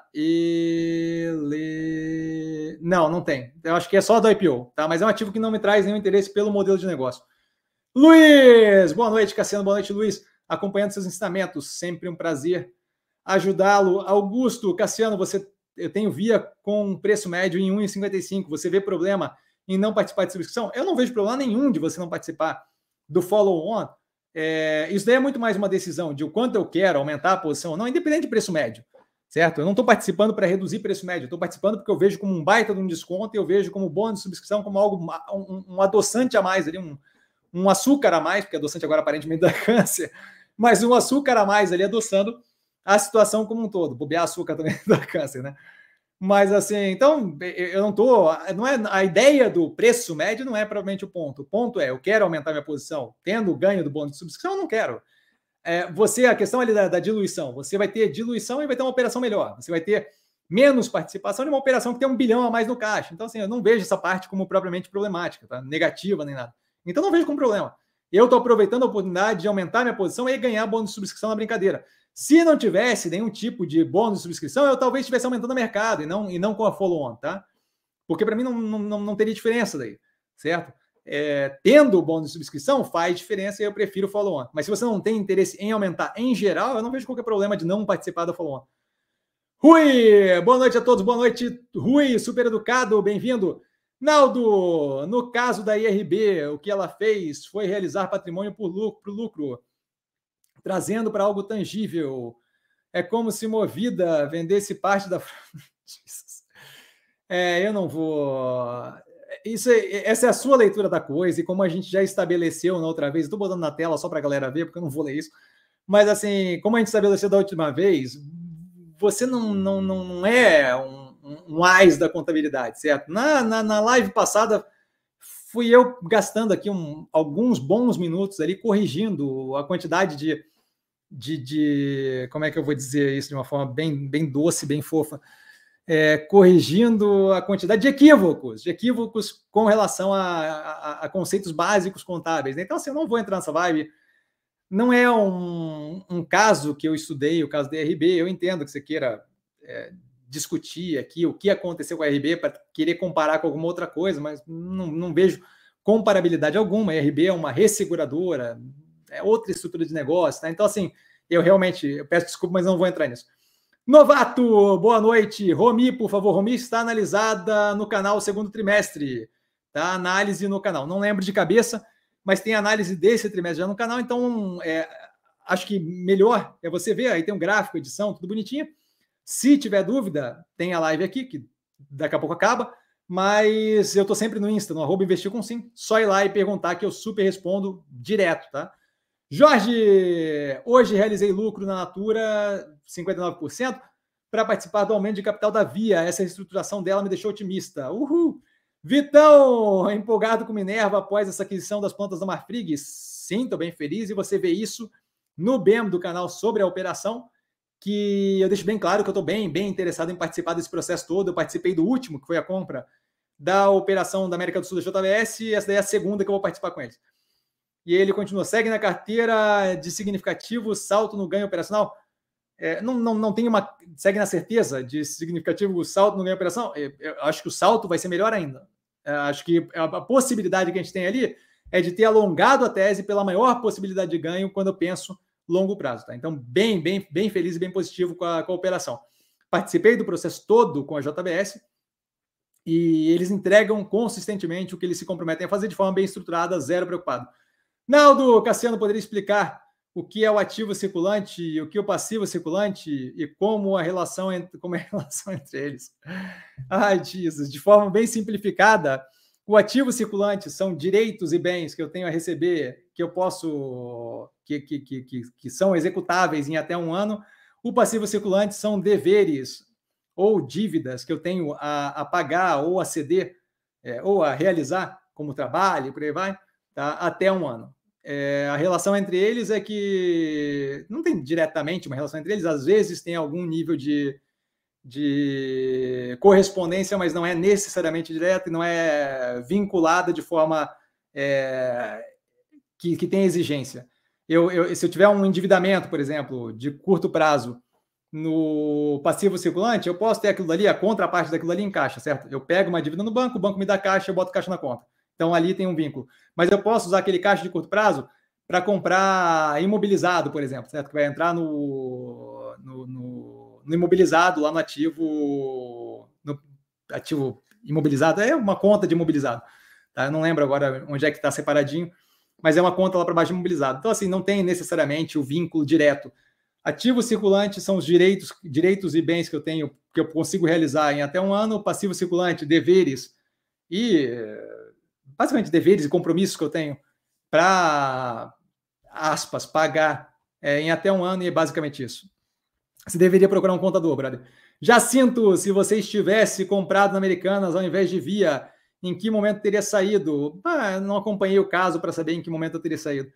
Não tem. Eu acho que é só do IPO, tá? Mas é um ativo que não me traz nenhum interesse pelo modelo de negócio. Luiz! Boa noite, Cassiano. Boa noite, Luiz. Acompanhando seus ensinamentos, sempre um prazer ajudá-lo. Augusto, Cassiano, eu tenho via com preço médio em 1,55. Você vê problema em não participar de subscrição? Eu não vejo problema nenhum de você não participar do follow-on. Isso daí é muito mais uma decisão de o quanto eu quero aumentar a posição ou não, independente de preço médio, certo? Eu não estou participando para reduzir preço médio, eu estou participando porque eu vejo como um baita de um desconto e eu vejo como bônus de subscrição, como algo, um adoçante a mais ali, um açúcar a mais, porque adoçante agora aparentemente dá câncer, mas um açúcar a mais ali adoçando a situação como um todo. Bobear açúcar também dá câncer, né? Mas assim, então eu não é a ideia do preço médio não é provavelmente o ponto. O ponto é, eu quero aumentar minha posição, tendo o ganho do bônus de subscrição, eu não quero. A questão ali da diluição, você vai ter diluição e vai ter uma operação melhor. Você vai ter menos participação de uma operação que tem 1 bilhão a mais no caixa. Então, assim, eu não vejo essa parte como propriamente problemática, tá? Negativa nem nada. Então, não vejo como problema. Eu estou aproveitando a oportunidade de aumentar minha posição e ganhar bônus de subscrição na brincadeira. Se não tivesse nenhum tipo de bônus de subscrição, eu talvez estivesse aumentando o mercado e não com a follow-on, tá? Porque para mim não teria diferença daí, certo? Tendo o bônus de subscrição faz diferença e eu prefiro o follow-on. Mas se você não tem interesse em aumentar em geral, eu não vejo qualquer problema de não participar da follow-on. Rui, boa noite a todos, boa noite, Rui, super educado, bem-vindo. Naldo, no caso da IRB, o que ela fez foi realizar patrimônio por lucro, trazendo para algo tangível. É como se Movida vendesse parte da... eu não vou... Essa é a sua leitura da coisa, e como a gente já estabeleceu na outra vez, estou botando na tela só para a galera ver, porque eu não vou ler isso, mas assim, como a gente estabeleceu da última vez, você não é um AIS da contabilidade, certo? Na live passada, fui eu gastando aqui alguns bons minutos ali, corrigindo a quantidade de como é que eu vou dizer isso de uma forma bem doce, bem fofa, corrigindo a quantidade de equívocos com relação a conceitos básicos contábeis. Então, assim, eu não vou entrar nessa vibe. Não é um caso que eu estudei, o caso da RB. Eu entendo que você queira discutir aqui o que aconteceu com a RB para querer comparar com alguma outra coisa, mas não vejo comparabilidade alguma. A RB é uma resseguradora, é outra estrutura de negócio, tá? Então, assim, eu peço desculpa, mas não vou entrar nisso. Novato, boa noite. Romi, por favor. Romi está analisada no canal segundo trimestre. Tá? Análise no canal. Não lembro de cabeça, mas tem análise desse trimestre já no canal, então acho que melhor é você ver. Aí tem um gráfico, edição, tudo bonitinho. Se tiver dúvida, tem a live aqui, que daqui a pouco acaba, mas eu estou sempre no Insta, no @investircomsim. Só ir lá e perguntar que eu super respondo direto, tá? Jorge, hoje realizei lucro na Natura, 59%, para participar do aumento de capital da Via. Essa reestruturação dela me deixou otimista. Uhul! Vitão, empolgado com Minerva após essa aquisição das plantas da Marfrig? Sim, estou bem feliz. E você vê isso no BEM do canal sobre a operação, que eu deixo bem claro que eu estou bem interessado em participar desse processo todo. Eu participei do último, que foi a compra da operação da América do Sul da JBS, e essa daí é a segunda que eu vou participar com eles. E ele continua, segue na carteira de significativo salto no ganho operacional? não tem segue na certeza de significativo salto no ganho de operação? Eu acho que o salto vai ser melhor ainda. Acho que a possibilidade que a gente tem ali é de ter alongado a tese pela maior possibilidade de ganho quando eu penso longo prazo. Tá? Então, bem feliz e bem positivo com a operação. Participei do processo todo com a JBS e eles entregam consistentemente o que eles se comprometem a fazer de forma bem estruturada, zero preocupado. Naldo, Cassiano, poderia explicar o que é o ativo circulante, o que é o passivo circulante e como é a relação entre eles? Ai, Jesus, de forma bem simplificada, o ativo circulante são direitos e bens que eu tenho a receber, que eu posso, que são executáveis em até um ano. O passivo circulante são deveres ou dívidas que eu tenho a pagar ou a ceder, ou a realizar como trabalho, por aí vai, tá? Até um ano. A relação entre eles é que não tem diretamente uma relação entre eles, às vezes tem algum nível de correspondência, mas não é necessariamente direta e não é vinculada de forma que tem exigência. Se eu tiver um endividamento, por exemplo, de curto prazo no passivo circulante, eu posso ter aquilo ali, a contraparte daquilo ali em caixa, certo? Eu pego uma dívida no banco, o banco me dá caixa, eu boto caixa na conta. Então, ali tem um vínculo. Mas eu posso usar aquele caixa de curto prazo para comprar imobilizado, por exemplo, certo? Que vai entrar no imobilizado, lá no ativo imobilizado. É uma conta de imobilizado. Tá? Eu não lembro agora onde é que está separadinho, mas é uma conta lá para baixo de imobilizado. Então, assim, não tem necessariamente o vínculo direto. Ativo circulante são os direitos e bens que eu tenho, que eu consigo realizar em até um ano. Passivo circulante, deveres e basicamente deveres e compromissos que eu tenho para, aspas, pagar em até um ano, e é basicamente isso. Você deveria procurar um contador, brother. Jacinto, se você estivesse comprado na Americanas ao invés de Via, em que momento teria saído? Não acompanhei o caso para saber em que momento eu teria saído.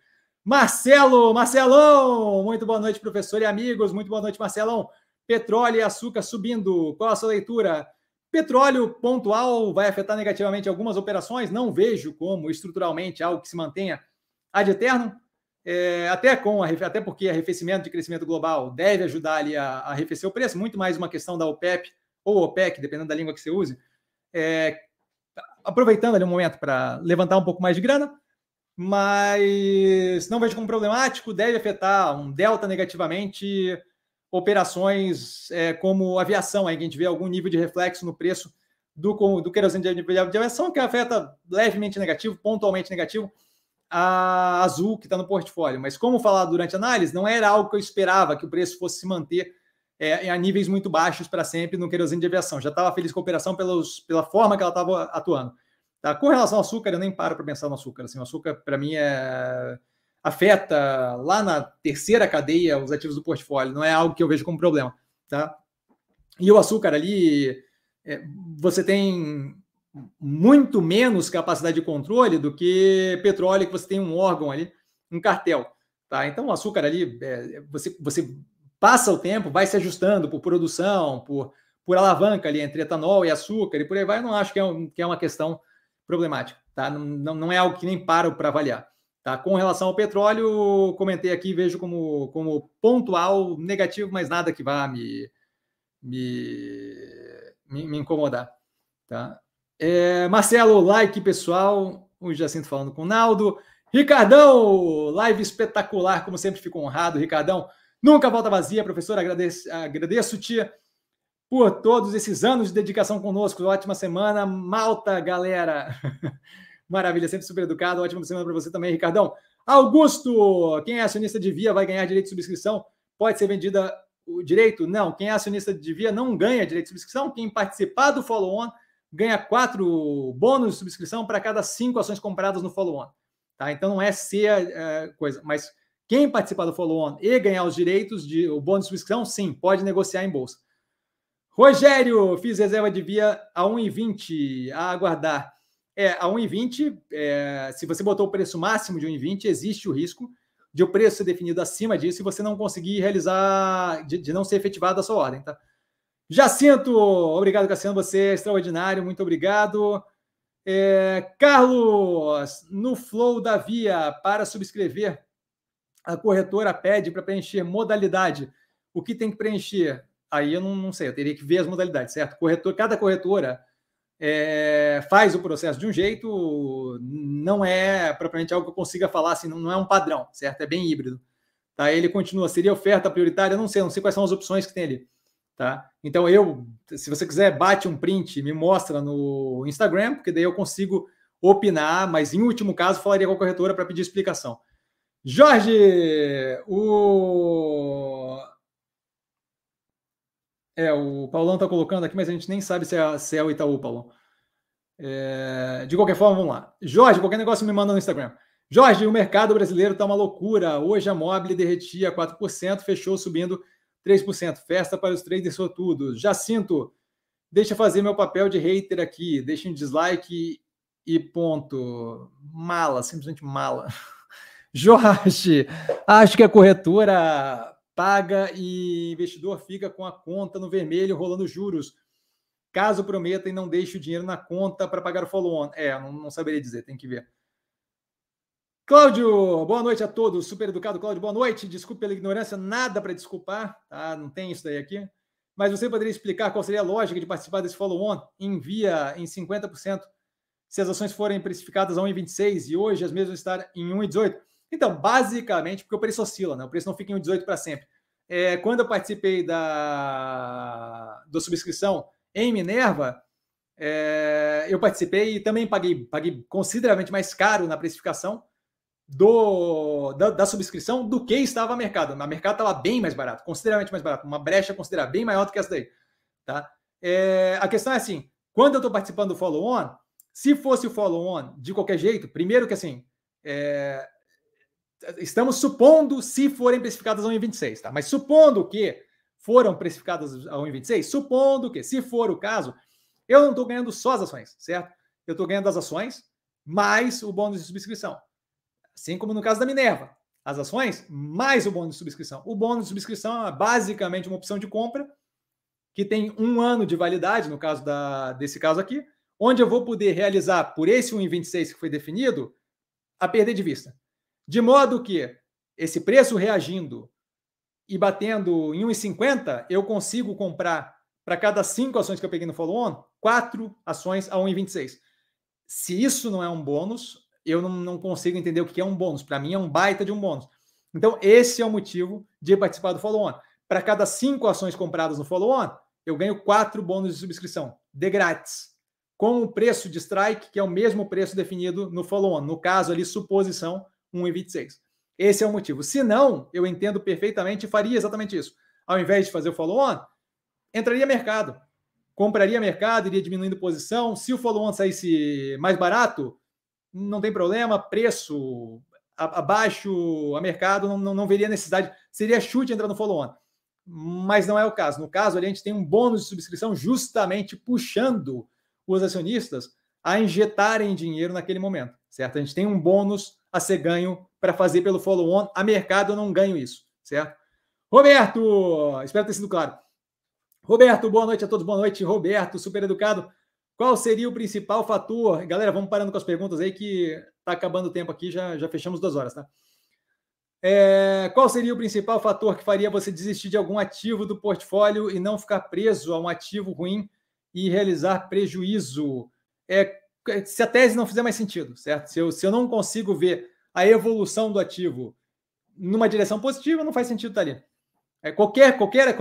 Marcelão, muito boa noite, professor e amigos, muito boa noite, Marcelão. Petróleo e açúcar subindo, qual a sua leitura? Petróleo pontual vai afetar negativamente algumas operações, não vejo como estruturalmente algo que se mantenha ad eterno, até porque arrefecimento de crescimento global deve ajudar ali a arrefecer o preço, muito mais uma questão da OPEP ou OPEC, dependendo da língua que você use, aproveitando ali um momento para levantar um pouco mais de grana, mas não vejo como problemático, deve afetar um delta negativamente operações como aviação, aí que a gente vê algum nível de reflexo no preço do querosene de aviação, que afeta levemente negativo, pontualmente negativo, a Azul, que está no portfólio. Mas como falar durante a análise, não era algo que eu esperava que o preço fosse se manter a níveis muito baixos para sempre no querosene de aviação. Já estava feliz com a operação pela forma que ela estava atuando. Tá? Com relação ao açúcar, eu nem paro para pensar no açúcar. Assim, o açúcar, para mim, afeta lá na terceira cadeia os ativos do portfólio. Não é algo que eu vejo como problema. Tá? E o açúcar ali, você tem muito menos capacidade de controle do que petróleo, que você tem um órgão ali, um cartel. Tá? Então, o açúcar ali, você passa o tempo, vai se ajustando por produção, por alavanca ali entre etanol e açúcar e por aí vai. Eu não acho que é uma questão problemática. Tá? Não é algo que nem paro para avaliar. Tá? Com relação ao petróleo, comentei aqui, vejo como pontual negativo, mas nada que vá me incomodar. Tá? Marcelo, like, pessoal. O Jacinto falando com o Naldo. Ricardão, live espetacular, como sempre, fico honrado. Ricardão, nunca volta vazia, professor. Agradeço-te por todos esses anos de dedicação conosco. Ótima semana. Malta, galera. Maravilha, sempre super educado. Ótima semana para você também, Ricardão. Augusto, quem é acionista de Via vai ganhar direito de subscrição? Pode ser vendida o direito? Não. Quem é acionista de Via não ganha direito de subscrição. Quem participar do follow-on ganha 4 bônus de subscrição para cada 5 ações compradas no follow-on. Tá? Então não é ser coisa, mas quem participar do follow-on e ganhar os direitos, o bônus de subscrição, sim, pode negociar em bolsa. Rogério, fiz reserva de Via a 1,20 a aguardar. A 1,20, se você botou o preço máximo de 1,20, existe o risco de o preço ser definido acima disso e você não conseguir realizar, de não ser efetivada a sua ordem, tá? Jacinto, obrigado, Cassiano, você é extraordinário, muito obrigado. Carlos, no Flow da Via, para subscrever, a corretora pede para preencher modalidade. o que tem que preencher? Aí eu não sei, eu teria que ver as modalidades, certo? Cada corretora faz o processo de um jeito, não é propriamente algo que eu consiga falar, assim, não é um padrão, certo? É bem híbrido. Tá? Ele continua, seria oferta prioritária? Eu não sei quais são as opções que tem ali. Tá? Então, se você quiser, bate um print, me mostra no Instagram, porque daí eu consigo opinar, mas em último caso, falaria com a corretora para pedir explicação. Jorge, o Paulão está colocando aqui, mas a gente nem sabe se é o Itaú, Paulão. De qualquer forma, vamos lá. Jorge, qualquer negócio me manda no Instagram. Jorge, o mercado brasileiro está uma loucura. Hoje a Mobile derretia 4%, fechou subindo 3%. Festa para os traders sortudos. Jacinto, deixa eu fazer meu papel de hater aqui. Deixa um dislike e ponto. Mala, simplesmente mala. Jorge, acho que a corretora paga e investidor fica com a conta no vermelho rolando juros. Caso prometa e não deixe o dinheiro na conta para pagar o follow-on. Não saberia dizer, tem que ver. Cláudio, boa noite a todos. Super educado, Cláudio, boa noite. Desculpe pela ignorância, nada para desculpar, tá? Não tem isso daí aqui. Mas você poderia explicar qual seria a lógica de participar desse follow-on? Envia em 50% se as ações forem precificadas a 1,26 e hoje as mesmas estarem em 1,18. Então, basicamente, porque o preço oscila, né? O preço não fica em 1,18 para sempre. Quando eu participei da subscrição em Minerva, eu participei e também paguei consideravelmente mais caro na precificação da subscrição do que estava a mercado. A mercado estava bem mais barato, consideravelmente mais barato, uma brecha considerável, bem maior do que essa daí. Tá? A questão é assim, quando eu estou participando do follow-on, se fosse o follow-on de qualquer jeito, primeiro que assim, estamos supondo se forem precificadas a 1,26, tá? Mas supondo que foram precificadas a 1,26, supondo que, se for o caso, eu não estou ganhando só as ações, certo? Eu estou ganhando as ações mais o bônus de subscrição. Assim como no caso da Minerva, as ações mais o bônus de subscrição. O bônus de subscrição é basicamente uma opção de compra que tem 1 ano de validade, no caso desse caso aqui, onde eu vou poder realizar por esse 1,26 que foi definido, a perder de vista. De modo que esse preço reagindo e batendo em 1,50, eu consigo comprar para cada 5 ações que eu peguei no follow-on, 4 ações a 1,26. Se isso não é um bônus, eu não consigo entender o que é um bônus. Para mim é um baita de um bônus. Então, esse é o motivo de participar do follow-on. Para cada 5 ações compradas no follow-on, eu ganho 4 bônus de subscrição, de grátis, com o preço de strike, que é o mesmo preço definido no follow-on. No caso ali, suposição 1,26. Esse é o motivo. Se não, eu entendo perfeitamente e faria exatamente isso. Ao invés de fazer o follow-on, entraria mercado. Compraria mercado, iria diminuindo posição. Se o follow-on saísse mais barato, não tem problema, preço abaixo a mercado, não veria necessidade. Seria chute entrar no follow-on. Mas não é o caso. No caso, ali, a gente tem um bônus de subscrição justamente puxando os acionistas a injetarem dinheiro naquele momento, certo? A gente tem um bônus a ser ganho para fazer pelo follow-on. A mercado eu não ganho isso, certo? Roberto, espero ter sido claro. Roberto, boa noite a todos, boa noite. Roberto, super educado. Qual seria o principal fator? Galera, vamos parando com as perguntas aí que está acabando o tempo aqui, já fechamos 2 horas, tá? Qual seria o principal fator que faria você desistir de algum ativo do portfólio e não ficar preso a um ativo ruim e realizar prejuízo? Se a tese não fizer mais sentido, certo? Se eu não consigo ver a evolução do ativo numa direção positiva, não faz sentido estar ali. Qualquer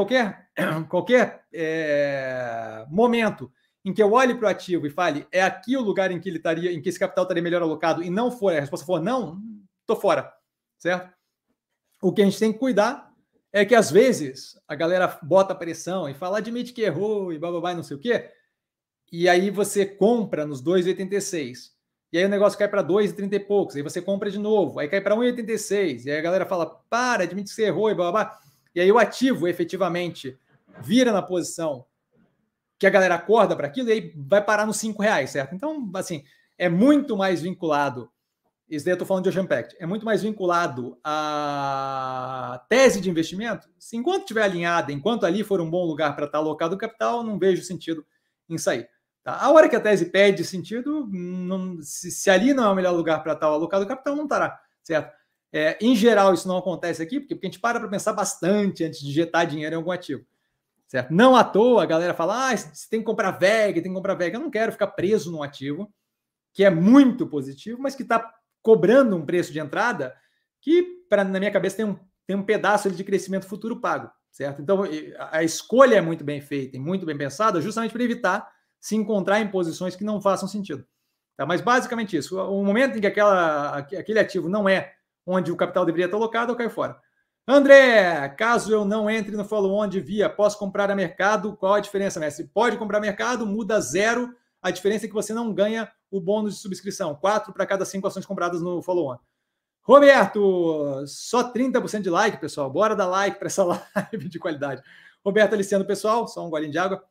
momento em que eu olhe para o ativo e fale é aqui o lugar em que ele estaria, em que esse capital estaria melhor alocado e não for, a resposta for não, estou fora, certo? O que a gente tem que cuidar é que às vezes a galera bota pressão e fala, admite que errou e blá, não sei o quê, e aí você compra nos 2,86, e aí o negócio cai para 2,30 e poucos, aí você compra de novo, aí cai para 1,86, e aí a galera fala, admite que você errou e blá, e aí o ativo efetivamente vira na posição que a galera acorda para aquilo e aí vai parar nos R$5, certo? Então, assim, é muito mais vinculado, isso daí eu estou falando de Ocean Pact, é muito mais vinculado à tese de investimento. Se enquanto estiver alinhada, enquanto ali for um bom lugar para estar alocado o capital, não vejo sentido em sair. Tá? A hora que a tese perde sentido, se ali não é o melhor lugar para estar alocado o capital, não estará, certo? Em geral, isso não acontece aqui, porque a gente para pensar bastante antes de injetar dinheiro em algum ativo. Certo? Não à toa a galera fala, você tem que comprar VEG, tem que comprar VEG. Eu não quero ficar preso num ativo que é muito positivo, mas que está cobrando um preço de entrada que, na minha cabeça, tem um pedaço de crescimento futuro pago. Certo? Então, a escolha é muito bem feita e muito bem pensada, justamente para evitar se encontrar em posições que não façam sentido. Tá? Mas, basicamente, isso. O momento em que aquele ativo não é onde o capital deveria estar alocado, eu caio fora. André, caso eu não entre no follow-on de Via, posso comprar a mercado? Qual a diferença, mestre? Pode comprar mercado, muda 0. A diferença é que você não ganha o bônus de subscrição. 4 para cada 5 ações compradas no follow-on. Roberto, só 30% de like, pessoal. Bora dar like para essa live de qualidade. Roberto aliciando, pessoal. Só um golinho de água.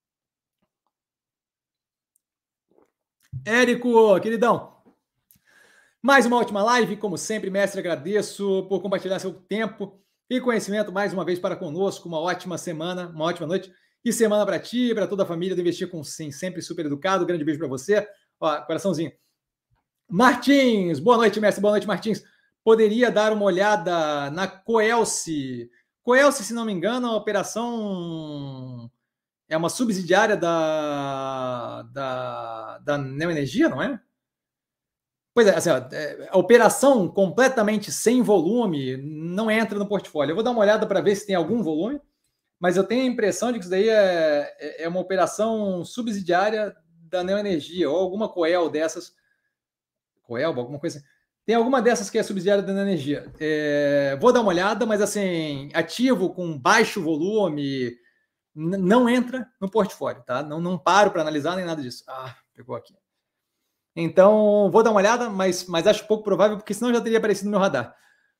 Érico, queridão. Mais uma ótima live, como sempre, mestre, agradeço por compartilhar seu tempo e conhecimento mais uma vez para conosco. Uma ótima semana, uma ótima noite e semana para ti e para toda a família do Investir com Sim, sempre super educado. Grande beijo para você. Ó, coraçãozinho. Martins, boa noite, mestre, boa noite, Martins. Poderia dar uma olhada na Coelce? Coelce, se não me engano, a operação é uma subsidiária da Neoenergia, não é? Pois é, assim, a operação completamente sem volume não entra no portfólio. Eu vou dar uma olhada para ver se tem algum volume, mas eu tenho a impressão de que isso daí é uma operação subsidiária da Neoenergia, ou alguma Coel dessas. Coelba, alguma coisa assim. Tem alguma dessas que é subsidiária da Neoenergia. Vou dar uma olhada, mas assim, ativo com baixo volume não entra no portfólio, tá? Não paro para analisar nem nada disso. Pegou aqui. Então, vou dar uma olhada, mas acho pouco provável, porque senão já teria aparecido no meu radar.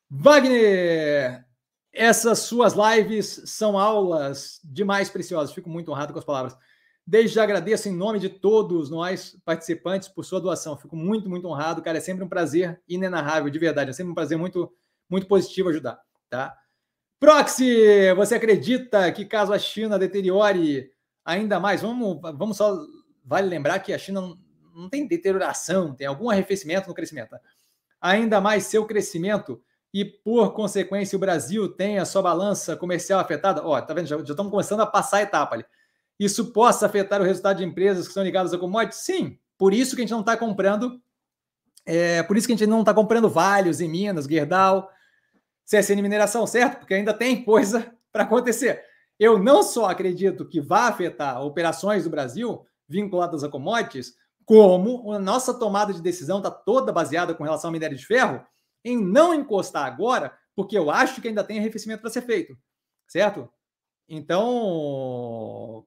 Wagner, essas suas lives são aulas demais preciosas. Fico muito honrado com as palavras. Desde já agradeço em nome de todos nós, participantes, por sua doação. Fico muito, muito honrado. Cara, é sempre um prazer inenarrável, de verdade. É sempre um prazer muito, muito positivo ajudar, tá? Proxy, você acredita que caso a China deteriore ainda mais, vamos só, vale lembrar que a China não tem deterioração, tem algum arrefecimento no crescimento. Tá? Ainda mais seu crescimento e, por consequência, o Brasil tem a sua balança comercial afetada. Ó, tá vendo? Já estamos começando a passar a etapa ali. Isso possa afetar o resultado de empresas que são ligadas a commodities? Sim, por isso que a gente não está comprando, por isso que a gente não está comprando Valeos em Minas, Gerdau, CSN Mineração, certo? Porque ainda tem coisa para acontecer. Eu não só acredito que vai afetar operações do Brasil vinculadas a commodities, como a nossa tomada de decisão está toda baseada com relação ao minério de ferro em não encostar agora, porque eu acho que ainda tem arrefecimento para ser feito, certo? Então,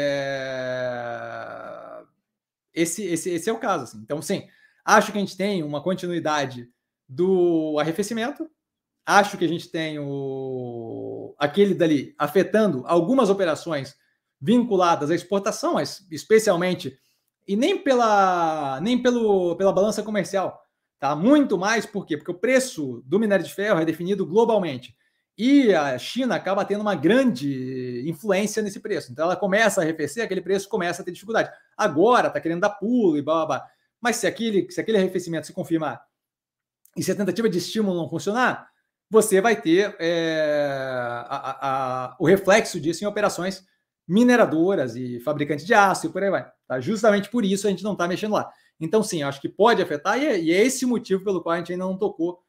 esse é o caso. Assim. Então, sim, acho que a gente tem uma continuidade do arrefecimento, acho que a gente tem aquele dali afetando algumas operações vinculadas à exportação, mas especialmente, e nem pela balança comercial, tá? Muito mais, por quê? Porque o preço do minério de ferro é definido globalmente. E a China acaba tendo uma grande influência nesse preço. Então ela começa a arrefecer, aquele preço começa a ter dificuldade. Agora está querendo dar pulo e blá, blá, blá. Mas se aquele arrefecimento se confirmar e se a tentativa de estímulo não funcionar, você vai ter o reflexo disso em operações mineradoras e fabricantes de aço e por aí vai. Tá? Justamente por isso a gente não está mexendo lá. Então, sim, acho que pode afetar e é esse o motivo pelo qual a gente ainda não tocou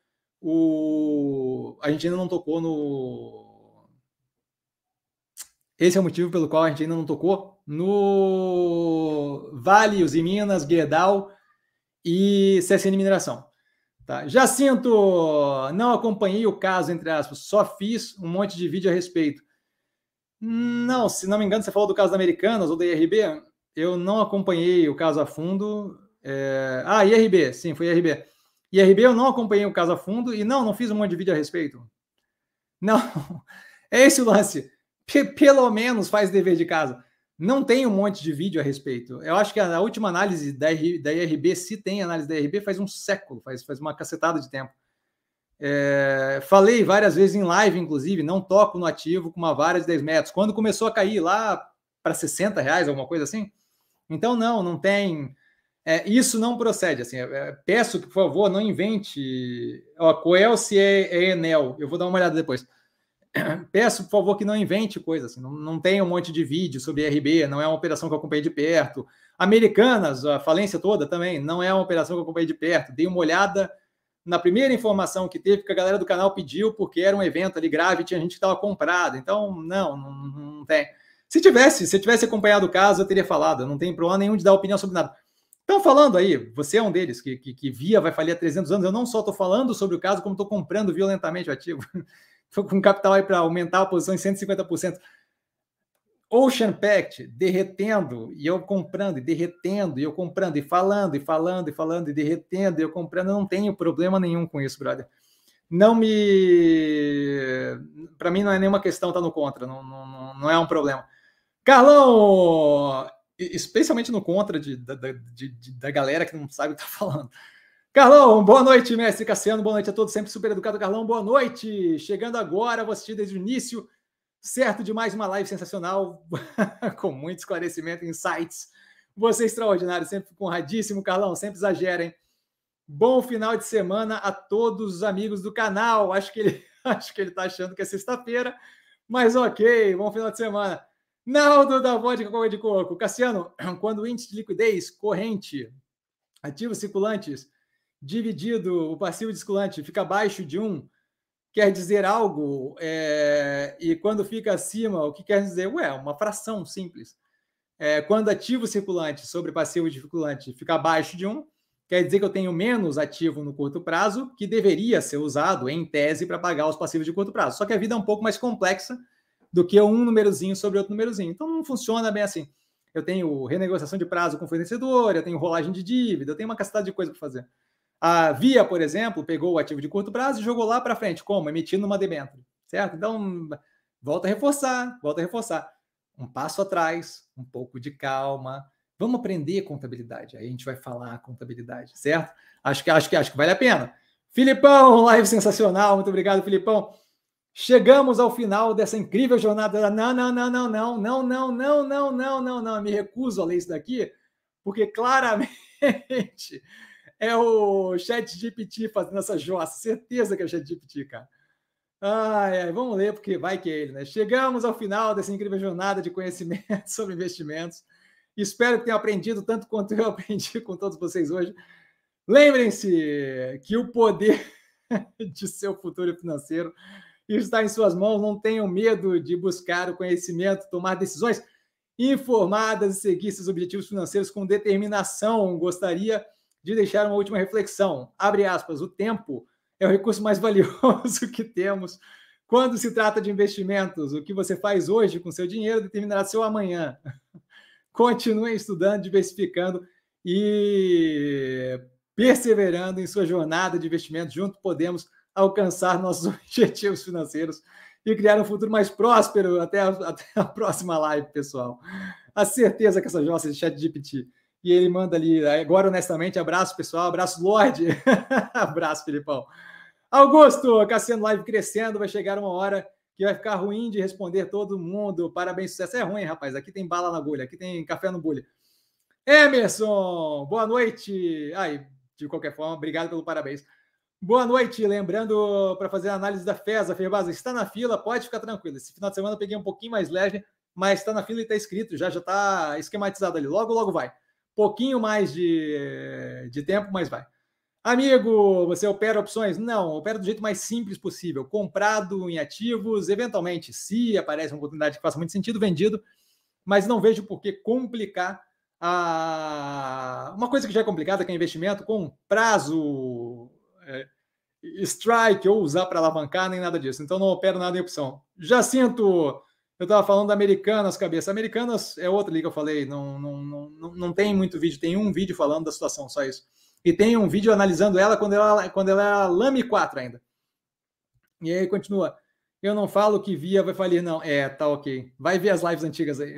Esse é o motivo pelo qual a gente ainda não tocou no Valeos e Minas, Gerdau e CSN Mineração. Tá? Jacinto, não acompanhei o caso, entre aspas, só fiz um monte de vídeo a respeito. Não, se não me engano, você falou do caso da Americanas ou da IRB? Eu não acompanhei o caso a fundo. IRB, sim, foi IRB. IRB eu não acompanhei o caso a fundo e não fiz um monte de vídeo a respeito. Não, é esse o lance. Pelo menos faz dever de casa. Não tem um monte de vídeo a respeito. Eu acho que a última análise da IRB, se tem análise da IRB, faz um século, faz uma cacetada de tempo. Falei várias vezes em live, inclusive, não toco no ativo com uma vara de 10 metros. Quando começou a cair lá para R$60, alguma coisa assim. Então, não tem... Isso não procede. Assim, peço que, por favor, não invente. Coelce é Enel. Eu vou dar uma olhada depois. Peço, por favor, que não invente coisa. Assim, não tem um monte de vídeo sobre RB, não é uma operação que eu acompanhei de perto. Americanas, a falência toda também, não é uma operação que eu acompanhei de perto. Dei uma olhada na primeira informação que teve, que a galera do canal pediu, porque era um evento ali grave, tinha gente que estava comprado. Então, não tem. Se eu tivesse acompanhado o caso, eu teria falado. Eu não tenho problema nenhum de dar opinião sobre nada. Estão falando aí, você é um deles, que Via vai falir há 300 anos. Eu não só estou falando sobre o caso, como estou comprando violentamente o ativo. Estou com capital aí para aumentar a posição em 150%. Ocean Pact derretendo, e eu comprando, e derretendo, e eu comprando, e falando, e derretendo, e eu comprando. Eu não tenho problema nenhum com isso, brother. Para mim não é nenhuma questão estar no contra, não é um problema. Carlão, especialmente no contra da galera que não sabe o que está falando. Carlão, boa noite, mestre Cassiano, boa noite a todos, sempre super educado. Carlão, boa noite. Chegando agora, vou assistir desde o início, certo de mais uma live sensacional, com muito esclarecimento, insights. Você é extraordinário, sempre honradíssimo, Carlão, sempre exagera, hein? Bom final de semana a todos os amigos do canal. Acho que ele está achando que é sexta-feira, mas ok, bom final de semana. Naldo da Vodka com de Coco. Cassiano, quando o índice de liquidez corrente, ativos circulantes, dividido o passivo de circulante fica abaixo de 1, quer dizer algo, e quando fica acima, o que quer dizer? Uma fração simples. Quando ativo circulante sobre passivo de circulante fica abaixo de 1, quer dizer que eu tenho menos ativo no curto prazo, que deveria ser usado, em tese, para pagar os passivos de curto prazo. Só que a vida é um pouco mais complexa do que um númerozinho sobre outro númerozinho. Então, não funciona bem assim. Eu tenho renegociação de prazo com fornecedor, eu tenho rolagem de dívida, eu tenho uma cacetada de coisa para fazer. A Via, por exemplo, pegou o ativo de curto prazo e jogou lá para frente. Como? Emitindo uma debênture, certo? Então, volta a reforçar. Um passo atrás, um pouco de calma. Vamos aprender contabilidade. Aí a gente vai falar contabilidade, certo? Acho que vale a pena. Filipão, live sensacional. Muito obrigado, Filipão. Chegamos ao final dessa incrível jornada. Não. Me recuso a ler isso daqui, porque claramente é o ChatGPT fazendo essa jossa. Certeza que é o ChatGPT, cara. Vamos ler, porque vai que é ele, né? Chegamos ao final dessa incrível jornada de conhecimento sobre investimentos. Espero que tenham aprendido tanto quanto eu aprendi com todos vocês hoje. Lembrem-se que o poder de seu futuro financeiro está em suas mãos. Não tenham medo de buscar o conhecimento, tomar decisões informadas e seguir seus objetivos financeiros com determinação. Gostaria de deixar uma última reflexão. Abre aspas, o tempo é o recurso mais valioso que temos. Quando se trata de investimentos, o que você faz hoje com seu dinheiro determinará seu amanhã. Continuem estudando, diversificando e perseverando em sua jornada de investimento. Juntos podemos alcançar nossos objetivos financeiros e criar um futuro mais próspero. Até a próxima live, pessoal. A certeza que essa jossa de ChatGPT. E ele manda ali, agora honestamente, abraço pessoal, abraço Lorde, abraço Filipão. Augusto, Cassiano Live crescendo, vai chegar uma hora que vai ficar ruim de responder todo mundo. Parabéns, sucesso. É ruim, rapaz, aqui tem bala na agulha, aqui tem café no bule. Emerson, boa noite. De qualquer forma, obrigado pelo parabéns. Boa noite, lembrando para fazer a análise da FESA, Ferbasa, está na fila, pode ficar tranquilo. Esse final de semana eu peguei um pouquinho mais leve, mas está na fila e está escrito, já está esquematizado ali, logo vai. Pouquinho mais de tempo, mas vai. Amigo, você opera opções? Não, opera do jeito mais simples possível. Comprado em ativos, eventualmente, se aparece uma oportunidade que faça muito sentido, vendido, mas não vejo por que complicar uma coisa que já é complicada, que é investimento, com prazo, strike, ou usar para alavancar, nem nada disso. Então, não opero nada em opção. Jacinto, eu estava falando da Americanas, cabeça. Americanas é outra ali que eu falei, não tem muito vídeo, tem um vídeo falando da situação, só isso. E tem um vídeo analisando ela quando ela era Lame 4 ainda. E aí continua. Eu não falo que Via vai falir, não. Tá ok. Vai ver as lives antigas aí.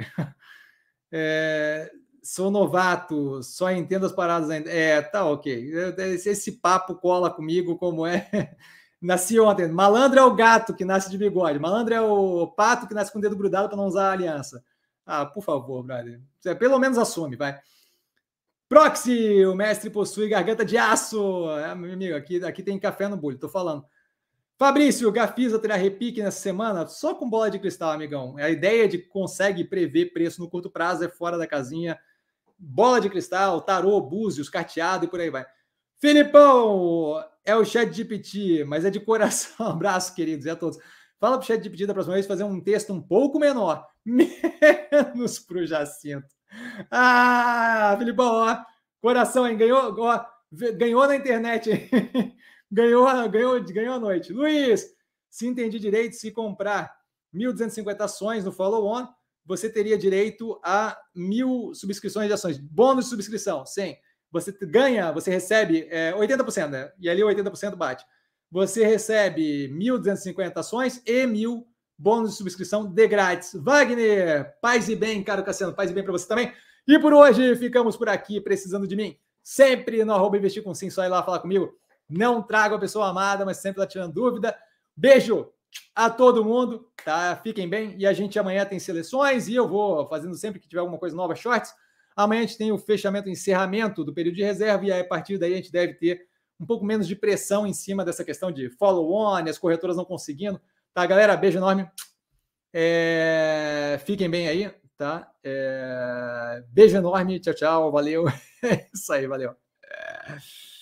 Sou novato, só entendo as paradas ainda. Tá ok. Esse papo cola comigo como é. Nasci ontem. Malandro é o gato que nasce de bigode. Malandro é o pato que nasce com o dedo grudado para não usar a aliança. Por favor, brother. Pelo menos assume, vai. Proxy, o mestre possui garganta de aço. Meu amigo, aqui tem café no bulho, tô falando. Fabrício, Gafisa terá repique nessa semana? Só com bola de cristal, amigão. A ideia de que consegue prever preço no curto prazo é fora da casinha. Bola de cristal, tarô, búzios, carteado e por aí vai. Filipão, é o ChatGPT, mas é de coração. Abraço, queridos, e a todos. Fala pro ChatGPT da próxima vez fazer um texto um pouco menor. Menos pro Jacinto. Filipão, ó. Coração, hein? Ganhou na internet, hein? ganhou a noite. Luiz, se entendi direito, se comprar 1.250 ações no follow-on, você teria direito a 1.000 subscrições de ações. Bônus de subscrição, sim. Você ganha, você recebe 80%, né? E ali 80% bate. Você recebe 1.250 ações e 1.000 bônus de subscrição de grátis. Wagner, paz e bem, caro Cassiano, paz e bem para você também. E por hoje ficamos por aqui, precisando de mim. Sempre no @investir com sim, só ir lá falar comigo. Não trago a pessoa amada, mas sempre lá tirando dúvida. Beijo a todo mundo, tá? Fiquem bem. E a gente amanhã tem seleções e eu vou fazendo sempre que tiver alguma coisa nova, shorts. Amanhã a gente tem o fechamento, o encerramento do período de reserva e aí, a partir daí a gente deve ter um pouco menos de pressão em cima dessa questão de follow-on, as corretoras não conseguindo. Tá, galera? Beijo enorme. Fiquem bem aí, tá? Beijo enorme. Tchau, tchau. Valeu. É isso aí, valeu.